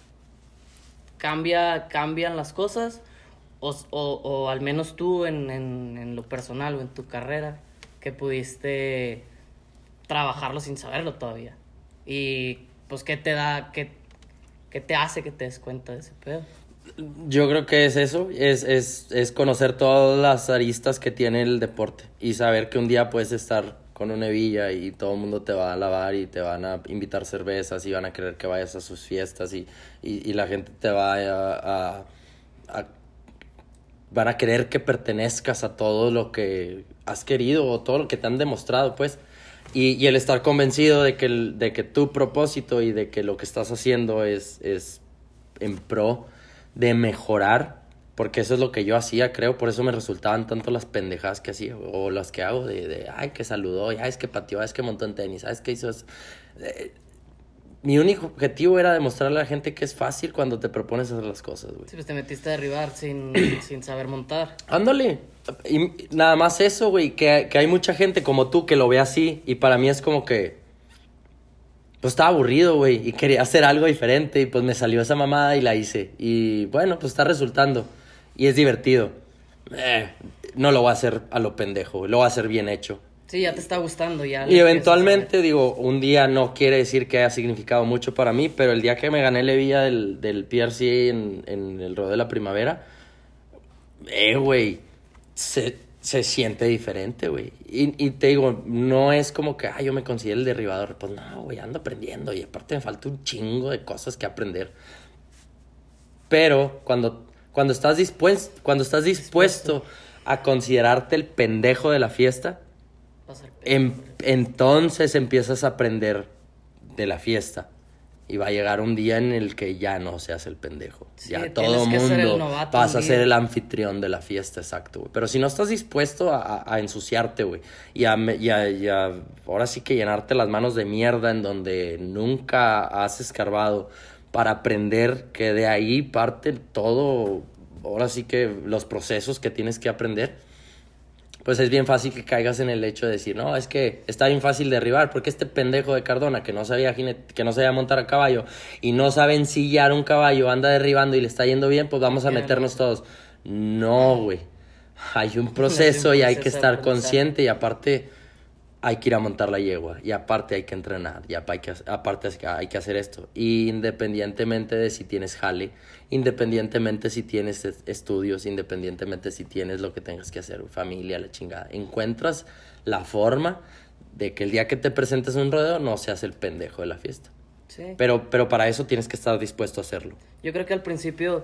cambian las cosas, o al menos tú en lo personal o en tu carrera, que pudiste trabajarlo sin saberlo todavía. Y pues, ¿qué te hace que te des cuenta de ese pedo? Yo creo que es eso, es conocer todas las aristas que tiene el deporte y saber que un día puedes estar con una hebilla y todo el mundo te va a alabar y te van a invitar cervezas y van a querer que vayas a sus fiestas y la gente te va a van a querer que pertenezcas a todo lo que has querido o todo lo que te han demostrado, pues. Y el estar convencido de que tu propósito y de que lo que estás haciendo es en pro de mejorar, porque eso es lo que yo hacía, creo, por eso me resultaban tanto las pendejadas que hacía, o las que hago, ay, que saludó, ay, es que pateó, ay, es que montó en tenis, ay, es que hizo eso. Mi único objetivo era demostrarle a la gente que es fácil cuando te propones hacer las cosas, güey. Sí, pues te metiste a derribar sin saber montar. Ándale. Y nada más eso, güey, que hay mucha gente como tú que lo ve así, y para mí es como que pues estaba aburrido, güey, y quería hacer algo diferente, y pues me salió esa mamada y la hice. Y bueno, pues está resultando. Y es divertido. No lo voy a hacer a lo pendejo, güey, lo voy a hacer bien hecho. Sí, ya te está gustando, ya. Y eventualmente, digo, un día no quiere decir que haya significado mucho para mí, pero el día que me gané la hebilla del PRC en el Rodeo de la Primavera, güey, se siente diferente, güey. Y te digo, no es como que, yo me considero el derribador. Pues no, güey, ando aprendiendo. Y aparte me falta un chingo de cosas que aprender. Pero cuando estás dispuesto a considerarte el pendejo de la fiesta, entonces empiezas a aprender de la fiesta. Y va a llegar un día en el que ya no seas el pendejo. Sí, ya todo mundo vas a ser el anfitrión de la fiesta, exacto, güey. Pero si no estás dispuesto a ensuciarte, güey, y ahora sí que llenarte las manos de mierda en donde nunca has escarbado para aprender que de ahí parte todo, ahora sí que los procesos que tienes que aprender, pues es bien fácil que caigas en el hecho de decir, no, es que está bien fácil derribar, porque este pendejo de Cardona que no sabía montar a caballo y no sabe ensillar un caballo, anda derribando y le está yendo bien, pues vamos a meternos todos. No, güey. Hay un proceso y hay que estar consciente y aparte hay que ir a montar la yegua y aparte hay que entrenar y aparte hay que hacer esto. Y independientemente de si tienes jale, independientemente si tienes estudios, independientemente si tienes lo que tengas que hacer, familia, la chingada, encuentras la forma de que el día que te presentes en un rodeo no seas el pendejo de la fiesta. Sí. Pero para eso tienes que estar dispuesto a hacerlo. Yo creo que al principio,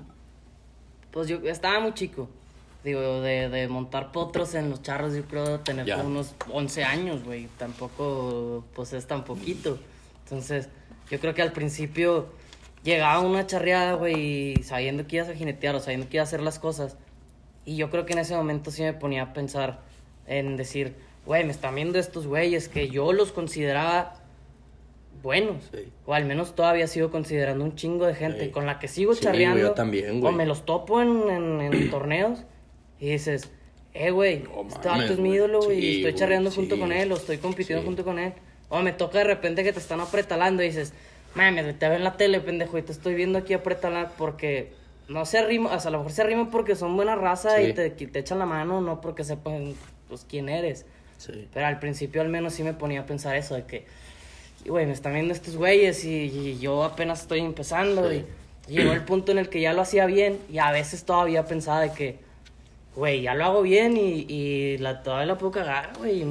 pues yo estaba muy chico. Digo, de montar potros en los charros, yo creo tener como unos 11 años, güey. Tampoco, pues es tan poquito. Entonces, yo creo que al principio llegaba una charreada, güey, sabiendo que ibas a jinetear o sabiendo que ibas a hacer las cosas. Y yo creo que en ese momento sí me ponía a pensar en decir, güey, me están viendo estos güeyes que yo los consideraba buenos. Sí. O al menos todavía sigo considerando un chingo de gente con la que sigo charreando. Yo también, güey. O me los topo en torneos. Y dices, güey, este vato es mi ídolo, güey, y estoy charreando junto con él, o estoy compitiendo junto con él. O me toca de repente que te están apretalando y dices, mames, te veo en la tele, pendejo, y te estoy viendo aquí apretalar porque no se arrima, o sea, a lo mejor se arriman porque son buena raza y te echan la mano, no porque sepan, pues, quién eres. Sí. Pero al principio al menos sí me ponía a pensar eso, de que, güey, me están viendo estos güeyes y yo apenas estoy empezando. Y llegó el punto en el que ya lo hacía bien y a veces todavía pensaba de que, güey, ya lo hago bien y todavía la puedo cagar, güey,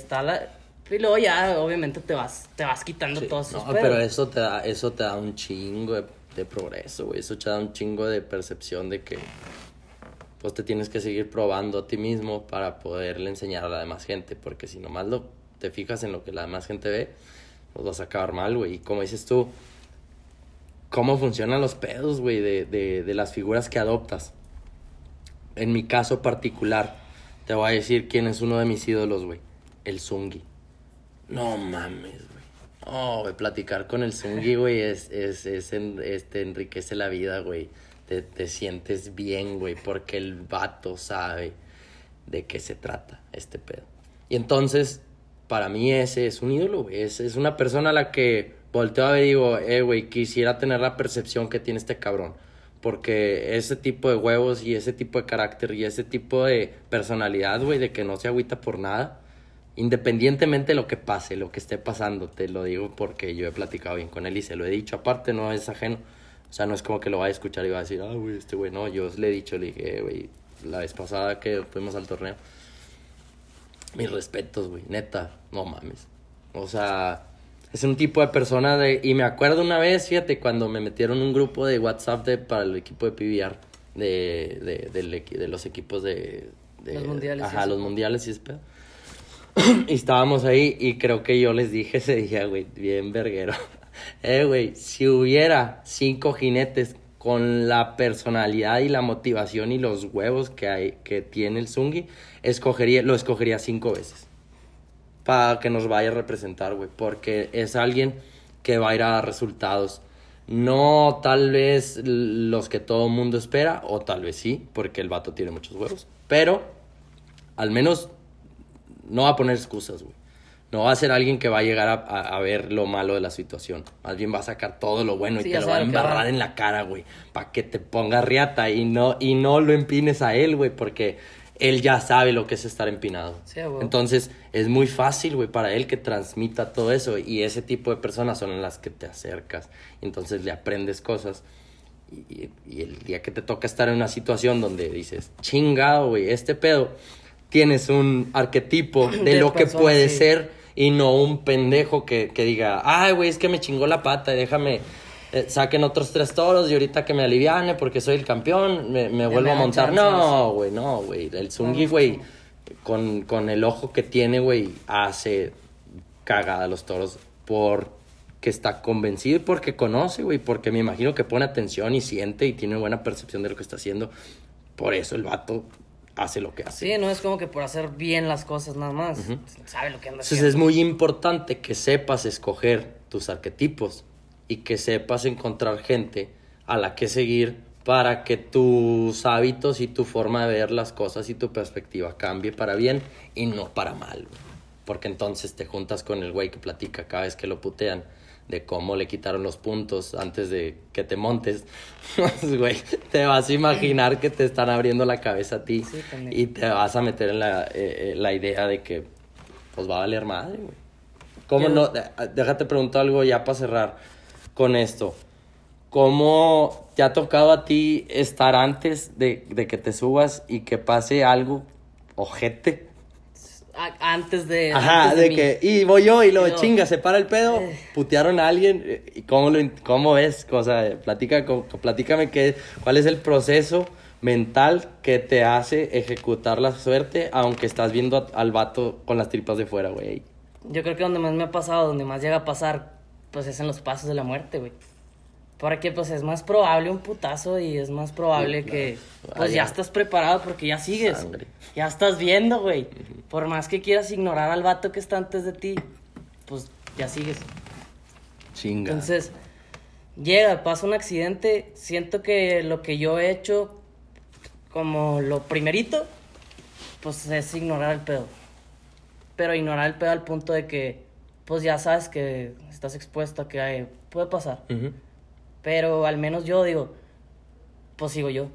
y luego ya, obviamente, te vas quitando todos esos pedos. Pero eso te da un chingo de progreso, güey. Eso te da un chingo de percepción de que, pues, te tienes que seguir probando a ti mismo para poderle enseñar a la demás gente. Porque si nomás te fijas en lo que la demás gente ve, pues vas a acabar mal, güey. Y como dices tú, ¿cómo funcionan los pedos, güey, de las figuras que adoptas? En mi caso particular, te voy a decir quién es uno de mis ídolos, güey. El Zungi. No mames, güey. Güey, platicar con el Zungi, güey, enriquece la vida, güey. Te sientes bien, güey, porque el vato sabe de qué se trata este pedo. Y entonces, para mí ese es un ídolo, güey. Es una persona a la que volteo a ver y digo, güey, quisiera tener la percepción que tiene este cabrón. Porque ese tipo de huevos y ese tipo de carácter y ese tipo de personalidad, güey, de que no se agüita por nada, Independientemente de lo que pase, lo que esté pasando, te lo digo porque yo he platicado bien con él y se lo he dicho. Aparte, no es ajeno. O sea, no es como que lo vaya a escuchar y va a decir, güey, este güey, no. Yo le he dicho, le dije, güey, la vez pasada que fuimos al torneo, mis respetos, güey, neta, no mames. O sea, es un tipo de persona de... Y me acuerdo una vez, fíjate, cuando me metieron un grupo de WhatsApp para el equipo de PBR, de los equipos de... Los mundiales. Ajá, los mundiales y ese pedo. Y estábamos ahí y creo que yo les dije ese día, güey, bien verguero. Güey, si hubiera 5 jinetes con la personalidad y la motivación y los huevos que tiene el Zungi, lo escogería 5 veces. Para que nos vaya a representar, güey. Porque es alguien que va a ir a dar resultados. No tal vez los que todo el mundo espera, o tal vez sí, porque el vato tiene muchos huevos. Pero al menos no va a poner excusas, güey. No va a ser alguien que va a llegar a ver lo malo de la situación. Más bien va a sacar todo lo bueno y te lo va a embarrar en la cara, güey. Para que te ponga riata y no lo empines a él, güey. Porque él ya sabe lo que es estar empinado. Sí, güey. Entonces es muy fácil, güey, para él que transmita todo eso. Y ese tipo de personas son las que te acercas. Entonces le aprendes cosas. Y el día que te toca estar en una situación donde dices, chingado, güey, este pedo... Tienes un arquetipo de lo que puede ser y no un pendejo que diga, ay, güey, es que me chingó la pata y déjame, saquen otros 3 toros y ahorita que me aliviane porque soy el campeón, me vuelvo a montar. No, güey, el Zungi, güey, con el ojo que tiene, güey, hace cagada a los toros porque está convencido y porque conoce, güey, porque me imagino que pone atención y siente y tiene buena percepción de lo que está haciendo. Por eso el vato... hace lo que hace. Sí, no es como que por hacer bien las cosas nada más. Uh-huh. Sabe lo que anda haciendo. Entonces es muy importante que sepas escoger tus arquetipos y que sepas encontrar gente a la que seguir para que tus hábitos y tu forma de ver las cosas y tu perspectiva cambie para bien y no para mal. Porque entonces te juntas con el güey que platica cada vez que lo putean de cómo le quitaron los puntos antes de que te montes. Güey, te vas a imaginar que te están abriendo la cabeza a ti. Sí, y te vas a meter en la idea de que pues va a valer madre, güey. ¿Cómo no? Déjate preguntar algo ya para cerrar con esto. ¿Cómo te ha tocado a ti estar antes de que te subas y que pase algo ojete? Antes de... Ajá, antes de que... Y voy yo y chinga, se para el pedo, putearon a alguien. ¿Y cómo ves? O sea, platícame cuál es el proceso mental que te hace ejecutar la suerte aunque estás viendo al vato con las tripas de fuera, güey. Yo creo que donde más me ha pasado, donde más llega a pasar, pues es en los pasos de la muerte, güey. Porque pues es más probable un putazo y es más probable que pues ya estás preparado porque ya sigues. Sangre. Ya estás viendo, güey. Uh-huh. Por más que quieras ignorar al vato que está antes de ti, pues ya sigues. Chinga. Entonces, pasa un accidente, siento que lo que yo he hecho como lo primerito, pues es ignorar el pedo. Pero ignorar el pedo al punto de que pues ya sabes que estás expuesto a que puede pasar. Uh-huh. Pero al menos yo digo, pues sigo yo.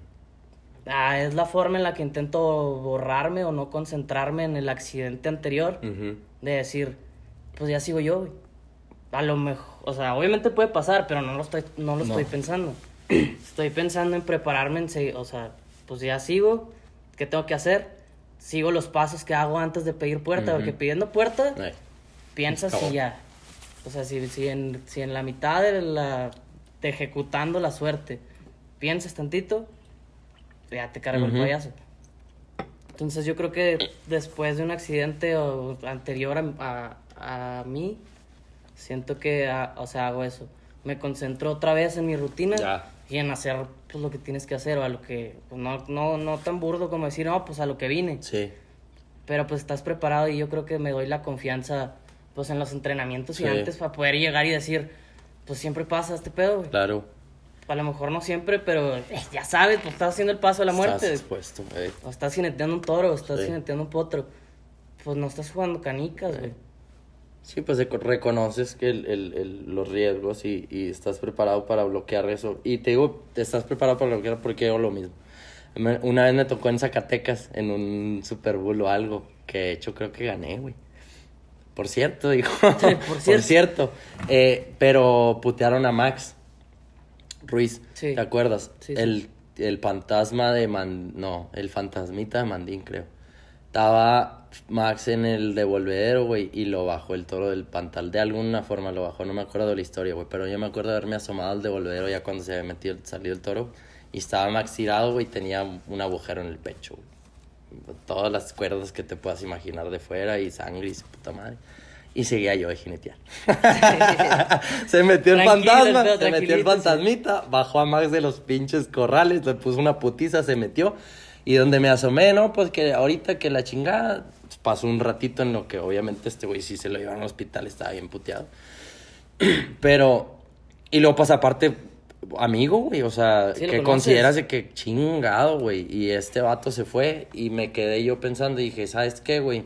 Es la forma en la que intento borrarme o no concentrarme en el accidente anterior. Uh-huh. De decir, pues ya sigo yo, güey. A lo mejor, o sea, obviamente puede pasar, pero no lo estoy pensando. Estoy pensando en prepararme, o sea, pues ya sigo. ¿Qué tengo que hacer? Sigo los pasos que hago antes de pedir puerta. Uh-huh. Porque pidiendo puerta, piensas y ya. O sea, si en la mitad de ejecutando la suerte piensas tantito, ya te cargo el payaso. Entonces yo creo que después de un accidente o anterior a mí, siento que, hago eso. Me concentro otra vez en mi rutina y en hacer pues, lo que tienes que hacer o a lo que, pues, no tan burdo como decir, no, pues a lo que vine. Sí. Pero pues estás preparado y yo creo que me doy la confianza pues en los entrenamientos y antes para poder llegar y decir, pues siempre pasa este pedo, güey. Claro. A lo mejor no siempre, pero ya sabes, pues estás haciendo el paso a la muerte. Estás expuesto, O estás jineteando un toro, o estás jineteando un potro. Pues no estás jugando canicas, güey. Sí, pues reconoces que los riesgos y estás preparado para bloquear eso. Y te digo, estás preparado para bloquear porque hago lo mismo. Una vez me tocó en Zacatecas, en un Super Bowl o algo, que de hecho creo que gané, güey. Por cierto, dijo. Por cierto. Pero putearon a Max Ruiz, Sí. ¿te acuerdas? Sí, El fantasma de el fantasmita de Mandín, creo. Estaba Max en el devolvedero, güey, y lo bajó el toro del pantal. De alguna forma lo bajó, no me acuerdo de la historia, güey, pero yo me acuerdo de haberme asomado al devolvedero ya cuando se había salido el toro. Y estaba Max tirado, güey, y tenía un agujero en el pecho, güey. Todas las cuerdas que te puedas imaginar de fuera y sangre y su puta madre. Y seguía yo de jinetear. Se metió el fantasma, se metió el fantasmita, bajó a Max de los pinches corrales, le puso una putiza, se metió. Y donde me asomé, ¿no? Pues que ahorita que la chingada, pues pasó un ratito en lo que obviamente este güey sí se lo llevaron al hospital, estaba bien puteado. Pero, y luego pues aparte, amigo, güey, o sea, Sí, que consideras de que chingado, güey. Y este vato se fue y me quedé yo pensando y dije, ¿sabes qué, güey?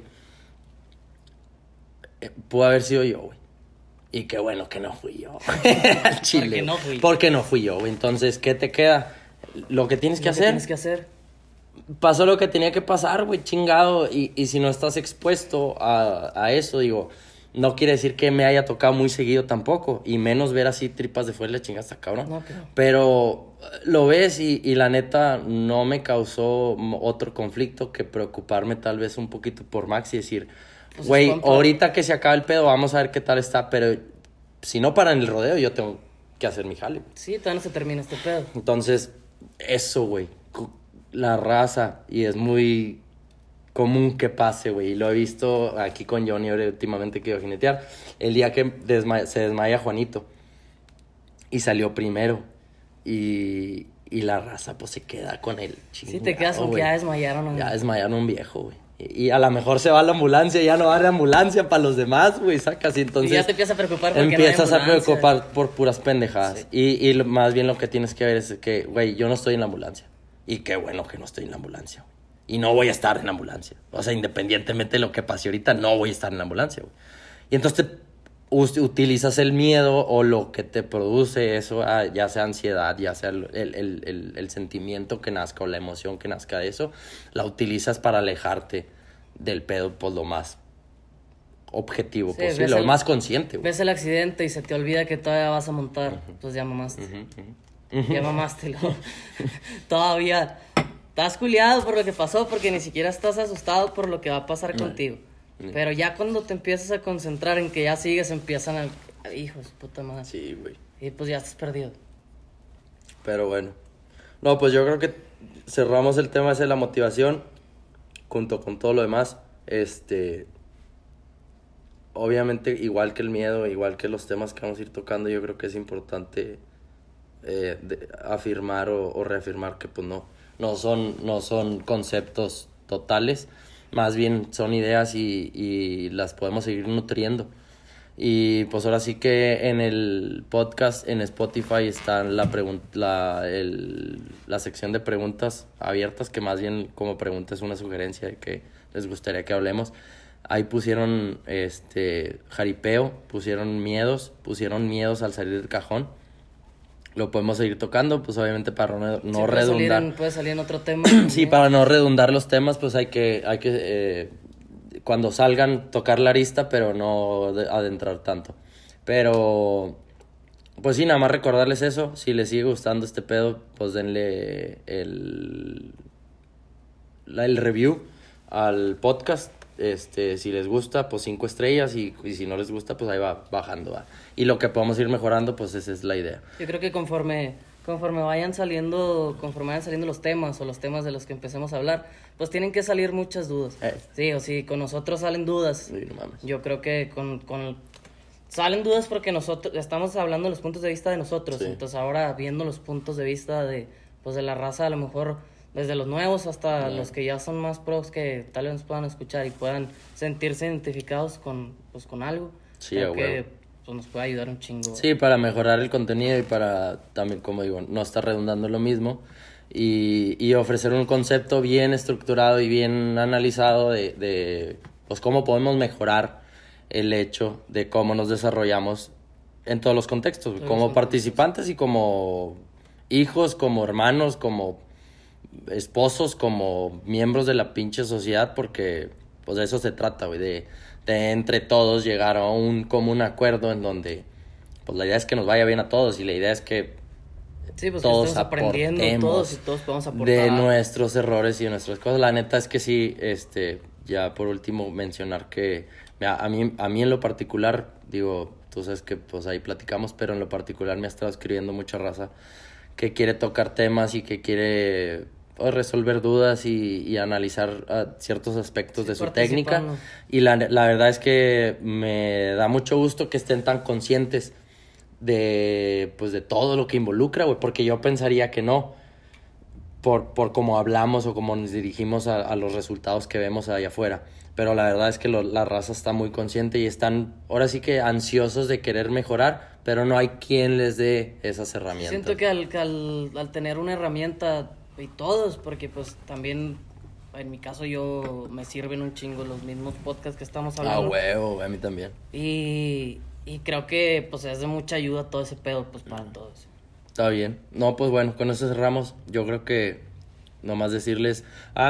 Pudo haber sido yo, güey. Y qué bueno que no fui yo. Al chile. Porque no fui yo, güey. Entonces, ¿qué te queda? Lo que tienes que hacer. Tienes que hacer. Pasó lo que tenía que pasar, güey, chingado. Y si no estás expuesto a eso, digo, no quiere decir que me haya tocado muy seguido tampoco. Y menos ver así tripas de fuera de la chingada, está cabrón. No, claro. Pero lo ves y la neta no me causó otro conflicto que preocuparme tal vez un poquito por Max y decir, Pues güey, es contra- ahorita que se acaba el pedo, vamos a ver qué tal está. Pero si no paran el rodeo, yo tengo que hacer mi jale. Sí, todavía no se termina este pedo. Entonces, eso, güey. La raza. Y es muy común que pase, güey. Y lo he visto aquí con Johnny ahora últimamente que iba a jinetear. El día que se desmaya Juanito. Y salió primero. Y la raza, pues, se queda con el chingado, Sí, te quedas con que güey. ya desmayaron. Ya desmayaron un viejo, güey. Y a lo mejor se va a la ambulancia, ya no va a la ambulancia para los demás, güey, sacas. Y entonces Y ya te empiezas a preocupar porque empiezas no hay a ambulancia. preocupar por puras pendejadas. Sí. Y más bien lo que tienes que ver es que, güey, yo no estoy en la ambulancia. Y qué bueno que no estoy en la ambulancia, güey. Y no voy a estar en la ambulancia. O sea, independientemente de lo que pase ahorita, no voy a estar en la ambulancia, güey. Y entonces utilizas el miedo o lo que te produce eso, ya sea ansiedad, ya sea el sentimiento que nazca o la emoción que nazca de eso, la utilizas para alejarte del pedo, pues lo más objetivo Sí, posible, ves lo más consciente, güey. Ves el accidente y se te olvida que todavía vas a montar. Pues ya mamaste. Ya mamaste. Todavía estás culiado por lo que pasó porque ni siquiera estás asustado por lo que va a pasar contigo. Pero ya cuando te empiezas a concentrar en que ya sigues, empiezan a... Hijos, puta madre. Sí, güey. Y pues ya estás perdido. Pero bueno. No, pues yo creo que cerramos el tema ese de la motivación junto con todo lo demás. Obviamente, igual que el miedo, igual que los temas que vamos a ir tocando, yo creo que es importante afirmar o reafirmar que pues no son conceptos totales, más bien son ideas y las podemos seguir nutriendo. Y pues ahora sí que en el podcast, en Spotify, está la sección de preguntas abiertas, que más bien como pregunta es una sugerencia de que les gustaría que hablemos. Ahí pusieron jaripeo, pusieron miedos al salir del cajón. Lo podemos seguir tocando, pues obviamente para no redundar. Puede salir en otro tema. Sí, para no redundar los temas, pues hay que cuando salgan tocar la arista, pero no adentrar tanto. Pero, pues sí, nada más recordarles eso. Si les sigue gustando este pedo, pues denle el review al podcast. Si les gusta, pues 5 estrellas y si no les gusta, pues ahí va bajando, ¿va? Y lo que podamos ir mejorando, pues esa es la idea. Yo creo que conforme vayan saliendo los temas o los temas de los que empecemos a hablar, pues tienen que salir muchas dudas. Sí, o si con nosotros salen dudas, Sí, no mames. yo creo que salen dudas porque nosotros estamos hablando de los puntos de vista de nosotros. Sí. Entonces ahora viendo los puntos de vista de la raza, a lo mejor desde los nuevos hasta los que ya son más pros, que tal vez nos puedan escuchar y puedan sentirse identificados con algo. Sí, creo a que huevo. pues, nos puede ayudar un chingo. Sí, para mejorar el contenido y para también, como digo, no estar redundando lo mismo y ofrecer un concepto bien estructurado y bien analizado de pues cómo podemos mejorar el hecho de cómo nos desarrollamos en todos los contextos, como participantes y como hijos, como hermanos, como esposos, como miembros de la pinche sociedad, porque pues de eso se trata, güey, de entre todos llegar a un común acuerdo en donde pues la idea es que nos vaya bien a todos y la idea es que Sí, pues todos que estamos aprendiendo aportemos todos y todos podemos aportar. de nuestros errores y de nuestras cosas. La neta es que sí, ya por último mencionar que a mí en lo particular, digo, tú sabes que pues ahí platicamos, pero en lo particular me ha estado escribiendo mucha raza que quiere tocar temas y que quiere pues, resolver dudas y analizar ciertos aspectos de su técnica. participando. Y la verdad es que me da mucho gusto que estén tan conscientes de todo lo que involucra, güey, porque yo pensaría que no, por cómo hablamos o cómo nos dirigimos a los resultados que vemos allá afuera. Pero la verdad es que la raza está muy consciente y están ahora sí que ansiosos de querer mejorar, pero no hay quien les dé esas herramientas. Siento que al tener una herramienta, y todos, porque pues también, en mi caso yo me sirven un chingo los mismos podcasts que estamos hablando. Huevo, a mí también. Y creo que pues es de mucha ayuda todo ese pedo, pues para todos. Está bien. No, pues bueno, con eso cerramos. Yo creo que nomás decirles,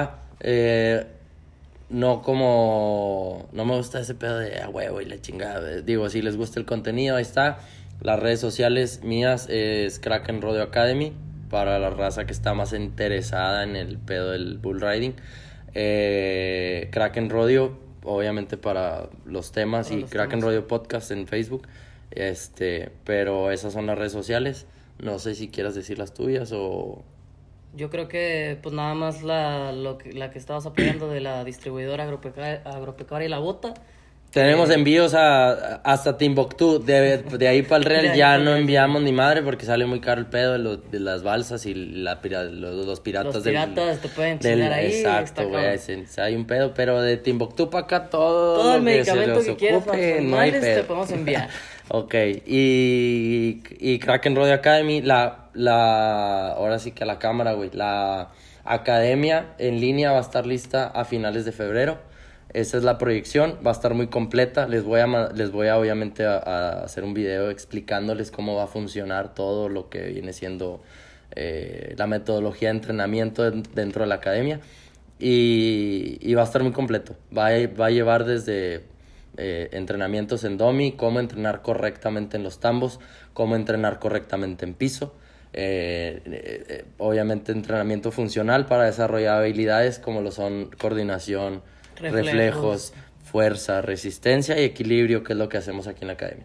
no me gusta ese pedo de huevo y la chingada. Digo, si les gusta el contenido, ahí está. Las redes sociales mías es Kraken Rodeo Academy, para la raza que está más interesada en el pedo del bull riding. Kraken Rodeo, obviamente para los temas, Para y los Kraken temas. Rodeo Podcast en Facebook. Pero esas son las redes sociales. No sé si quieras decir las tuyas o... Yo creo que pues nada más la que estabas apoyando de la distribuidora agropecuaria y la bota. Tenemos envíos hasta Timbuktu. De ahí para el De Real ahí ya pa'l no Real. enviamos ni madre porque sale muy caro el pedo de las balsas y los piratas. Los piratas te pueden chingar ahí, Exacto, está güey. cabrón. Hay un pedo, pero de Timbuktu para acá todo Todo el lo que se medicamento les que quieras para ocupe, tus no hay animales te pedo. podemos enviar. Ok, y Kraken Rodeo Academy, ahora sí que a la cámara, güey, la academia en línea va a estar lista a finales de febrero. Esa es la proyección, va a estar muy completa. Les voy a obviamente a hacer un video explicándoles cómo va a funcionar todo lo que viene siendo la metodología de entrenamiento dentro de la academia. Y va a estar muy completo. Va a llevar desde entrenamientos en dummy, cómo entrenar correctamente en los tambos, cómo entrenar correctamente en piso. Obviamente entrenamiento funcional para desarrollar habilidades como lo son coordinación, reflejos, fuerza, resistencia y equilibrio, que es lo que hacemos aquí en la academia.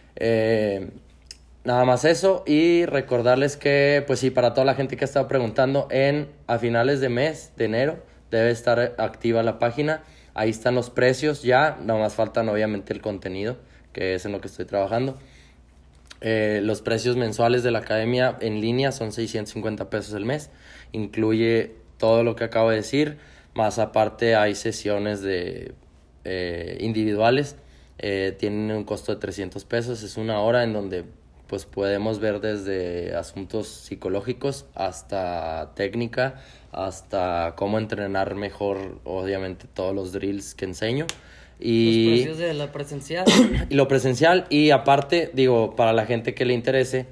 Nada más eso, y recordarles que, pues sí, para toda la gente que ha estado preguntando, a finales de mes de enero debe estar activa la página. Ahí están los precios ya, nada más faltan obviamente el contenido, que es en lo que estoy trabajando. Los precios mensuales de la academia en línea son 650 pesos el mes. Incluye todo lo que acabo de decir, más aparte hay sesiones individuales. Tienen un costo de 300 pesos. Es una hora en donde pues podemos ver desde asuntos psicológicos hasta técnica, hasta cómo entrenar mejor, obviamente todos los drills que enseño. Los precios de la presencial. Y lo presencial, y aparte, digo, para la gente que le interese,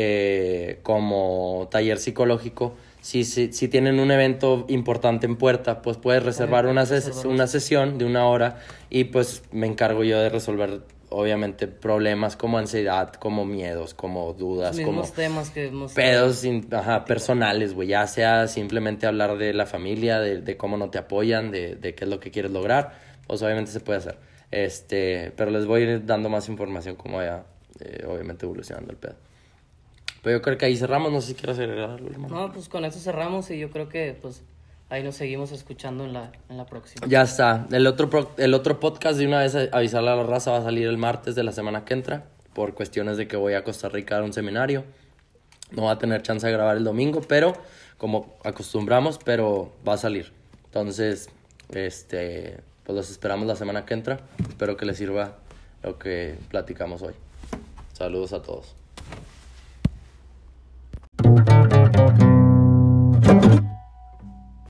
como taller psicológico, si tienen un evento importante en puerta, pues puedes reservar una sesión de una hora y pues me encargo yo de resolver, obviamente, problemas como ansiedad, como miedos, como dudas, Los como mismos temas que hemos pedos personales, güey, ya sea simplemente hablar de la familia, de cómo no te apoyan, de qué es lo que quieres lograr, pues obviamente se puede hacer. Pero les voy a ir dando más información como vaya, obviamente evolucionando el pedo. Pero yo creo que ahí cerramos, no sé si quieres agregar algo, hermano. No, pues con eso cerramos y yo creo que pues ahí nos seguimos escuchando en la próxima. Ya está. El otro podcast, de una vez avisarle a la raza, va a salir el martes de la semana que entra, por cuestiones de que voy a Costa Rica a dar un seminario. No va a tener chance de grabar el domingo, pero como acostumbramos, pero va a salir. Entonces, pues los esperamos la semana que entra. Espero que les sirva lo que platicamos hoy. Saludos a todos.